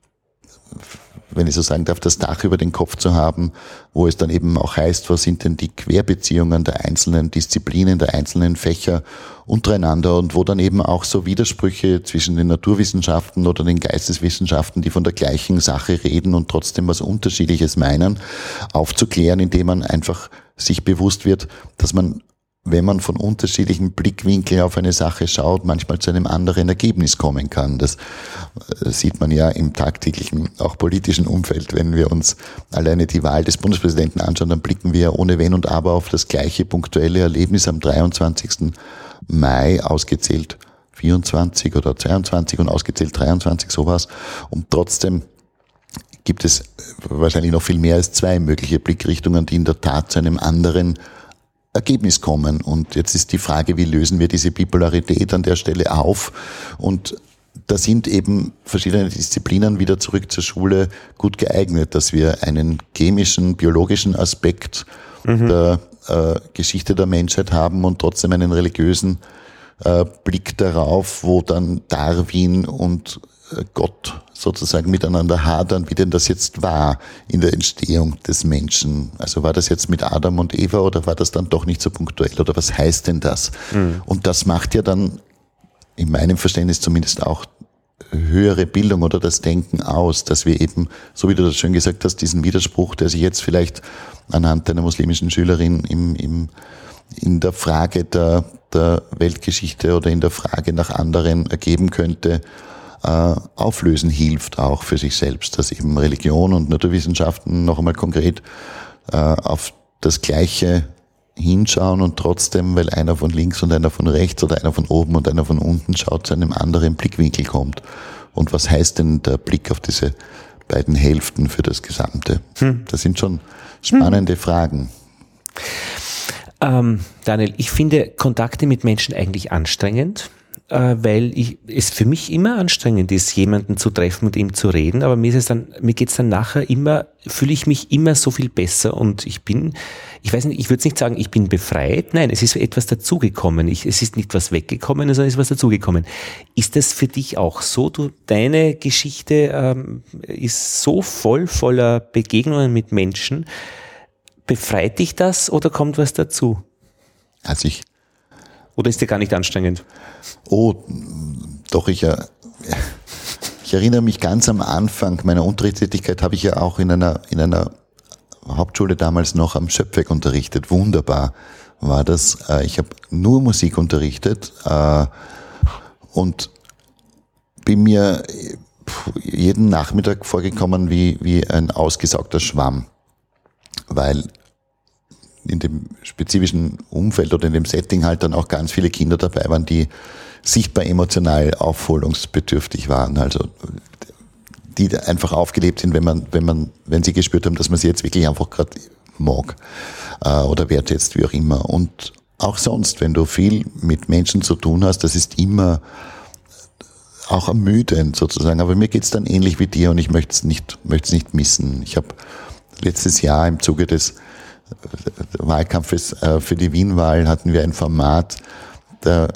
wenn ich so sagen darf, das Dach über den Kopf zu haben, wo es dann eben auch heißt, was sind denn die Querbeziehungen der einzelnen Disziplinen, der einzelnen Fächer untereinander und wo dann eben auch so Widersprüche zwischen den Naturwissenschaften oder den Geisteswissenschaften, die von der gleichen Sache reden und trotzdem was Unterschiedliches meinen, aufzuklären, indem man einfach sich bewusst wird, dass man, wenn man von unterschiedlichen Blickwinkeln auf eine Sache schaut, manchmal zu einem anderen Ergebnis kommen kann. Das sieht man ja im tagtäglichen, auch politischen Umfeld. Wenn wir uns alleine die Wahl des Bundespräsidenten anschauen, dann blicken wir ohne Wenn und Aber auf das gleiche punktuelle Erlebnis am dreiundzwanzigsten Mai, ausgezählt vierundzwanzig oder zweiundzwanzig und ausgezählt dreiundzwanzig, sowas. Und trotzdem gibt es wahrscheinlich noch viel mehr als zwei mögliche Blickrichtungen, die in der Tat zu einem anderen Ergebnis kommen. Und jetzt ist die Frage, wie lösen wir diese Bipolarität an der Stelle auf? Und da sind eben verschiedene Disziplinen wieder zurück zur Schule gut geeignet, dass wir einen chemischen, biologischen Aspekt mhm. der äh, Geschichte der Menschheit haben und trotzdem einen religiösen äh, Blick darauf, wo dann Darwin und äh, Gott sozusagen miteinander hadern, wie denn das jetzt war in der Entstehung des Menschen. Also war das jetzt mit Adam und Eva oder war das dann doch nicht so punktuell oder was heißt denn das? Mhm. Und das macht ja dann in meinem Verständnis zumindest auch höhere Bildung oder das Denken aus, dass wir eben, so wie du das schön gesagt hast, diesen Widerspruch, der sich jetzt vielleicht anhand einer muslimischen Schülerin im, im, in der Frage der, der Weltgeschichte oder in der Frage nach anderen ergeben könnte, äh, auflösen hilft auch für sich selbst, dass eben Religion und Naturwissenschaften noch einmal konkret äh, auf das Gleiche hinschauen und trotzdem, weil einer von links und einer von rechts oder einer von oben und einer von unten schaut, zu einem anderen Blickwinkel kommt. Und was heißt denn der Blick auf diese beiden Hälften für das Gesamte? Hm. Das sind schon spannende hm. Fragen. Ähm, Daniel, ich finde Kontakte mit Menschen eigentlich anstrengend, äh, weil ich, es für mich immer anstrengend ist, jemanden zu treffen und ihm zu reden, aber mir ist es dann, mir geht's dann nachher immer, fühle ich mich immer so viel besser und ich bin, ich weiß nicht, ich würde nicht sagen, ich bin befreit, nein, es ist etwas dazugekommen, ich, es ist nicht was weggekommen, sondern es ist was dazugekommen. Ist das für dich auch so? Du, deine Geschichte ähm, ist so voll voller Begegnungen mit Menschen. Befreit dich das oder kommt was dazu? Also ich Oder ist dir gar nicht anstrengend? Oh, doch, ich, ich erinnere mich ganz am Anfang meiner Unterrichtstätigkeit, habe ich ja auch in einer, in einer Hauptschule damals noch am Schöpfwerk unterrichtet. Wunderbar war das. Ich habe nur Musik unterrichtet und bin mir jeden Nachmittag vorgekommen wie, wie ein ausgesaugter Schwamm, weil in dem spezifischen Umfeld oder in dem Setting halt dann auch ganz viele Kinder dabei waren, die sichtbar emotional aufholungsbedürftig waren. Also die einfach aufgelebt sind, wenn man, wenn man, wenn sie gespürt haben, dass man sie jetzt wirklich einfach gerade mag äh, oder wertschätzt, wie auch immer. Und auch sonst, wenn du viel mit Menschen zu tun hast, das ist immer auch ermüdend sozusagen. Aber mir geht's dann ähnlich wie dir und ich möchte es nicht, möchte es nicht missen. Ich habe letztes Jahr im Zuge des Wahlkampfes für die Wien-Wahl hatten wir ein Format, da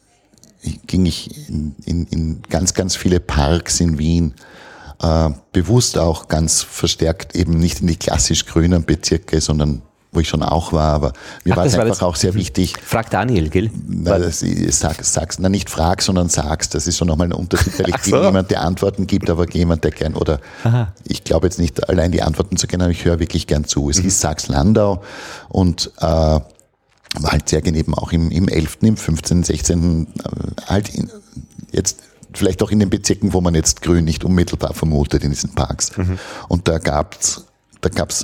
ging ich in, in, in ganz, ganz viele Parks in Wien, äh, bewusst auch ganz verstärkt eben nicht in die klassisch grünen Bezirke, sondern wo ich schon auch war, aber mir Ach, war es einfach war auch sehr wichtig. Frag Daniel, gell? Na, das, sag, sag's, na nicht frag, sondern sag's, das ist schon nochmal ein Unterschied, weil ich so. bin jemand, der Antworten gibt, aber jemand, der gern, oder Aha. ich glaube jetzt nicht allein die Antworten zu kennen, aber ich höre wirklich gern zu. Es mhm. hieß Sachs-Landau und äh, war halt sehr gern eben auch im, im elften, im fünfzehnten, sechzehnten Äh, halt in, jetzt vielleicht auch in den Bezirken, wo man jetzt Grün nicht unmittelbar vermutet, in diesen Parks. Mhm. Und da gab's, da gab's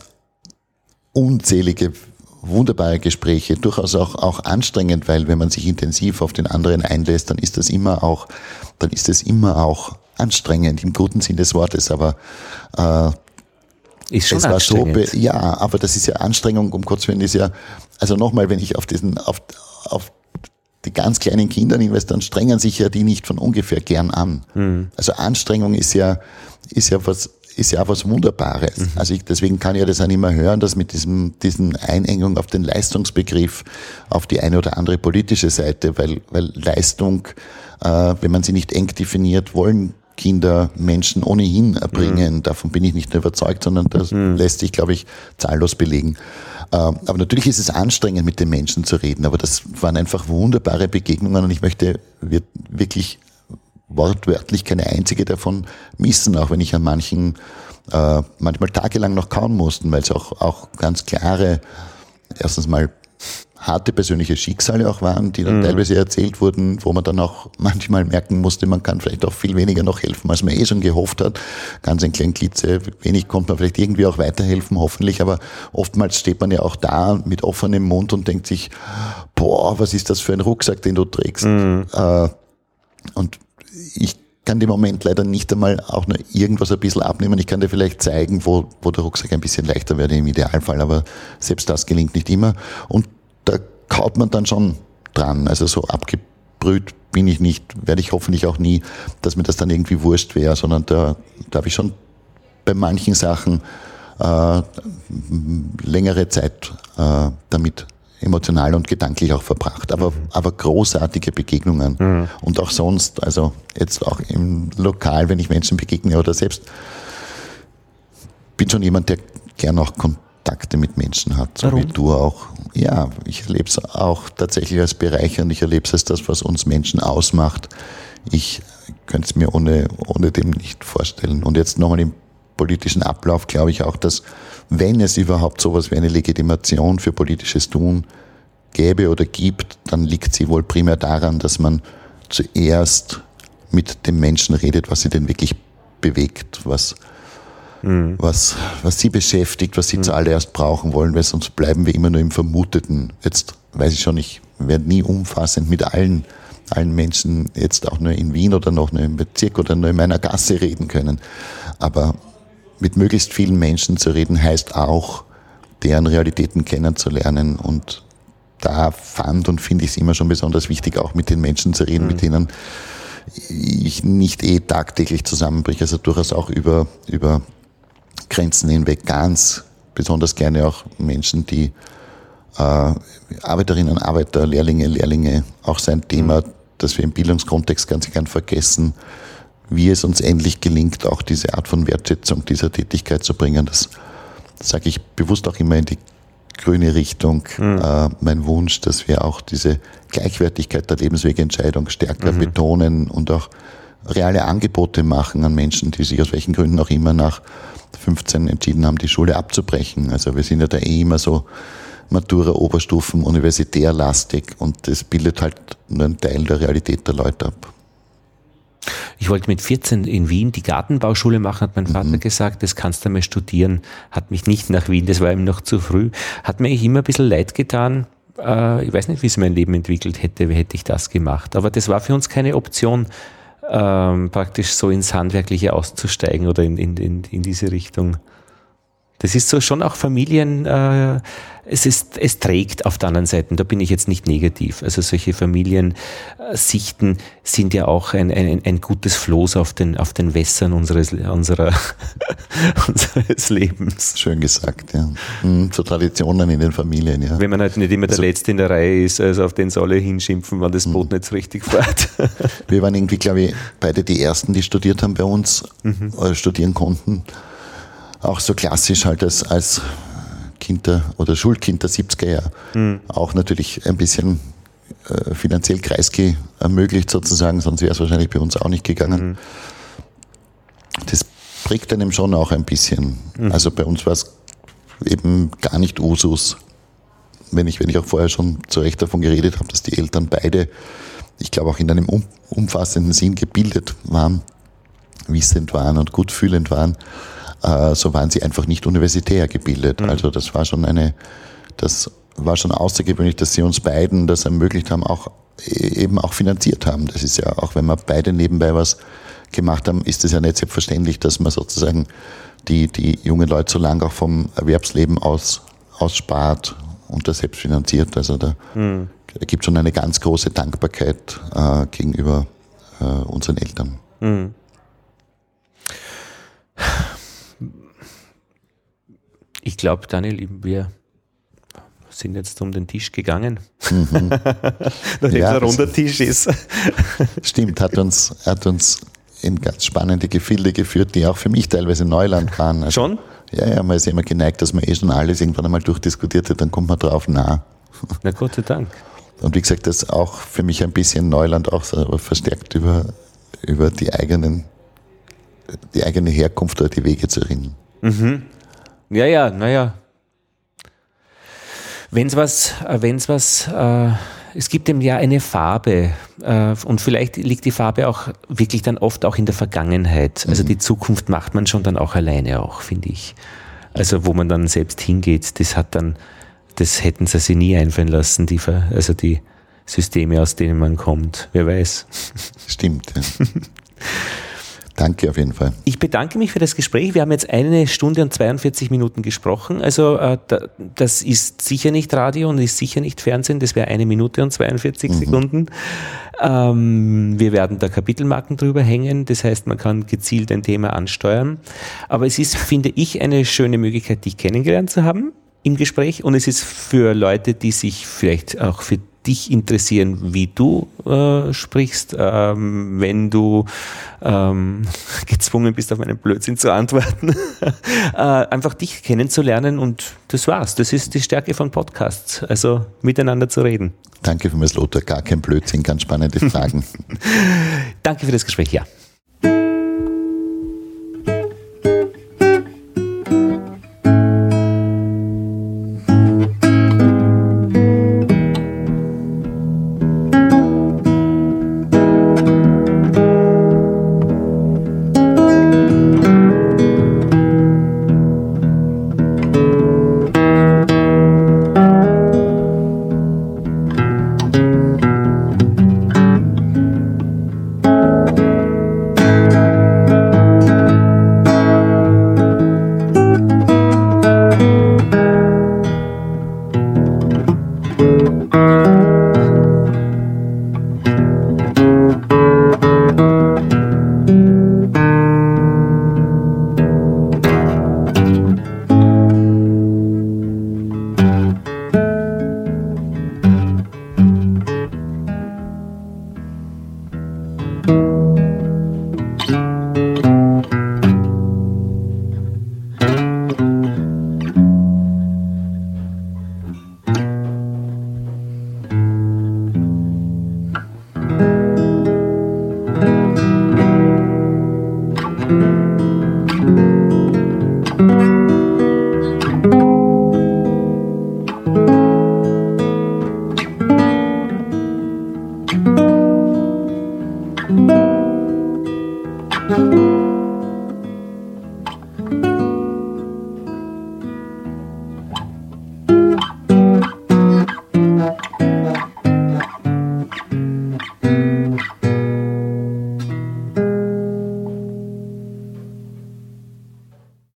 unzählige wunderbare Gespräche, durchaus auch, auch anstrengend, weil wenn man sich intensiv auf den anderen einlässt, dann ist das immer auch, dann ist es immer auch anstrengend, im guten Sinn des Wortes, aber äh, ist schon es war anstrengend. so, ja, aber das ist ja Anstrengung, um Gottes Willen ist ja, also nochmal, wenn ich auf diesen, auf, auf die ganz kleinen Kinder hinweise, dann strengen sich ja die nicht von ungefähr gern an. Mhm. Also Anstrengung ist ja, ist ja was, ist ja was Wunderbares. Mhm. Also ich, deswegen kann ich ja das auch nicht mehr hören, dass mit diesem, diesen Einengung auf den Leistungsbegriff auf die eine oder andere politische Seite, weil, weil Leistung, äh, wenn man sie nicht eng definiert, wollen Kinder Menschen ohnehin erbringen. Mhm. Davon bin ich nicht nur überzeugt, sondern das mhm. lässt sich, glaube ich, zahllos belegen. Äh, aber natürlich ist es anstrengend, mit den Menschen zu reden, aber das waren einfach wunderbare Begegnungen und ich möchte wirklich wortwörtlich keine einzige davon missen, auch wenn ich an manchen äh, manchmal tagelang noch kauen mussten, weil es auch, auch ganz klare, erstens mal harte persönliche Schicksale auch waren, die dann mhm. teilweise erzählt wurden, wo man dann auch manchmal merken musste, man kann vielleicht auch viel weniger noch helfen, als man eh schon gehofft hat. Ganz ein klein Klitze, wenig konnte man vielleicht irgendwie auch weiterhelfen, hoffentlich, aber oftmals steht man ja auch da mit offenem Mund und denkt sich, boah, was ist das für ein Rucksack, den du trägst? Mhm. Äh, und ich kann dem Moment leider nicht einmal auch nur irgendwas ein bisschen abnehmen. Ich kann dir vielleicht zeigen, wo, wo der Rucksack ein bisschen leichter wird im Idealfall, aber selbst das gelingt nicht immer. Und da kaut man dann schon dran. Also so abgebrüht bin ich nicht, werde ich hoffentlich auch nie, dass mir das dann irgendwie wurscht wäre, sondern da, da habe ich schon bei manchen Sachen äh, längere Zeit äh, damit emotional und gedanklich auch verbracht, aber, mhm. aber großartige Begegnungen mhm. und auch sonst, also jetzt auch im Lokal, wenn ich Menschen begegne oder selbst, bin schon jemand, der gern auch Kontakte mit Menschen hat, so Warum? Wie du auch. Ja, ich erlebe es auch tatsächlich als bereichernd, ich erlebe es als das, was uns Menschen ausmacht. Ich könnte es mir ohne, ohne dem nicht vorstellen. Und jetzt nochmal im politischen Ablauf glaube ich auch, dass wenn es überhaupt sowas wie eine Legitimation für politisches Tun gäbe oder gibt, dann liegt sie wohl primär daran, dass man zuerst mit den Menschen redet, was sie denn wirklich bewegt, was, mhm. was, was sie beschäftigt, was sie mhm. zuallererst brauchen wollen, weil sonst bleiben wir immer nur im Vermuteten. Jetzt weiß ich schon, ich werde nie umfassend mit allen, allen Menschen jetzt auch nur in Wien oder noch nur im Bezirk oder nur in meiner Gasse reden können. Aber mit möglichst vielen Menschen zu reden, heißt auch, deren Realitäten kennenzulernen. Und da fand und finde ich es immer schon besonders wichtig, auch mit den Menschen zu reden, mhm. mit denen ich nicht eh tagtäglich zusammenbreche, also durchaus auch über, über Grenzen hinweg ganz besonders gerne auch Menschen, die äh, Arbeiterinnen, Arbeiter, Lehrlinge, Lehrlinge, auch sein Thema, mhm. das wir im Bildungskontext ganz gern vergessen, wie es uns endlich gelingt, auch diese Art von Wertschätzung dieser Tätigkeit zu bringen. Das, das sage ich bewusst auch immer in die grüne Richtung. Mhm. Äh, mein Wunsch, dass wir auch diese Gleichwertigkeit der Lebenswegentscheidung stärker mhm. betonen und auch reale Angebote machen an Menschen, die sich aus welchen Gründen auch immer nach fünfzehn entschieden haben, die Schule abzubrechen. Also wir sind ja da eh immer so Matura, Oberstufen, universitärlastig und das bildet halt nur einen Teil der Realität der Leute ab. Ich wollte mit vierzehn in Wien die Gartenbauschule machen, hat mein Vater mhm. gesagt, das kannst du mal studieren. Hat mich nicht nach Wien, das war ihm noch zu früh. Hat mir eigentlich immer ein bisschen leid getan. Äh, ich weiß nicht, wie es mein Leben entwickelt hätte, wie hätte ich das gemacht. Aber das war für uns keine Option, ähm, praktisch so ins Handwerkliche auszusteigen oder in, in, in, in diese Richtung. Das ist so schon auch Familien, äh, es ist, es trägt auf der anderen Seite, da bin ich jetzt nicht negativ. Also solche Familiensichten sind ja auch ein, ein, ein gutes Floß auf den, auf den Wässern unseres, unserer, unseres Lebens. Schön gesagt, ja. Mhm, so Traditionen in den Familien, ja. Wenn man halt nicht immer der also, Letzte in der Reihe ist, also auf den soll alle hinschimpfen, wenn das Boot nicht so richtig fährt. Wir waren irgendwie, glaube ich, beide die Ersten, die studiert haben bei uns, mhm. oder studieren konnten. Auch so klassisch halt als, als Kind der, oder Schulkind der siebziger Jahre. Mhm. Auch natürlich ein bisschen äh, finanziell Kreisky ermöglicht sozusagen, sonst wäre es wahrscheinlich bei uns auch nicht gegangen. Mhm. Das prägt einem schon auch ein bisschen. Mhm. Also bei uns war es eben gar nicht Usus, wenn ich, wenn ich auch vorher schon zu Recht davon geredet habe, dass die Eltern beide, ich glaube auch in einem um, umfassenden Sinn gebildet waren, wissend waren und gutfühlend waren. So waren sie einfach nicht universitär gebildet. Mhm. Also das war schon eine, das war schon außergewöhnlich, dass sie uns beiden das ermöglicht haben, auch eben auch finanziert haben. Das ist ja auch, wenn wir beide nebenbei was gemacht haben, ist es ja nicht selbstverständlich, dass man sozusagen die, die jungen Leute so lange auch vom Erwerbsleben aus, ausspart und das selbst finanziert. Also da mhm. gibt es schon eine ganz große Dankbarkeit äh, gegenüber äh, unseren Eltern. Mhm. Ich glaube, Daniel, wir sind jetzt um den Tisch gegangen, mhm. nachdem ja, es ein runder Tisch ist. Stimmt, hat uns, hat uns in ganz spannende Gefilde geführt, die auch für mich teilweise Neuland waren. Also, schon? Ja, ja, man ist ja immer geneigt, dass man eh schon alles irgendwann einmal durchdiskutiert hat, dann kommt man drauf nah. Na Gott sei Dank. Und wie gesagt, das ist auch für mich ein bisschen Neuland, auch so verstärkt über, über die eigenen, die eigene Herkunft oder die Wege zu reden. Mhm. Ja, ja, naja. Wenn's was, wenn's was, äh, es gibt dem ja eine Farbe äh, und vielleicht liegt die Farbe auch wirklich dann oft auch in der Vergangenheit. Also mhm. die Zukunft macht man schon dann auch alleine auch, finde ich. Also wo man dann selbst hingeht, das hat dann, das hätten sie sich nie einfallen lassen, die, also die Systeme, aus denen man kommt. Wer weiß. Stimmt, ja. Danke auf jeden Fall. Ich bedanke mich für das Gespräch. Wir haben jetzt eine Stunde und zweiundvierzig Minuten gesprochen. Also äh, da, das ist sicher nicht Radio und ist sicher nicht Fernsehen. Das wäre eine Minute und zweiundvierzig mhm. Sekunden. Ähm, wir werden da Kapitelmarken drüber hängen. Das heißt, man kann gezielt ein Thema ansteuern. Aber es ist, finde ich, eine schöne Möglichkeit, dich kennengelernt zu haben im Gespräch. Und es ist für Leute, die sich vielleicht auch für dich interessieren, wie du äh, sprichst, ähm, wenn du ähm, gezwungen bist, auf meinen Blödsinn zu antworten, äh, einfach dich kennenzulernen und das war's. Das ist die Stärke von Podcasts, also miteinander zu reden. Danke vielmals, Lothar. Gar kein Blödsinn, ganz spannende Fragen. Danke für das Gespräch, ja.